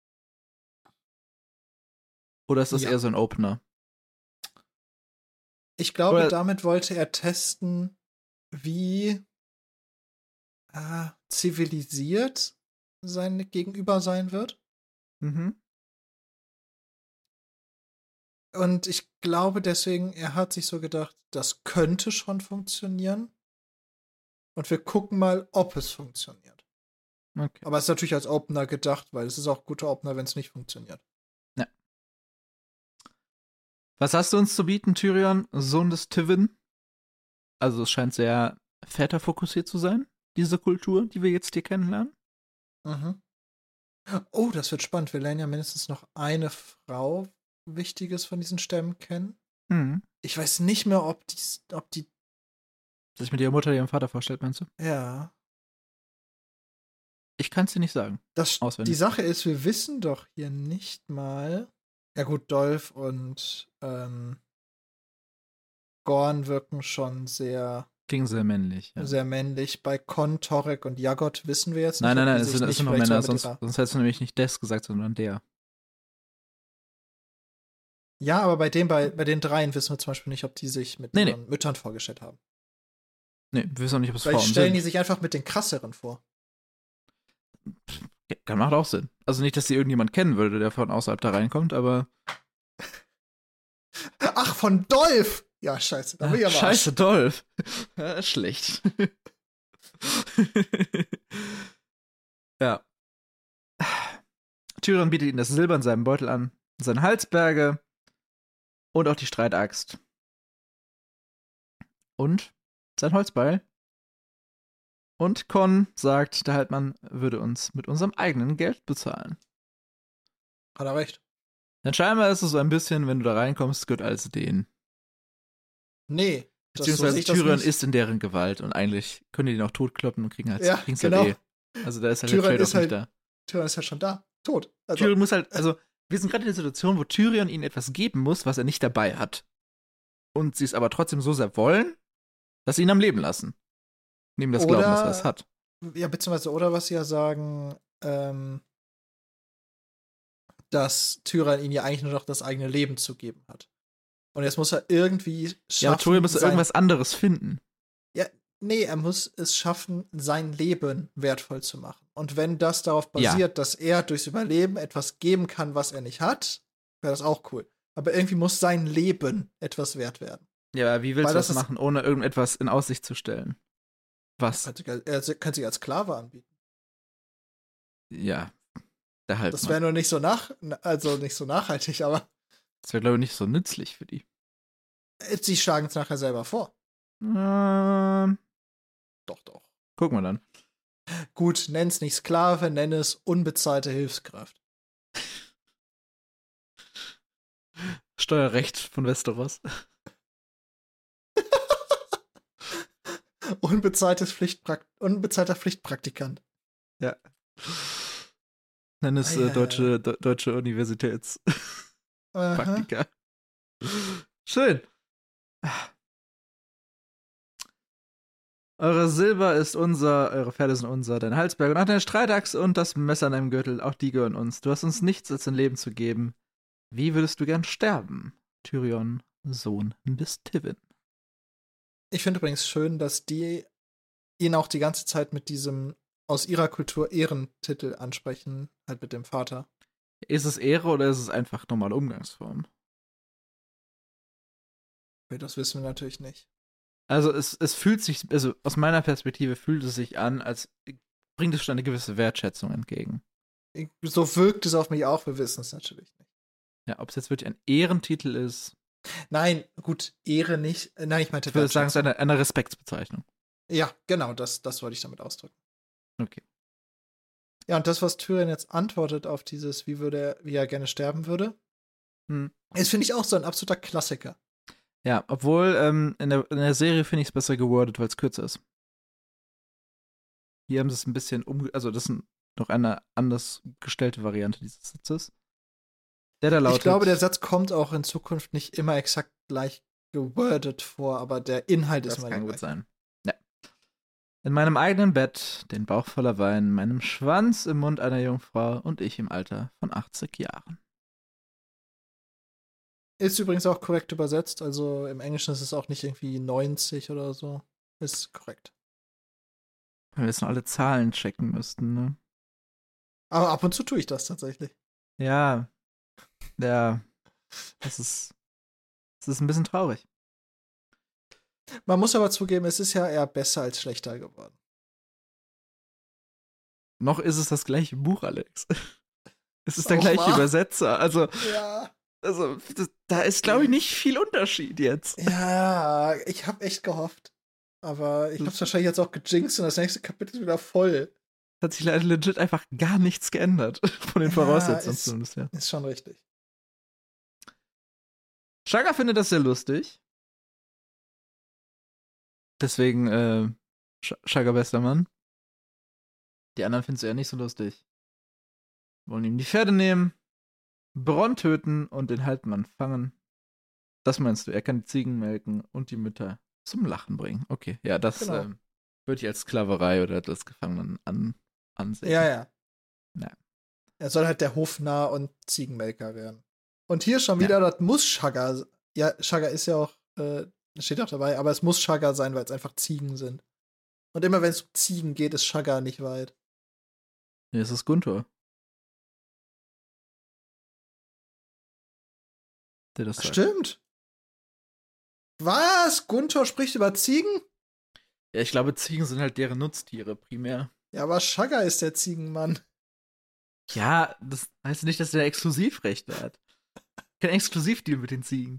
Oder ist das Ja. eher so ein Opener? Ich glaube, Oder- damit wollte er testen, wie äh, zivilisiert sein Gegenüber sein wird. Mhm. Und ich glaube deswegen, er hat sich so gedacht, das könnte schon funktionieren. Und wir gucken mal, ob es funktioniert. Okay. Aber es ist natürlich als Opener gedacht, weil es ist auch ein guter Opener, wenn es nicht funktioniert. Was hast du uns zu bieten, Tyrion, Sohn des Tywin? Also es scheint sehr väterfokussiert zu sein, diese Kultur, die wir jetzt hier kennenlernen. Mhm. Oh, das wird spannend. Wir lernen ja mindestens noch eine Frau Wichtiges von diesen Stämmen kennen. Mhm. Ich weiß nicht mehr, ob die, ob die, Dass sich mit ihrer Mutter ihrem Vater vorstellt, meinst du? ja. Ich kann es dir nicht sagen. Das, die Auswendig. Sache ist, wir wissen doch hier nicht mal. Ja, gut, Dolph und ähm, Gorn wirken schon sehr, Klingen sehr männlich, ja. sehr männlich. Bei Kon, Torek und Jagot wissen wir jetzt nicht. Nein, nein, ob die nein, es sich sind, es nicht sind noch vielleicht Männer, sogar mit sonst, ihrer- sonst hättest du nämlich nicht des gesagt, sondern der. Ja, aber bei dem, bei, bei den dreien wissen wir zum Beispiel nicht, ob die sich mit Nee, nee. ihren Müttern vorgestellt haben. Nee, wir wissen auch nicht, ob es Vielleicht Frauen stellen sind. die sich einfach mit den krasseren vor. Ja, kann macht auch Sinn. Also nicht, dass sie irgendjemand kennen würde, der von außerhalb da reinkommt, aber. Ach, von Dolph! Ja, scheiße, da bin ich aber Scheiße, Dolph. Ja, schlecht. Ja. Tyrion bietet ihm das Silber in seinem Beutel an, seine Halsberge und auch die Streitaxt. Und sein Holzbeil. Und Con sagt, der Halbmann würde uns mit unserem eigenen Geld bezahlen. Hat er recht. Denn scheinbar ist es so ein bisschen, wenn du da reinkommst, gehört alles denen. Nee. Das, so Beziehungsweise sehe ich das Tyrion nicht. ist in deren Gewalt und eigentlich können die den auch totkloppen und kriegen halt, Ja, kriegen's genau. halt eh. Also da ist halt Tyrion der Trade-off ist halt- nicht da. Tyrion ist ja schon da. Tot. Also, Tyrion muss halt, also wir sind gerade in der Situation, wo Tyrion ihnen etwas geben muss, was er nicht dabei hat. Und sie es aber trotzdem so sehr wollen, dass sie ihn am Leben lassen. Nehmen das Oder- glauben, dass er es hat. ja, beziehungsweise, oder was sie ja sagen, ähm, dass Tyrion ihnen ja eigentlich nur noch das eigene Leben zu geben hat. Und jetzt muss er irgendwie schaffen. Ja, aber Tyrion muss sein- irgendwas anderes finden. Nee, er muss es schaffen, sein Leben wertvoll zu machen. Und wenn das darauf Ja. basiert, dass er durchs Überleben etwas geben kann, was er nicht hat, wäre das auch cool. Aber irgendwie muss sein Leben etwas wert werden. Ja, aber wie willst Weil du das das ist- machen, ohne irgendetwas in Aussicht zu stellen? Was? Er könnte sich als Sklave anbieten. Ja, der halt. Das wäre nur nicht so nach, also nicht so nachhaltig, aber Das wäre, glaube ich, nicht so nützlich für die. sie schlagen es nachher selber vor. Ähm, Doch, doch. gucken wir dann. Gut, nenn es nicht Sklave, nenn es unbezahlte Hilfskraft. Steuerrecht von Westeros. Unbezahltes Pflichtprak unbezahlter Pflichtpraktikant. Ja. Nenn es Ah, ja, äh, deutsche, de deutsche Universitätspraktika. Aha. Schön. Eure Silber ist unser, eure Pferde sind unser, dein Halsberg und auch deine Streitachse und das Messer an deinem Gürtel, auch die gehören uns. Du hast uns nichts als dein Leben zu geben. Wie würdest du gern sterben? Tyrion, Sohn des Tywin. Ich finde übrigens schön, dass die ihn auch die ganze Zeit mit diesem aus ihrer Kultur Ehrentitel ansprechen, halt mit dem Vater. Ist es Ehre oder ist es einfach normale Umgangsform? Okay, das wissen wir natürlich nicht. Also es, es fühlt sich, also aus meiner Perspektive fühlt es sich an, als bringt es schon eine gewisse Wertschätzung entgegen. Ich, so wirkt es auf mich auch, wir wissen es natürlich nicht. Ja, ob es jetzt wirklich ein Ehrentitel ist, Nein, gut, Ehre nicht. Nein, ich meinte ich würde sagen, es ist Wertschätzung. eine, eine Respektsbezeichnung. Ja, genau, das, das wollte ich damit ausdrücken. Okay. Ja, und das, was Tyrion jetzt antwortet auf dieses, wie würde er, wie er gerne sterben würde, Hm. ist, finde ich, auch so ein absoluter Klassiker. Ja, obwohl ähm, in, der, in der Serie finde ich es besser gewordet, weil es kürzer ist. Hier haben sie es ein bisschen um, also das ist noch eine anders gestellte Variante dieses Satzes. Der da lautet, Ich glaube, der Satz kommt auch in Zukunft nicht immer exakt gleich gewordet vor, aber der Inhalt ist das immer kann der gut gleiche. sein. Ja. In meinem eigenen Bett, den Bauch voller Wein, meinem Schwanz im Mund einer Jungfrau und ich im Alter von achtzig Jahren. Ist übrigens auch korrekt übersetzt, also im Englischen ist es auch nicht irgendwie neunzig oder so. Ist korrekt. Wenn wir jetzt noch alle Zahlen checken müssten, ne? Aber ab und zu tue ich das tatsächlich. Ja. Ja. Das ist. Das ist ein bisschen traurig. Man muss aber zugeben, es ist ja eher besser als schlechter geworden. Noch ist es das gleiche Buch, Alex. Es ist der Auch gleiche wahr? Übersetzer. Also, Ja. also das, da ist, glaube ich, nicht viel Unterschied jetzt. Ja, ich habe echt gehofft. Aber ich hab's wahrscheinlich jetzt auch gejinxt und das nächste Kapitel ist wieder voll. Hat sich leider legit einfach gar nichts geändert. Von den Ja, Voraussetzungen ist- zumindest, ja. Ist schon richtig. Shagga findet das sehr lustig. Deswegen, äh, Sh- Shagga bester Mann. Die anderen finden es eher nicht so lustig. Wollen ihm die Pferde nehmen, Bronn töten und den Halbmann fangen. Das meinst du, er kann die Ziegen melken und die Mütter zum Lachen bringen. Okay, ja, das Genau. ähm, würde ich als Sklaverei oder als Gefangenen an, ansehen. Ja, ja. Ja. Er soll halt der Hofnarr und Ziegenmelker werden. Und hier schon Ja. wieder, das muss Shagga. Ja, Shagga ist ja auch, äh, steht auch dabei, aber es muss Shagga sein, weil es einfach Ziegen sind. Und immer wenn es um Ziegen geht, ist Shagga nicht weit. Nee, es ist Guntur, der das sagt. Stimmt. Was? Guntur spricht über Ziegen? Ja, ich glaube, Ziegen sind halt deren Nutztiere primär. Ja, aber Shagga ist der Ziegenmann. Ja, das heißt nicht, dass er Exklusivrechte hat. Kein Exklusivdeal mit den Ziegen.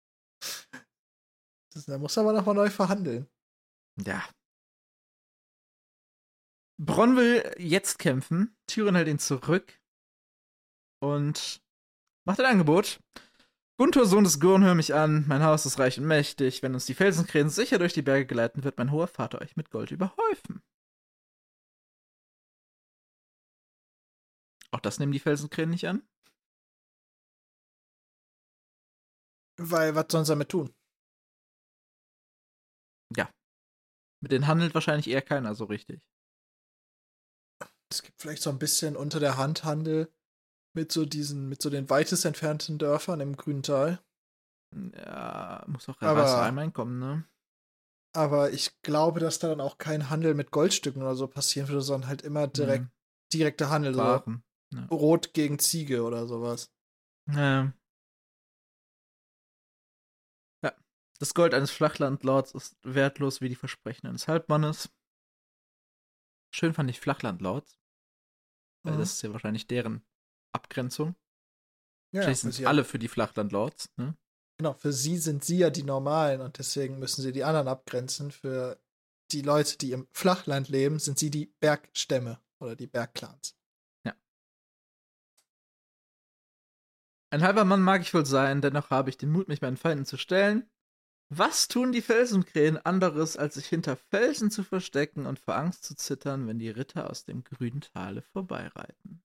Das, da muss er aber nochmal neu verhandeln. Ja. Bronn will jetzt kämpfen. Tyrion hält ihn zurück und macht ein Angebot. Guntur, Sohn des Gurn, hör mich an. Mein Haus ist reich und mächtig. Wenn uns die Felsenkrähen sicher durch die Berge geleiten, wird mein hoher Vater euch mit Gold überhäufen. Auch das nehmen die Felsenkrähen nicht an. Weil, was sollen sie damit tun? Ja. Mit denen handelt wahrscheinlich eher keiner so richtig. Es gibt vielleicht so ein bisschen unter der Hand Handel mit so diesen, mit so den weitest entfernten Dörfern im Grüntal. Ja, muss auch Aber- Wasser einmal kommen, ne? Aber ich glaube, dass da dann auch kein Handel mit Goldstücken oder so passieren würde, sondern halt immer direkt, Mhm. direkter Handel. So Waren. Ja. Brot gegen Ziege oder sowas. Ja. Ja. Das Gold eines Flachlandlords ist wertlos wie die Versprechen eines Halbmannes. Schön fand ich Flachlandlords. Weil Mhm. das ist ja wahrscheinlich deren Abgrenzung. Ja, Wahrscheinlich für sind sie, alle für die Flachlandlords, ne? genau, für sie sind sie ja die Normalen und deswegen müssen sie die anderen abgrenzen. Für die Leute, die im Flachland leben, sind sie die Bergstämme oder die Bergclans. Ein halber Mann mag ich wohl sein, dennoch habe ich den Mut, mich meinen Feinden zu stellen. Was tun die Felsenkrähen anderes, als sich hinter Felsen zu verstecken und vor Angst zu zittern, wenn die Ritter aus dem grünen Tale vorbeireiten?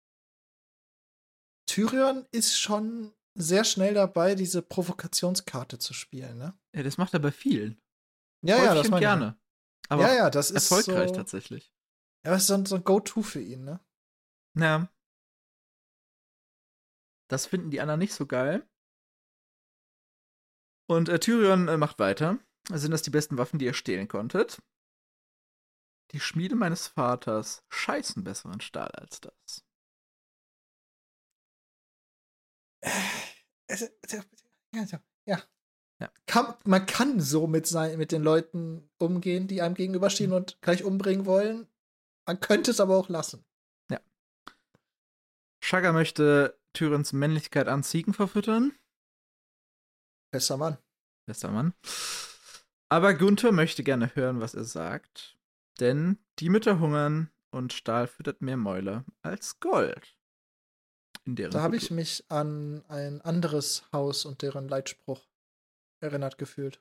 Tyrion ist schon sehr schnell dabei, diese Provokationskarte zu spielen, ne? Ja, das macht er bei vielen. Ja, Häufig ja, das und meine ich. gerne. Aber Ja, auch ja, das ist erfolgreich so, tatsächlich. ja, das ist so ein, so ein Go-To für ihn, ne? Ja. Das finden die anderen nicht so geil. Und äh, Tyrion äh, macht weiter. Sind das die besten Waffen, die ihr stehlen konntet? Die Schmiede meines Vaters scheißen besseren Stahl als das. Es- es- Ja, so, ja. Ja. Kann, man kann so mit, sein, mit den Leuten umgehen, die einem gegenüberstehen und gleich umbringen wollen. Man könnte es aber auch lassen. Ja. Shagga möchte Tyrions Männlichkeit an Ziegen verfüttern. Besser Mann. Bester Mann. Aber Gunther möchte gerne hören, was er sagt. Denn die Mütter hungern und Stahl füttert mehr Mäuler als Gold. In deren Da habe ich Kultur. mich an ein anderes Haus und deren Leitspruch erinnert gefühlt.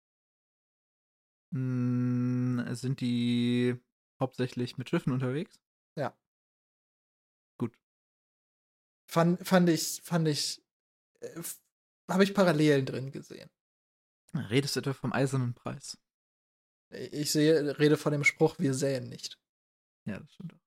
Hm, sind die hauptsächlich mit Schiffen unterwegs? Ja. Gut. Fand, fand ich, fand ich, äh, habe ich Parallelen drin gesehen. Redest du etwa vom eisernen Preis? Ich sehe, rede von dem Spruch, wir säen nicht. Ja, das stimmt auch.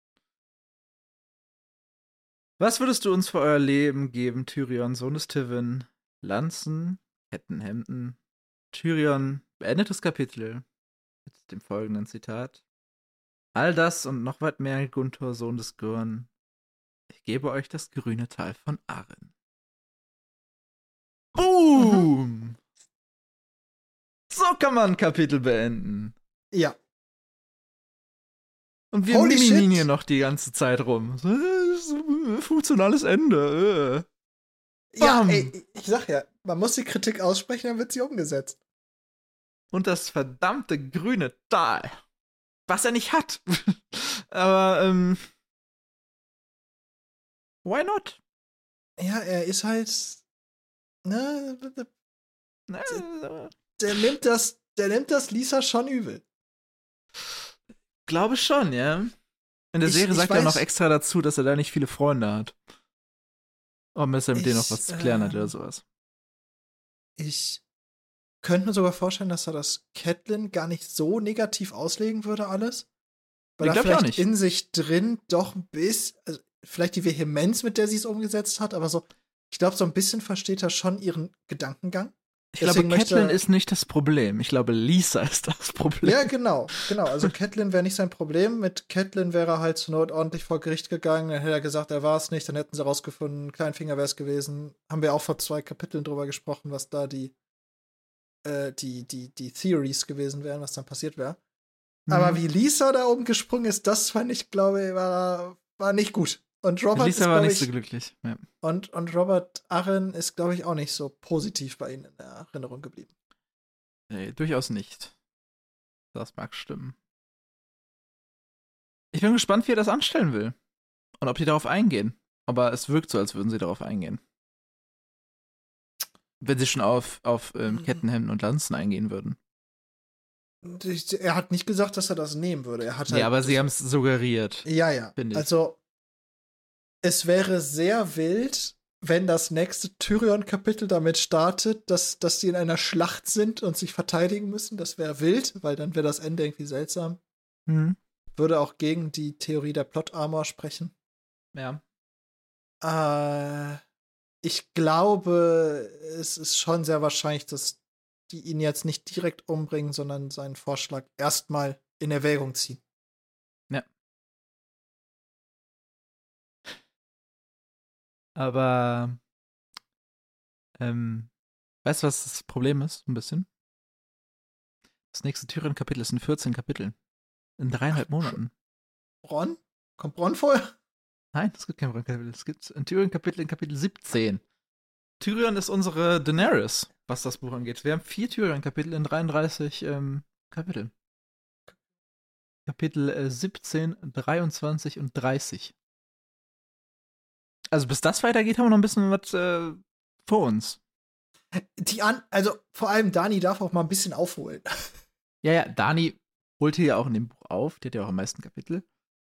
Was würdest du uns für euer Leben geben, Tyrion, Sohn des Tywin? Lanzen, Kettenhemden. Tyrion beendet das Kapitel mit dem folgenden Zitat. All das und noch weit mehr, Gunthor, Sohn des Gurn. Ich gebe euch das grüne Tal von Arryn. Boom! So kann man ein Kapitel beenden. Ja. Und wir Holy mimimieren shit. hier noch die ganze Zeit rum. So, äh, so, äh, Funktionales Ende. Äh. Ja, Bam! ey, ich sag ja, man muss die Kritik aussprechen, dann wird sie umgesetzt. Und das verdammte grüne Tal. Was er nicht hat. Aber, ähm. Why not? Ja, er ist halt Ne, Na, der nimmt das, der nimmt das Lisa schon übel. glaube schon, ja. In der Ich, Serie ich sagt er noch weiß, extra dazu, dass er da nicht viele Freunde hat. Und dass er mit denen noch ich, was zu klären hat oder ähm, sowas. ich könnte mir sogar vorstellen, dass er das Catelyn gar nicht so negativ auslegen würde, alles. Weil Nee, er glaube ich auch vielleicht nicht. in sich drin doch ein bisschen, also vielleicht die Vehemenz, mit der sie es umgesetzt hat, aber so, ich glaube, so ein bisschen versteht er schon ihren Gedankengang. Ich glaube, Deswegen möchte Catelyn er, ist nicht das Problem. Ich glaube, Lisa ist das Problem. ja, genau, genau. Also Catelyn wäre nicht sein Problem. Mit Catelyn wäre er halt zur Not ordentlich vor Gericht gegangen. Dann hätte er gesagt, er war es nicht. Dann hätten sie rausgefunden, Kleinfinger wäre es gewesen. Haben wir auch vor zwei Kapiteln drüber gesprochen, was da die, äh, die, die, die Theories gewesen wären, was dann passiert wäre. Aber Mhm. wie Lisa da oben gesprungen ist, das fand ich, glaube ich, war, war nicht gut. Und Robert Lisa ist, war glaube nicht so ich, glücklich. Ja. und, und Robert Arryn ist, glaube ich, auch nicht so positiv bei Ihnen in der Erinnerung geblieben. Nee, durchaus nicht. Das mag stimmen. Ich bin gespannt, wie er das anstellen will. Und ob die darauf eingehen. Aber es wirkt so, als würden sie darauf eingehen. Wenn sie schon auf, auf ähm, Kettenhemden und Lanzen eingehen würden. Und ich, er hat nicht gesagt, dass er das nehmen würde. Er hat Nee, halt aber sie das. haben es suggeriert, Ja, ja. finde ich. Also, es wäre sehr wild, wenn das nächste Tyrion-Kapitel damit startet, dass, dass die in einer Schlacht sind und sich verteidigen müssen. Das wäre wild, weil dann wäre das Ende irgendwie seltsam. Mhm. Würde auch gegen die Theorie der Plot-Armor sprechen. Ja. Äh, ich glaube, es ist schon sehr wahrscheinlich, dass die ihn jetzt nicht direkt umbringen, sondern seinen Vorschlag erstmal in Erwägung ziehen. Ja. Aber, ähm, weißt du, was das Problem ist? Ein bisschen. Das nächste Tyrion-Kapitel ist in vierzehn Kapiteln. In Ach, dreieinhalb Monaten. Bronn? Kommt Bronn vorher? Nein, es gibt kein Kapitel. Es gibt ein Tyrion-Kapitel in Kapitel siebzehn. Tyrion ist unsere Daenerys, was das Buch angeht. Wir haben vier Tyrion-Kapitel in dreiunddreißig ähm, Kapiteln. Kapitel äh, siebzehn, dreiundzwanzig und dreißig. Also bis das weitergeht, haben wir noch ein bisschen was äh, vor uns. Die an, also vor allem Dani darf auch mal ein bisschen aufholen. Ja, ja, Dani holt hier ja auch in dem Buch auf. Die hat ja auch am meisten Kapitel.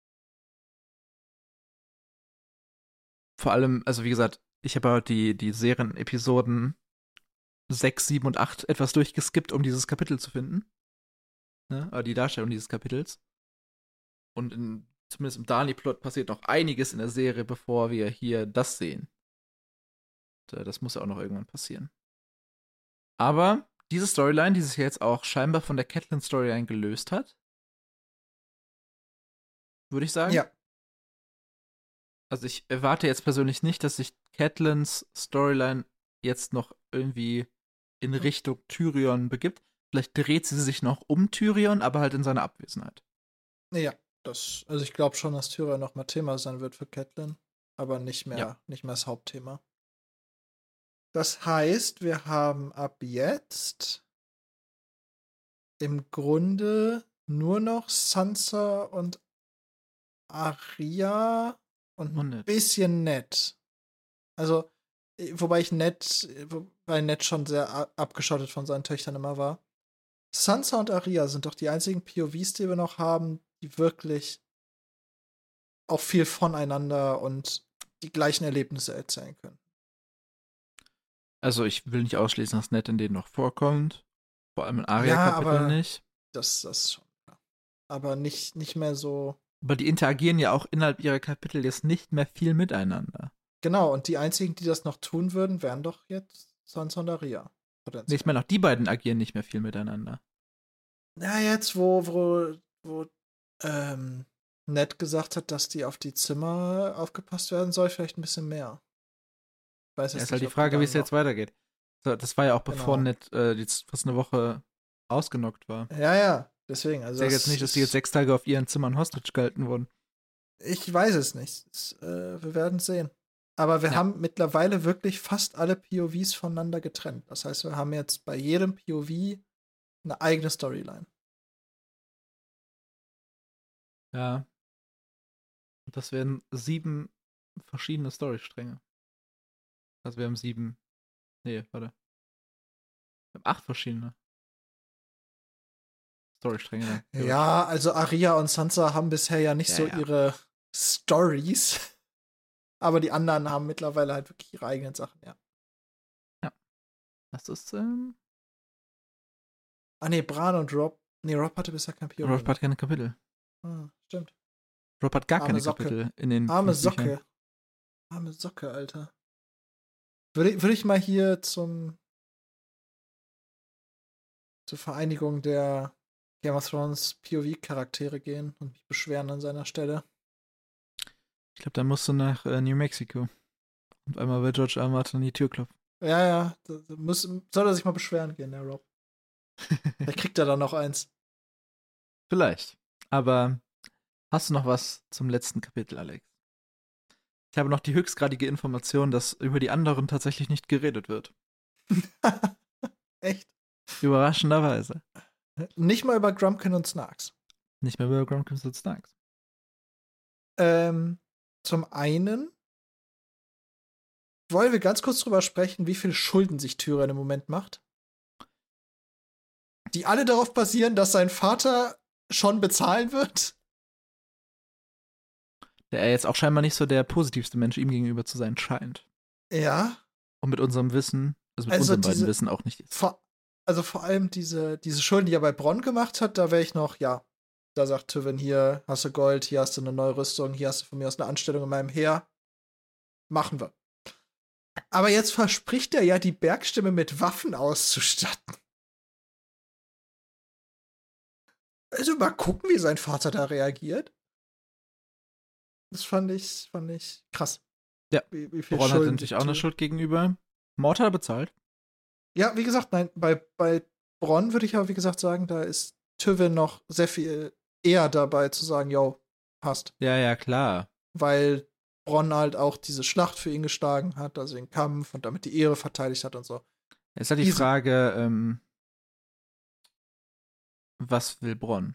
Vor allem, also wie gesagt, ich habe ja die, die Serien-Episoden sechs, sieben und acht etwas durchgeskippt, um dieses Kapitel zu finden. Ne? Aber die Darstellung dieses Kapitels. Und in, zumindest im Dani-Plot passiert noch einiges in der Serie, bevor wir hier das sehen. Und, äh, das muss ja auch noch irgendwann passieren. Aber diese Storyline, die sich jetzt auch scheinbar von der Catelyn-Storyline gelöst hat, würde ich sagen. Ja. Also ich erwarte jetzt persönlich nicht, dass sich Catelyns Storyline jetzt noch irgendwie in Richtung Tyrion begibt. Vielleicht dreht sie sich noch um Tyrion, aber halt in seiner Abwesenheit. Ja, das, also ich glaube schon, dass Tyrion noch mal Thema sein wird für Catelyn, aber nicht Ja. mehr, nicht mehr das Hauptthema. Das heißt, wir haben ab jetzt im Grunde nur noch Sansa und Arya und Und ein nicht. bisschen Ned. Also, äh, wobei ich Ned, wobei Ned schon sehr a- abgeschottet von seinen Töchtern immer war. Sansa und Arya sind doch die einzigen P O Vs, die wir noch haben, die wirklich auch viel voneinander und die gleichen Erlebnisse erzählen können. Also ich will nicht ausschließen, dass Ned in denen noch vorkommt. Vor allem in Ja, Arya-Kapiteln aber nicht. das, das schon. Ja. Aber nicht, nicht mehr so. Aber die interagieren ja auch innerhalb ihrer Kapitel jetzt nicht mehr viel miteinander. Genau, und die einzigen, die das noch tun würden, wären doch jetzt Sansa und Arya. Nee, ich Potenziell. meine, auch die beiden agieren nicht mehr viel miteinander. Ja, jetzt, wo, wo, wo ähm, Ned gesagt hat, dass die auf die Zimmer aufgepasst werden soll, vielleicht ein bisschen mehr. Ich weiß Ja, jetzt ist halt nicht, die ob die Frage, wie es dann jetzt noch. weitergeht. So, das war ja auch bevor Genau. Ned äh, jetzt fast eine Woche ausgenockt war. Ja, ja, deswegen, Ich also sage jetzt das nicht, dass die jetzt ist. sechs Tage auf ihren Zimmern Hostage gehalten wurden. Ich weiß es nicht. Es, äh, wir werden sehen. Aber wir Ja. haben mittlerweile wirklich fast alle P O Vs voneinander getrennt. Das heißt, wir haben jetzt bei jedem P O V eine eigene Storyline. Ja. Und das werden sieben verschiedene Storystränge. Also wir haben sieben Nee, warte. Wir haben acht verschiedene Storystränge dann. theoretisch. Ja, also Arya und Sansa haben bisher ja nicht Ja, so ja. ihre Stories. Aber die anderen haben mittlerweile halt wirklich ihre eigenen Sachen, ja. Das ist, ähm. Ah, nee, Bran und Rob. Nee, Rob hatte bisher kein P O V. Rob hat keine Kapitel. Ah, stimmt. Rob hat gar Arme keine Socke. Kapitel in den Arme fünf Büchern. Socke. Arme Socke, Alter. Würde, würde ich mal hier zum zur Vereinigung der Game of Thrones P O V-Charaktere gehen und mich beschweren an seiner Stelle. Ich glaube, dann musst du nach äh, New Mexico. Und einmal bei George R. R. Martin an die Tür klopfen. Ja, ja, da, da muss, soll er sich mal beschweren gehen, der Rob. Vielleicht kriegt er dann noch eins. Vielleicht. Aber hast du noch was zum letzten Kapitel, Alex? Ich habe noch die höchstgradige Information, dass über die anderen tatsächlich nicht geredet wird. Echt? Überraschenderweise. Nicht mal über Grumpkin und Snarks. Nicht mehr über Grumpkin und Snarks. Ähm, zum einen wollen wir ganz kurz drüber sprechen, wie viel Schulden sich Tyrion im Moment macht. Die alle darauf basieren, dass sein Vater schon bezahlen wird. Der er jetzt auch scheinbar nicht so der positivste Mensch ihm gegenüber zu sein scheint. Ja. Und mit unserem Wissen, also mit Also unserem diese- beiden Wissen auch nicht ist. Vor, also vor allem diese, diese Schulden, die er bei Bronn gemacht hat, da wäre ich noch, ja. Da sagt Tywin, hier hast du Gold, hier hast du eine neue Rüstung, hier hast du von mir aus eine Anstellung in meinem Heer. Machen wir. Aber jetzt verspricht er ja, die Bergstimme mit Waffen auszustatten. Also mal gucken, wie sein Vater da reagiert. Das fand ich, fand ich krass. Ja. Wie, wie viel Bronn hat Schulden natürlich sich auch eine Tyrion- Schuld gegenüber. Mord hat er bezahlt. Ja, wie gesagt, nein, bei, bei Bronn würde ich aber, wie gesagt, sagen, da ist Tywin noch sehr viel eher dabei zu sagen, yo, passt. Ja, ja, klar. Weil Bronn halt auch diese Schlacht für ihn geschlagen hat, also den Kampf und damit die Ehre verteidigt hat und so. Jetzt hat die Easy. Frage, ähm, was will Bronn?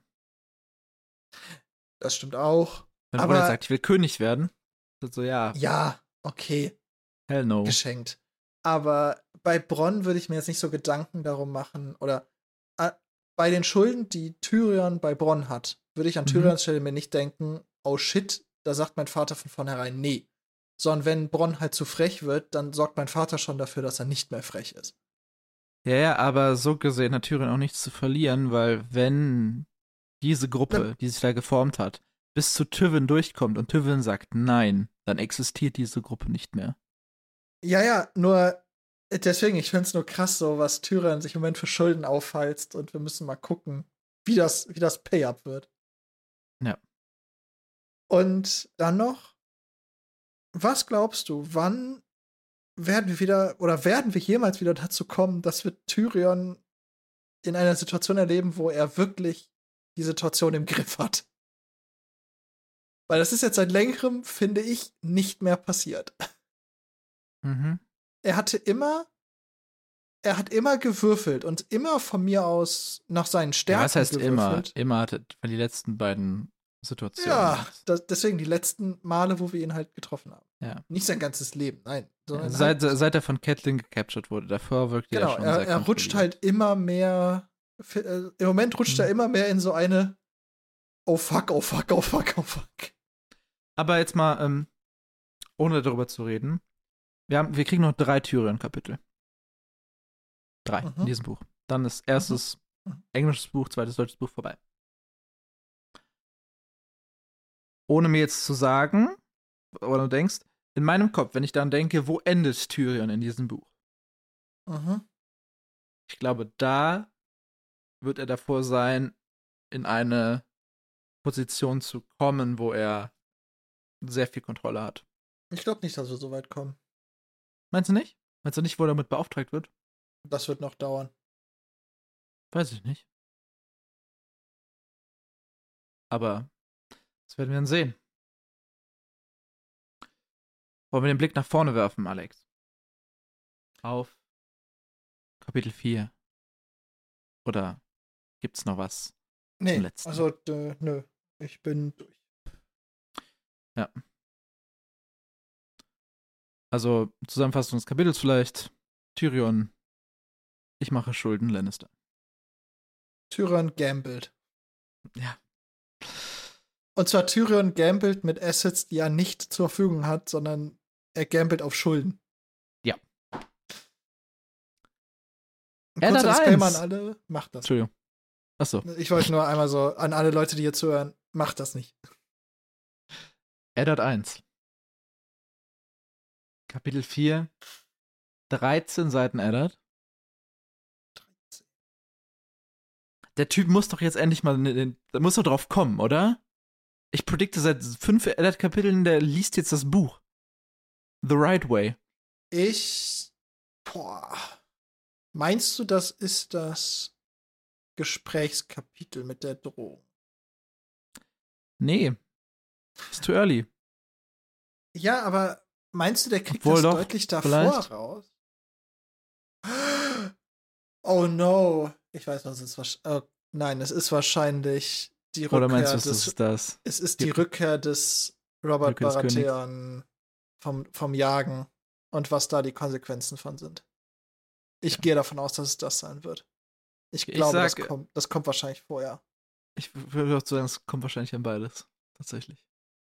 Das stimmt auch. Wenn Aber- Bronn jetzt sagt, ich will König werden, ist das so, ja, Ja, okay, hell no. geschenkt. Aber bei Bronn würde ich mir jetzt nicht so Gedanken darum machen, oder äh, bei den Schulden, die Tyrion bei Bronn hat, würde ich an Mhm. Tyrions Stelle mir nicht denken, oh shit, da sagt mein Vater von vornherein nee. Sondern wenn Bronn halt zu frech wird, dann sorgt mein Vater schon dafür, dass er nicht mehr frech ist. Ja, ja, aber so gesehen hat Tyrion auch nichts zu verlieren, weil wenn diese Gruppe, Ja. die sich da geformt hat, bis zu Tywin durchkommt und Tywin sagt nein, dann existiert diese Gruppe nicht mehr. Ja, ja, nur äh, deswegen, ich finde es nur krass, so was Tyrion sich im Moment für Schulden aufhalst und wir müssen mal gucken, wie das, wie das Pay-Up wird. Ja. Und dann noch, was glaubst du, wann werden wir wieder, oder werden wir jemals wieder dazu kommen, dass wir Tyrion in einer Situation erleben, wo er wirklich die Situation im Griff hat? Weil das ist jetzt seit längerem, finde ich, nicht mehr passiert. Mhm. Er hatte immer, er hat immer gewürfelt und immer von mir aus nach seinen Ja, Stärken was heißt immer? gewürfelt. Immer hatte weil die letzten beiden Situationen. Ja, das, deswegen die letzten Male, wo wir ihn halt getroffen haben. Ja. Nicht sein ganzes Leben, nein. Sondern Seit, halt, seit er von Catelyn gecaptured wurde. Davor wirkte genau, er schon er, sehr er rutscht kontrolliert. halt immer mehr, fi- äh, im Moment rutscht Mhm. er immer mehr in so eine Oh fuck, oh fuck, oh fuck, oh fuck. Aber jetzt mal, ähm, ohne darüber zu reden, wir, haben, wir kriegen noch drei Tyrion-Kapitel. Drei Mhm. in diesem Buch. Dann ist erstes Mhm. englisches Buch, zweites deutsches Buch vorbei. Ohne mir jetzt zu sagen, oder du denkst, in meinem Kopf, wenn ich dann denke, wo endet Tyrion in diesem Buch? Mhm. Ich glaube, da wird er davor sein, in eine Position zu kommen, wo er sehr viel Kontrolle hat. Ich glaube nicht, dass wir so weit kommen. Meinst du nicht? Meinst du nicht, wo er damit beauftragt wird? Das wird noch dauern. Weiß ich nicht. Aber das werden wir dann sehen. Wollen wir den Blick nach vorne werfen, Alex? Auf Kapitel vier. Oder gibt's noch was? Nee, letzten. also, d- nö. Ich bin durch. Ja. Also, Zusammenfassung des Kapitels vielleicht. Tyrion. Ich mache Schulden, Lannister. Tyrion gambelt. Ja. Und zwar Tyrion gambelt mit Assets, die er nicht zur Verfügung hat, sondern er gambelt auf Schulden. Ja. Ein Eddard kurzer Disclaimer eins. an alle, macht das. Entschuldigung. Achso. Ich wollte nur einmal so an alle Leute, die hier zuhören, macht das nicht. Eddard eins. Kapitel vier. dreizehn Seiten Eddard. Der Typ muss doch jetzt endlich mal, der muss doch drauf kommen, oder? Ich predikte seit fünf Eddard-Kapiteln, der liest jetzt das Buch. The Right Way. Ich. Boah. Meinst du, das ist das Gesprächskapitel mit der Drohung? Nee. It's too early. Ja, aber meinst du, der kriegt Obwohl das doch, deutlich davor vielleicht. raus? Oh no. Ich weiß, was es ist. Wahrscheinlich. Oh, nein, es ist wahrscheinlich die Rückkehr Oder meinst du, des. es ist das? Es ist die Die- Rückkehr des Robert Rückkehr des Königs. Baratheon vom, vom Jagen und was da die Konsequenzen von sind. Ich Ja. gehe davon aus, dass es das sein wird. Ich Ich glaube, sag- das, kommt, das kommt wahrscheinlich vorher. Ich würde auch sagen, es kommt wahrscheinlich an beides. Tatsächlich.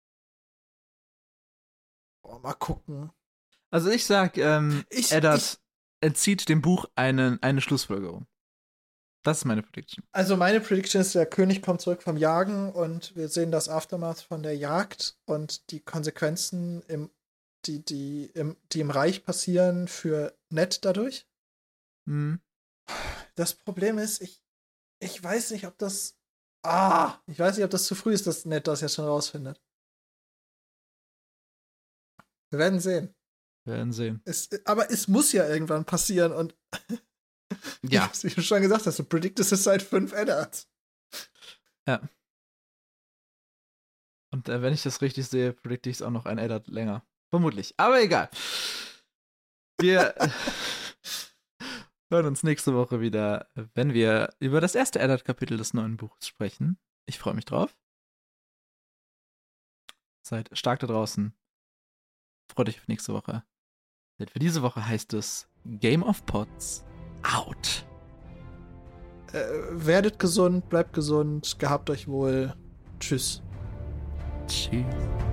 Oh, mal gucken. Also ich sag, ähm, Ich, Eddard ich, entzieht dem Buch einen, eine Schlussfolgerung. Das ist meine Prediction. also meine Prediction ist, der König kommt zurück vom Jagen und wir sehen das Aftermath von der Jagd und die Konsequenzen, im, die, die, im, die im Reich passieren für Ned dadurch. Hm. Das Problem ist, ich, ich weiß nicht, ob das. Ah, ich weiß nicht, ob das zu früh ist, dass Ned das jetzt schon rausfindet. Wir werden sehen. Wir werden sehen. Es, aber es muss ja irgendwann passieren und Ja. wie du schon gesagt hast, du prediktest es seit fünf Eddards. Ja. Und äh, wenn ich das richtig sehe, predikte ich es auch noch ein Eddard länger. Vermutlich. Aber egal. Wir hören uns nächste Woche wieder, wenn wir über das erste Eddard-Kapitel des neuen Buches sprechen. Ich freue mich drauf. Seid stark da draußen. Freut euch auf nächste Woche. Denn für diese Woche heißt es Game of Pots out. Äh, werdet gesund, bleibt gesund, gehabt euch wohl. Tschüss. Tschüss.